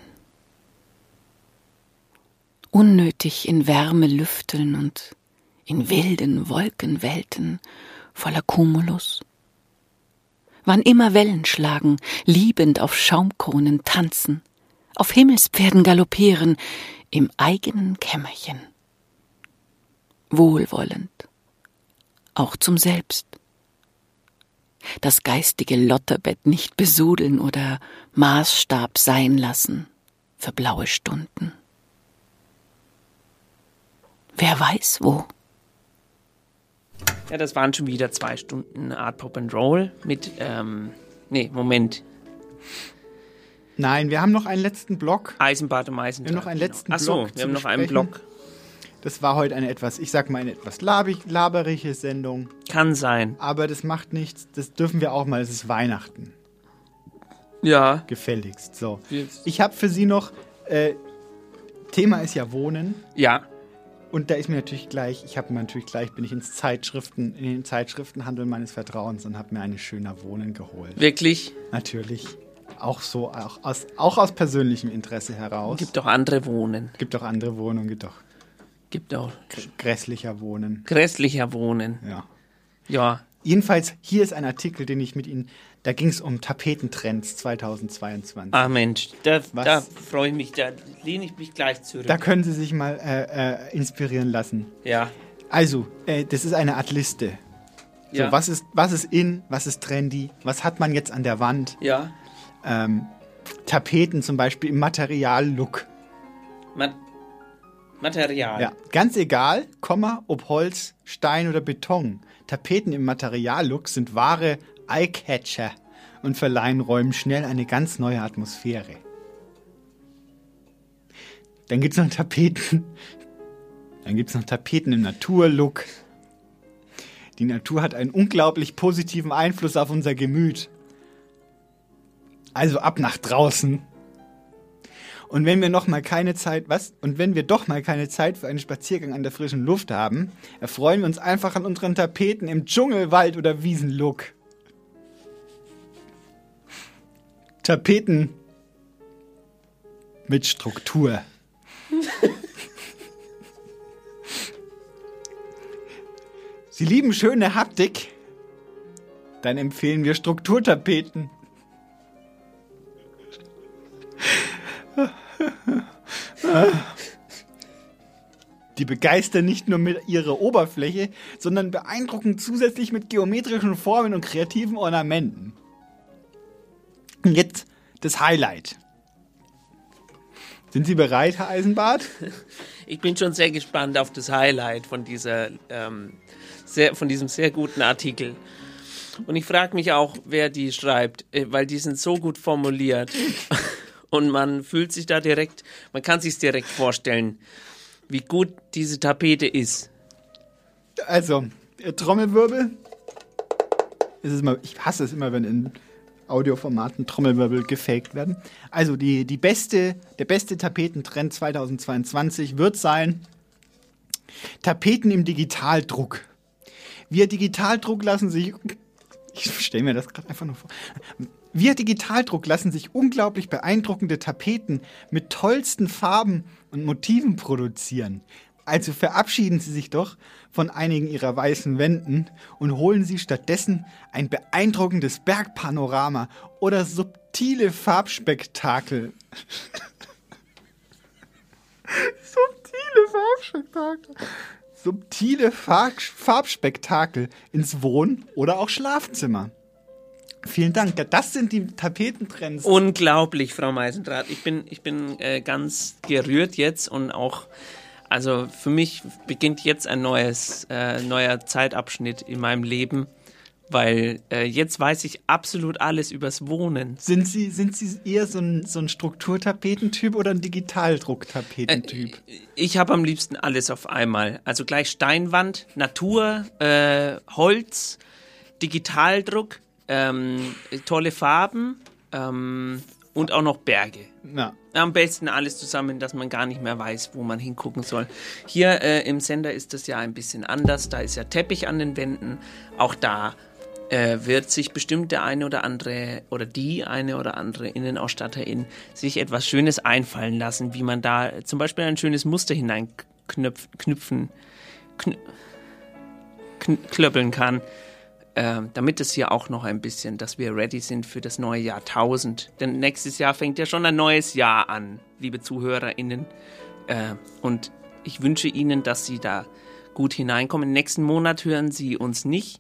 Unnötig in Wärme lüfteln und in wilden Wolkenwelten voller Cumulus. Wann immer Wellen schlagen, liebend auf Schaumkronen tanzen, auf Himmelspferden galoppieren, im eigenen Kämmerchen. Wohlwollend, auch zum Selbst. Das geistige Lotterbett nicht besudeln oder Maßstab sein lassen für blaue Stunden. Wer weiß wo. Ja, das waren schon wieder 2 Stunden Art Pop and Roll mit, Moment. Nein, wir haben noch einen letzten Block. Eisenbart und Meisendraht. Wir haben noch einen letzten Block. Achso, wir haben noch einen Block. Das war heute eine etwas laberige Sendung. Kann sein. Aber das macht nichts. Das dürfen wir auch mal. Es ist Weihnachten. Ja. Gefälligst. So. Ich habe für Sie noch, Thema ist ja Wohnen. Ja. Und da ist mir natürlich gleich, bin ich in den Zeitschriftenhandel meines Vertrauens und habe mir eine Schöner Wohnen geholt. Wirklich? Natürlich. Auch aus persönlichem Interesse heraus. Gibt auch andere Wohnen. Gibt auch grässlicher Wohnen. Grässlicher Wohnen. Ja. Ja. Jedenfalls, hier ist ein Artikel, den ich mit Ihnen, da ging es um Tapetentrends 2022. Ah Mensch, da freue ich mich, da lehne ich mich gleich zurück. Da können Sie sich mal inspirieren lassen. Ja. Also, das ist eine Art Liste. So, Ja. was ist in, was ist trendy, was hat man jetzt an der Wand? Ja. Tapeten zum Beispiel im Material-Look. Material. Ja, ganz egal, ob Holz, Stein oder Beton. Tapeten im Material-Look sind wahre Eye-Catcher und verleihen Räumen schnell eine ganz neue Atmosphäre. Dann gibt's noch Tapeten. Im Natur-Look. Die Natur hat einen unglaublich positiven Einfluss auf unser Gemüt. Also ab nach draußen. Und wenn wir doch mal keine Zeit für einen Spaziergang an der frischen Luft haben, erfreuen wir uns einfach an unseren Tapeten im Dschungel-, Wald- oder Wiesenlook. Tapeten mit Struktur. Sie lieben schöne Haptik? Dann empfehlen wir Strukturtapeten. Die begeistern nicht nur mit ihrer Oberfläche, sondern beeindrucken zusätzlich mit geometrischen Formen und kreativen Ornamenten. Und jetzt das Highlight. Sind Sie bereit, Herr Eisenbart? Ich bin schon sehr gespannt auf das Highlight von diesem sehr guten Artikel. Und ich frage mich auch, wer die schreibt, weil die sind so gut formuliert. Und man fühlt sich da man kann sich direkt vorstellen, wie gut diese Tapete ist. Also, Trommelwirbel. Ich hasse es immer, wenn in Audioformaten Trommelwirbel gefaked werden. Also, der beste Tapetentrend 2022 wird sein Tapeten im Digitaldruck. Via Digitaldruck lassen sich unglaublich beeindruckende Tapeten mit tollsten Farben und Motiven produzieren. Also verabschieden Sie sich doch von einigen Ihrer weißen Wänden und holen Sie stattdessen ein beeindruckendes Bergpanorama oder subtile Farbspektakel. Subtile Farbspektakel ins Wohn- oder auch Schlafzimmer. Vielen Dank. Das sind die Tapetentrends. Unglaublich, Frau Meisendrath. Ich bin ganz gerührt jetzt und auch, also für mich beginnt jetzt ein neuer Zeitabschnitt in meinem Leben, weil jetzt weiß ich absolut alles übers Wohnen. Sind Sie eher so ein Strukturtapetentyp oder ein Digitaldrucktapetentyp? Ich habe am liebsten alles auf einmal. Also gleich Steinwand, Natur, Holz, Digitaldruck, tolle Farben und auch noch Berge. Ja. Am besten alles zusammen, dass man gar nicht mehr weiß, wo man hingucken soll. Hier im Sender ist das ja ein bisschen anders. Da ist ja Teppich an den Wänden. Auch da wird sich bestimmt der eine oder andere oder die eine oder andere Innenausstatterin sich etwas Schönes einfallen lassen, wie man da zum Beispiel ein schönes Muster hineinklöppeln kann. Damit es hier auch noch ein bisschen, dass wir ready sind für das neue Jahrtausend. Denn nächstes Jahr fängt ja schon ein neues Jahr an, liebe ZuhörerInnen. Und ich wünsche Ihnen, dass Sie da gut hineinkommen. Nächsten Monat hören Sie uns nicht,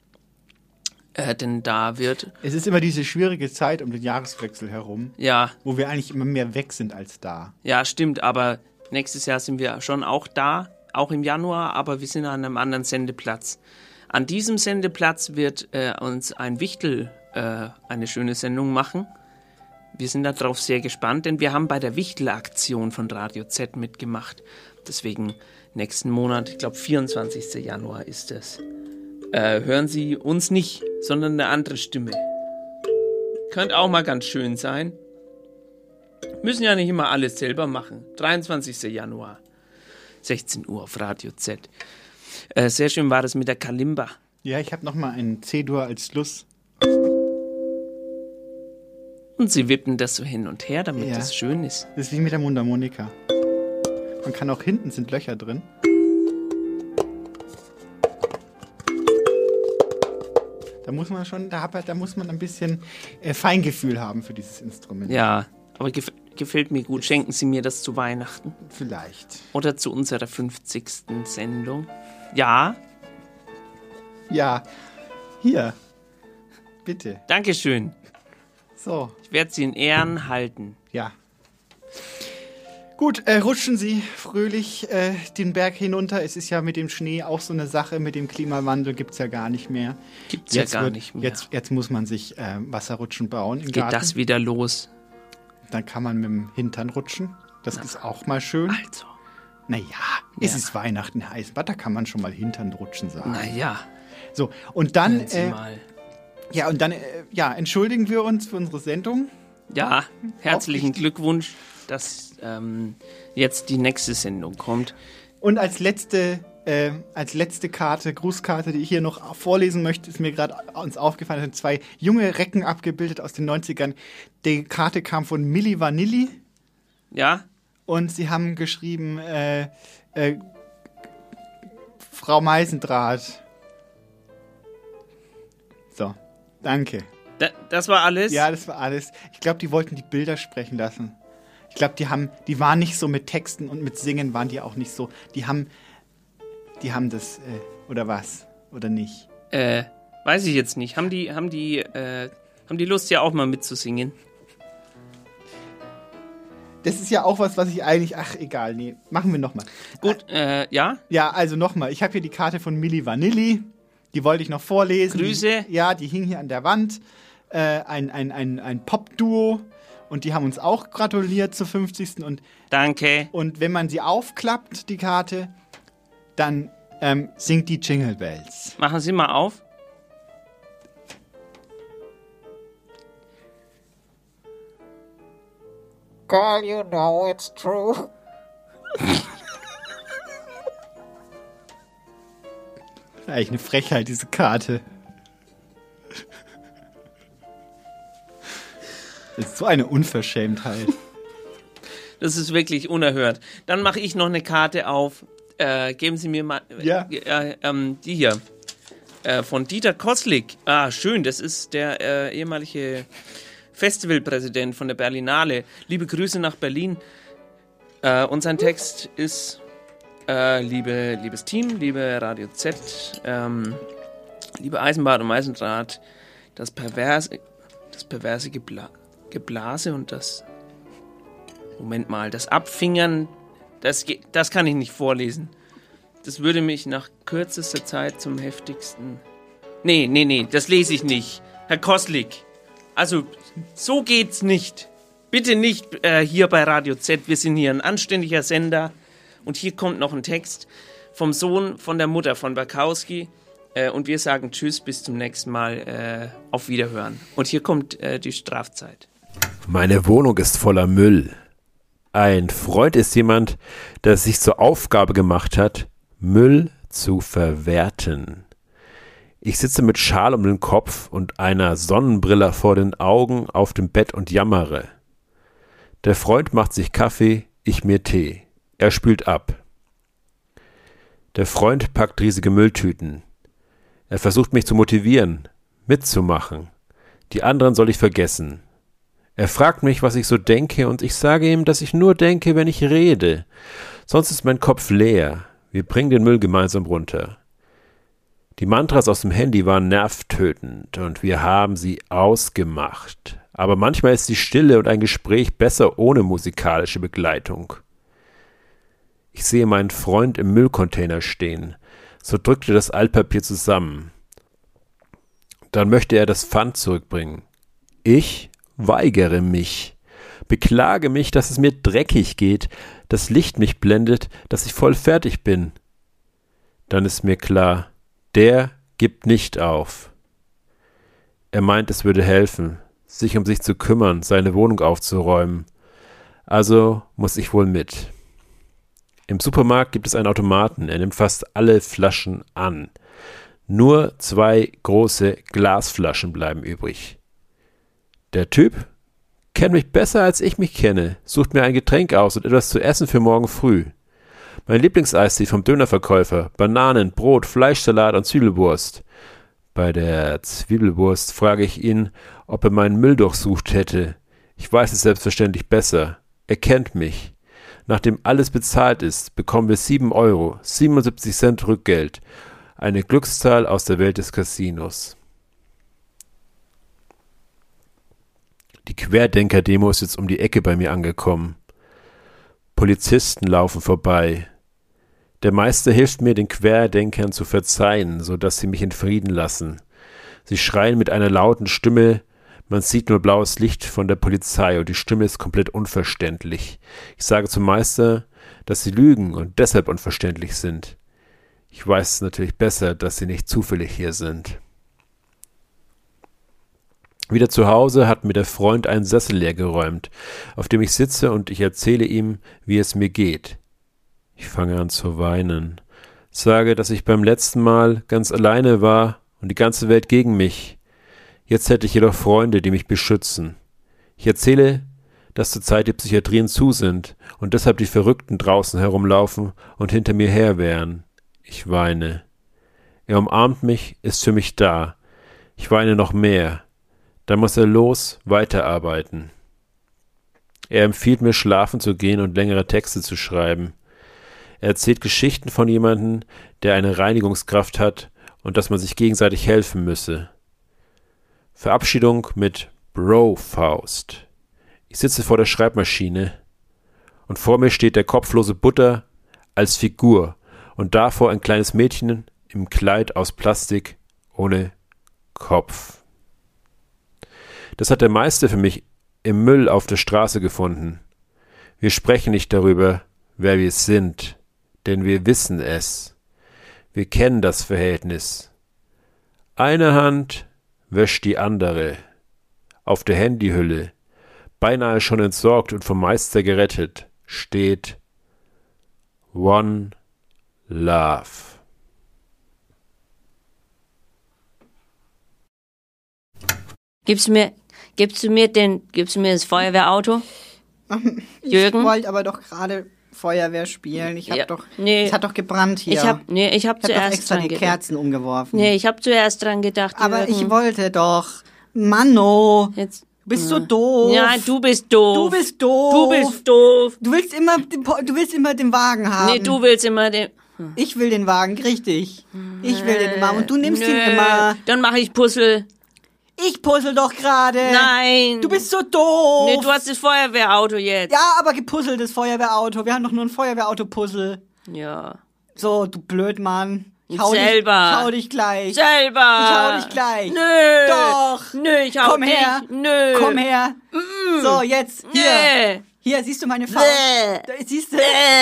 denn da wird... Es ist immer diese schwierige Zeit um den Jahreswechsel herum, ja, wo wir eigentlich immer mehr weg sind als da. Ja, stimmt, aber nächstes Jahr sind wir schon auch da, auch im Januar, aber wir sind an einem anderen Sendeplatz. An diesem Sendeplatz wird uns ein Wichtel eine schöne Sendung machen. Wir sind darauf sehr gespannt, denn wir haben bei der Wichtel-Aktion von Radio Z mitgemacht. Deswegen nächsten Monat, ich glaube 24. Januar ist es, hören Sie uns nicht, sondern eine andere Stimme. Könnte auch mal ganz schön sein. Müssen ja nicht immer alles selber machen. 23. Januar, 16 Uhr auf Radio Z. Sehr schön war das mit der Kalimba. Ja, ich habe nochmal einen C-Dur als Schluss. Und sie wippen das so hin und her, damit das schön ist. Das ist wie mit der Mundharmonika. Man kann auch hinten sind Löcher drin. Da muss man schon, da muss man ein bisschen Feingefühl haben für dieses Instrument. Ja, aber gefällt mir gut. Schenken Sie mir das zu Weihnachten? Vielleicht. Oder zu unserer 50. Sendung? Ja? Ja. Hier. Bitte. Dankeschön. So. Ich werde Sie in Ehren halten. Ja. Gut, rutschen Sie fröhlich den Berg hinunter. Es ist ja mit dem Schnee auch so eine Sache. Mit dem Klimawandel gibt es ja gar nicht mehr. Gibt's ja gar nicht mehr. Jetzt muss man sich Wasserrutschen bauen im Garten. Geht das wieder los? Dann kann man mit dem Hintern rutschen. Das ist auch mal schön. Also. Naja, es ist Weihnachten, Eisenbad, da kann man schon mal Hintern rutschen sagen. Naja. So, und dann... entschuldigen wir uns für unsere Sendung. Ja, herzlichen Glückwunsch, dass jetzt die nächste Sendung kommt. Und als letzte Karte, Grußkarte, die ich hier noch vorlesen möchte, ist mir gerade uns aufgefallen, es sind 2 junge Recken abgebildet aus den 90ern. Die Karte kam von Milli Vanilli. Ja. Und sie haben geschrieben, Frau Meisendraht. So, danke. Das war alles? Ja, das war alles. Ich glaube, die wollten die Bilder sprechen lassen. Ich glaube, die waren nicht so mit Texten und mit Singen waren die auch nicht so. Die haben das, oder was? Oder nicht? Weiß ich jetzt nicht. Haben die Lust, ja auch mal mitzusingen? Das ist ja auch was ich eigentlich... Ach, egal, nee. Machen wir nochmal. Gut, ja? Ja, also nochmal. Ich habe hier die Karte von Milli Vanilli. Die wollte ich noch vorlesen. Grüße. Ja, die hing hier an der Wand. Ein Pop-Duo. Und die haben uns auch gratuliert zur 50. Danke. Und wenn man sie aufklappt, die Karte, dann singt die Jingle Bells. Machen Sie mal auf. Girl, you know it's true. Eigentlich eine Frechheit, diese Karte. Das ist so eine Unverschämtheit. Das ist wirklich unerhört. Dann mache ich noch eine Karte auf. Geben Sie mir mal die hier. Von Dieter Koslik. Ah, schön. Das ist der ehemalige Festivalpräsident von der Berlinale. Liebe Grüße nach Berlin. Und sein Text ist... liebes Team, liebe Radio Z, liebe Eisenbahn und Eisendraht, das perverse Geblase und das Abfingern, das kann ich nicht vorlesen. Das würde mich nach kürzester Zeit zum heftigsten... Nee, das lese ich nicht. Herr Koslik, also so geht's nicht. Bitte nicht hier bei Radio Z, wir sind hier ein anständiger Sender. Und hier kommt noch ein Text vom Sohn von der Mutter von Bakowski. Und wir sagen Tschüss, bis zum nächsten Mal. Auf Wiederhören. Und hier kommt die Strafzeit. Meine Wohnung ist voller Müll. Ein Freund ist jemand, der sich zur Aufgabe gemacht hat, Müll zu verwerten. Ich sitze mit Schal um den Kopf und einer Sonnenbrille vor den Augen auf dem Bett und jammere. Der Freund macht sich Kaffee, ich mir Tee. Er spült ab. Der Freund packt riesige Mülltüten. Er versucht mich zu motivieren, mitzumachen. Die anderen soll ich vergessen. Er fragt mich, was ich so denke, und ich sage ihm, dass ich nur denke, wenn ich rede. Sonst ist mein Kopf leer. Wir bringen den Müll gemeinsam runter. Die Mantras aus dem Handy waren nervtötend und wir haben sie ausgemacht. Aber manchmal ist die Stille und ein Gespräch besser ohne musikalische Begleitung. Ich sehe meinen Freund im Müllcontainer stehen. So drückt er das Altpapier zusammen. Dann möchte er das Pfand zurückbringen. Ich weigere mich. beklage mich, dass es mir dreckig geht, das Licht mich blendet, dass ich voll fertig bin. Dann ist mir klar, der gibt nicht auf. Er meint, es würde helfen, sich um sich zu kümmern, seine Wohnung aufzuräumen. Also muss ich wohl mit. Im Supermarkt gibt es einen Automaten, er nimmt fast alle Flaschen an. Nur 2 große Glasflaschen bleiben übrig. Der Typ kennt mich besser, als ich mich kenne, sucht mir ein Getränk aus und etwas zu essen für morgen früh. Mein Lieblingseistee vom Dönerverkäufer, Bananen, Brot, Fleischsalat und Zwiebelwurst. Bei der Zwiebelwurst frage ich ihn, ob er meinen Müll durchsucht hätte. Ich weiß es selbstverständlich besser. Er kennt mich. Nachdem alles bezahlt ist, bekommen wir 7 Euro, 77 Cent Rückgeld. Eine Glückszahl aus der Welt des Casinos. Die Querdenker-Demo ist jetzt um die Ecke bei mir angekommen. Polizisten laufen vorbei. Der Meister hilft mir, den Querdenkern zu verzeihen, sodass sie mich in Frieden lassen. Sie schreien mit einer lauten Stimme, man sieht nur blaues Licht von der Polizei und die Stimme ist komplett unverständlich. Ich sage zum Meister, dass sie lügen und deshalb unverständlich sind. Ich weiß natürlich besser, dass sie nicht zufällig hier sind. Wieder zu Hause hat mir der Freund einen Sessel leergeräumt, auf dem ich sitze und ich erzähle ihm, wie es mir geht. Ich fange an zu weinen, sage, dass ich beim letzten Mal ganz alleine war und die ganze Welt gegen mich. Jetzt hätte ich jedoch Freunde, die mich beschützen. Ich erzähle, dass zurzeit die Psychiatrien zu sind und deshalb die Verrückten draußen herumlaufen und hinter mir her wären. Ich weine. Er umarmt mich, ist für mich da. Ich weine noch mehr. Dann muss er los, weiterarbeiten. Er empfiehlt mir, schlafen zu gehen und längere Texte zu schreiben. Er erzählt Geschichten von jemandem, der eine Reinigungskraft hat und dass man sich gegenseitig helfen müsse. Verabschiedung mit Bro-Faust. Ich sitze vor der Schreibmaschine und vor mir steht der kopflose Butter als Figur und davor ein kleines Mädchen im Kleid aus Plastik ohne Kopf. Das hat der Meister für mich im Müll auf der Straße gefunden. Wir sprechen nicht darüber, wer wir sind, denn wir wissen es. Wir kennen das Verhältnis. Eine Hand wäscht die andere. Auf der Handyhülle, beinahe schon entsorgt und vom Meister gerettet, steht One Love. Gibst du mir das Feuerwehrauto? Jürgen? Ich wollte aber doch gerade Feuerwehr spielen. Es hat doch gebrannt hier. Ich hab zuerst doch extra die Kerzen umgeworfen. Nee, ich habe zuerst dran gedacht. Aber Jürgen. ich wollte doch. Manno. Jetzt. Du bist so doof. Ja, du bist doof. Du bist doof. Du bist doof. Du willst immer den Wagen haben. Nee, du willst immer den... Ich will den Wagen, richtig. Ich will den immer und du nimmst ihn immer. Dann mache ich Puzzle. Ich puzzle doch gerade. Nein. Du bist so doof. Nee, du hast das Feuerwehrauto jetzt. Ja, aber gepuzzeltes Feuerwehrauto. Wir haben doch nur ein Feuerwehrauto-Puzzle. Ja. So, du Blödmann. Schau dich gleich. Selber. Ich hau dich gleich. Nö. Doch. Nö, ich hau dich. Nö. Komm her. So, jetzt. Hier. Nee. Hier, siehst du meine Faust? Siehst du?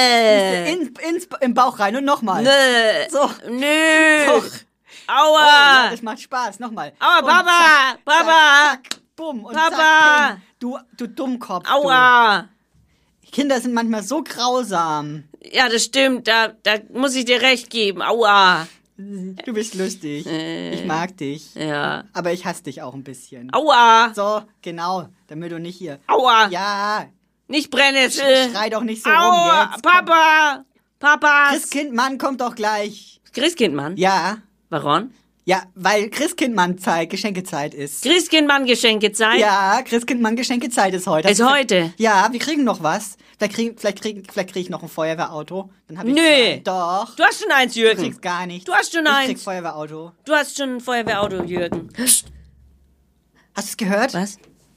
Im Bauch rein und nochmal. Nee. So. Nö. Doch. Aua. Oh, ja, das macht Spaß. Nochmal. Aua, und Papa. Zack, Papa. Zack, bumm. Und Papa. Zack, ping. Du Dummkopf. Aua. Du. Kinder sind manchmal so grausam. Ja, das stimmt. Da muss ich dir recht geben. Aua. Du bist lustig. Ich mag dich. Ja. Aber ich hasse dich auch ein bisschen. Aua. So, genau. Damit du nicht hier. Aua. Ja. Nicht Brennnessel. Schrei doch nicht so Aua. rum jetzt. Papa. Papa. Christkindmann kommt doch gleich. Christkindmann? Ja. Warum? Ja, weil Christkindmann-Zeit, Geschenkezeit ist. Christkindmann-Geschenkezeit? Ja, Christkindmann-Geschenkezeit ist heute. Ist heute? Ja, wir kriegen noch was. Vielleicht krieg ich noch ein Feuerwehrauto. Dann hab ich Nö. zwei. Doch. Du hast schon eins, Jürgen. Du kriegst gar nichts. Du hast schon eins. Ich krieg Feuerwehrauto. Du hast schon ein Feuerwehrauto, Jürgen. Psst. Hast du es gehört? Was?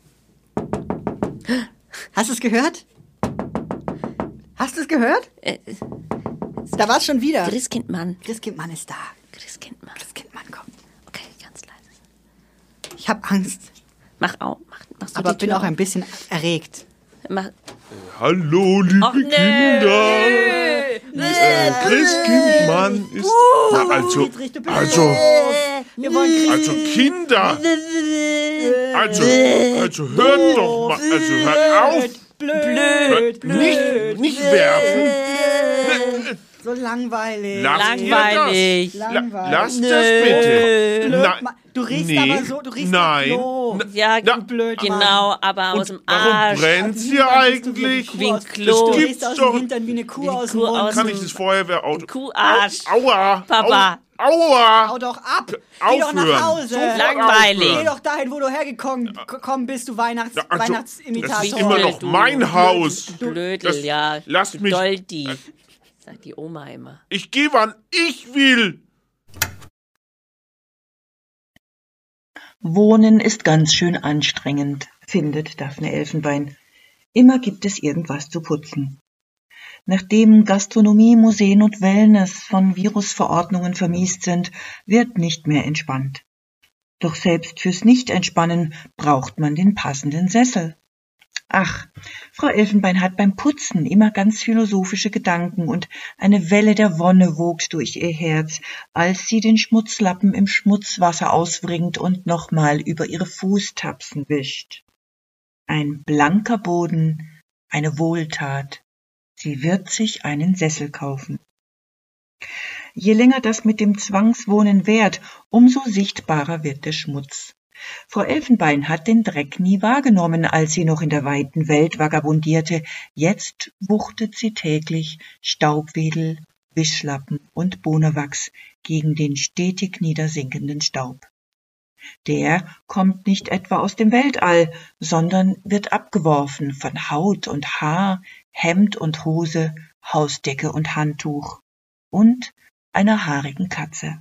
Hast du es gehört? Hast du es gehört? Da war es schon wieder. Christkindmann. Christkindmann ist da. Christkindmann kommt. Okay, ganz leise. Ich hab Angst. Mach du Aber die bin Tür auch ein bisschen erregt. Hallo, liebe Kinder. Christkindmann ist... Also Kinder. Also hört doch mal. Also hört auf. Blöd. Nicht werfen. So langweilig. Langweilig. Lasst das bitte. Blöd, du riechst aber so, du riechst Klo. Ja, blöd, genau, aber aus dem Arsch. Warum brennt hier eigentlich? Wie ein Klo. Du riechst aus dem Hintern wie eine Kuh aus dem Mund. Kann ich das Feuerwehrauto... Kuharsch. Aua. Papa. Aua. Hau doch ab. Aufhören. Geh doch nach Hause. Langweilig. Geh doch dahin, wo du hergekommen bist, du Weihnachtsimitator. Das ist immer noch mein Haus. Blödel, ja. Lasst mich... Doldi. Sagt die Oma immer. Ich gehe, wann ich will. Wohnen ist ganz schön anstrengend, findet Daphne Elfenbein. Immer gibt es irgendwas zu putzen. Nachdem Gastronomie, Museen und Wellness von Virusverordnungen vermiest sind, wird nicht mehr entspannt. Doch selbst fürs Nicht-Entspannen braucht man den passenden Sessel. Ach, Frau Elfenbein hat beim Putzen immer ganz philosophische Gedanken und eine Welle der Wonne wogt durch ihr Herz, als sie den Schmutzlappen im Schmutzwasser auswringt und nochmal über ihre Fußtapsen wischt. Ein blanker Boden, eine Wohltat. Sie wird sich einen Sessel kaufen. Je länger das mit dem Zwangswohnen währt, umso sichtbarer wird der Schmutz. Frau Elfenbein hat den Dreck nie wahrgenommen, als sie noch in der weiten Welt vagabundierte. Jetzt wuchtet sie täglich Staubwedel, Wischlappen und Bohnenwachs gegen den stetig niedersinkenden Staub. Der kommt nicht etwa aus dem Weltall, sondern wird abgeworfen von Haut und Haar, Hemd und Hose, Hausdecke und Handtuch und einer haarigen Katze.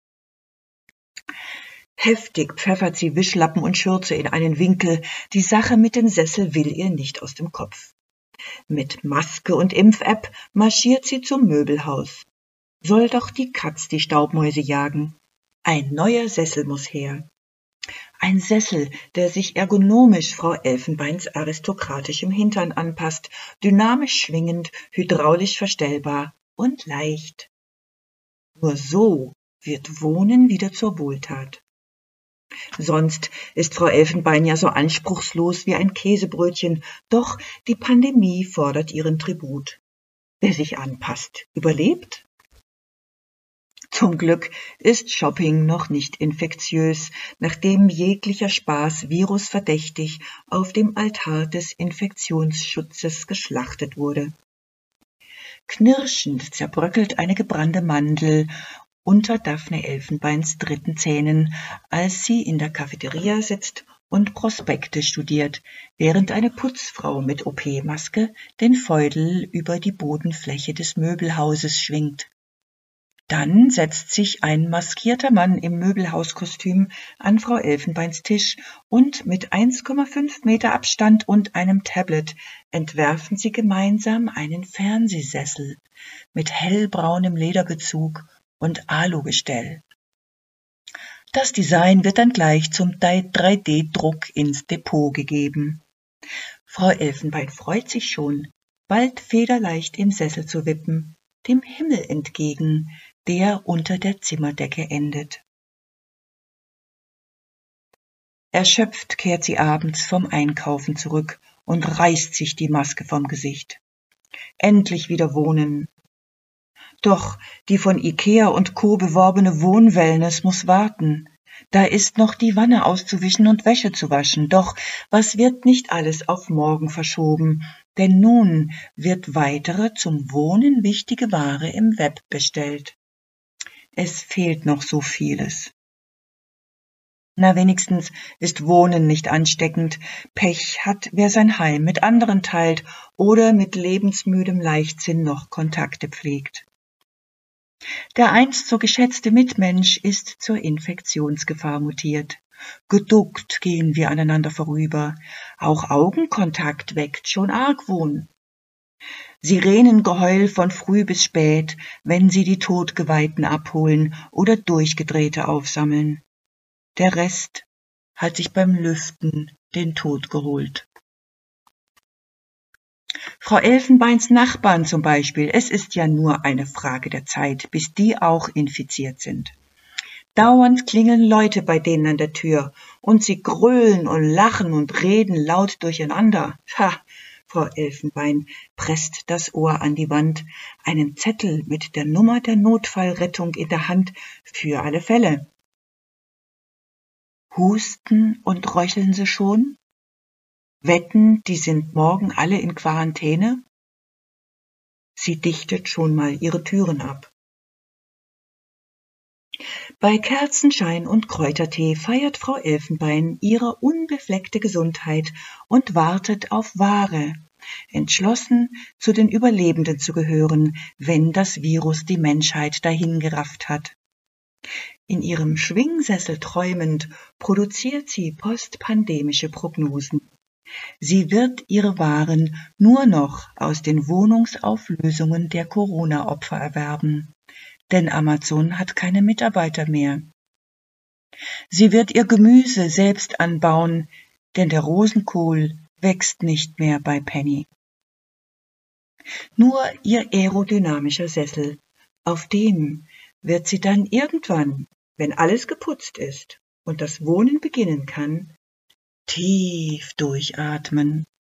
Heftig pfeffert sie Wischlappen und Schürze in einen Winkel. Die Sache mit dem Sessel will ihr nicht aus dem Kopf. Mit Maske und Impf-App marschiert sie zum Möbelhaus. Soll doch die Katz die Staubmäuse jagen? Ein neuer Sessel muss her. Ein Sessel, der sich ergonomisch Frau Elfenbeins aristokratischem Hintern anpasst, dynamisch schwingend, hydraulisch verstellbar und leicht. Nur so wird Wohnen wieder zur Wohltat. Sonst ist Frau Elfenbein ja so anspruchslos wie ein Käsebrötchen, doch die Pandemie fordert ihren Tribut. Wer sich anpasst, überlebt. Zum Glück ist Shopping noch nicht infektiös, nachdem jeglicher Spaß virusverdächtig auf dem Altar des Infektionsschutzes geschlachtet wurde. Knirschend zerbröckelt eine gebrannte Mandel unter Daphne Elfenbeins dritten Zähnen, als sie in der Cafeteria sitzt und Prospekte studiert, während eine Putzfrau mit OP-Maske den Feudel über die Bodenfläche des Möbelhauses schwingt. Dann setzt sich ein maskierter Mann im Möbelhauskostüm an Frau Elfenbeins Tisch und mit 1,5 Meter Abstand und einem Tablet entwerfen sie gemeinsam einen Fernsehsessel mit hellbraunem Lederbezug und Alugestell. Das Design wird dann gleich zum 3D-Druck ins Depot gegeben. Frau Elfenbein freut sich schon, bald federleicht im Sessel zu wippen, dem Himmel entgegen, der unter der Zimmerdecke endet. Erschöpft kehrt sie abends vom Einkaufen zurück und reißt sich die Maske vom Gesicht. Endlich wieder wohnen. Doch die von Ikea und Co. beworbene Wohnwellness muss warten. Da ist noch die Wanne auszuwischen und Wäsche zu waschen. Doch was wird nicht alles auf morgen verschoben? Denn nun wird weitere zum Wohnen wichtige Ware im Web bestellt. Es fehlt noch so vieles. Na, wenigstens ist Wohnen nicht ansteckend. Pech hat, wer sein Heim mit anderen teilt oder mit lebensmüdem Leichtsinn noch Kontakte pflegt. Der einst so geschätzte Mitmensch ist zur Infektionsgefahr mutiert. Geduckt gehen wir aneinander vorüber. Auch Augenkontakt weckt schon Argwohn. Sirenengeheul von früh bis spät, wenn sie die Todgeweihten abholen oder Durchgedrehte aufsammeln. Der Rest hat sich beim Lüften den Tod geholt. Frau Elfenbeins Nachbarn zum Beispiel, es ist ja nur eine Frage der Zeit, bis die auch infiziert sind. Dauernd klingeln Leute bei denen an der Tür und sie grölen und lachen und reden laut durcheinander. Ha, Frau Elfenbein presst das Ohr an die Wand, einen Zettel mit der Nummer der Notfallrettung in der Hand für alle Fälle. Husten und röcheln sie schon? Wetten, die sind morgen alle in Quarantäne? Sie dichtet schon mal ihre Türen ab. Bei Kerzenschein und Kräutertee feiert Frau Elfenbein ihre unbefleckte Gesundheit und wartet auf Ware, entschlossen, zu den Überlebenden zu gehören, wenn das Virus die Menschheit dahingerafft hat. In ihrem Schwingsessel träumend produziert sie postpandemische Prognosen. Sie wird ihre Waren nur noch aus den Wohnungsauflösungen der Corona-Opfer erwerben, denn Amazon hat keine Mitarbeiter mehr. Sie wird ihr Gemüse selbst anbauen, denn der Rosenkohl wächst nicht mehr bei Penny. Nur ihr aerodynamischer Sessel, auf dem wird sie dann irgendwann, wenn alles geputzt ist und das Wohnen beginnen kann, tief durchatmen.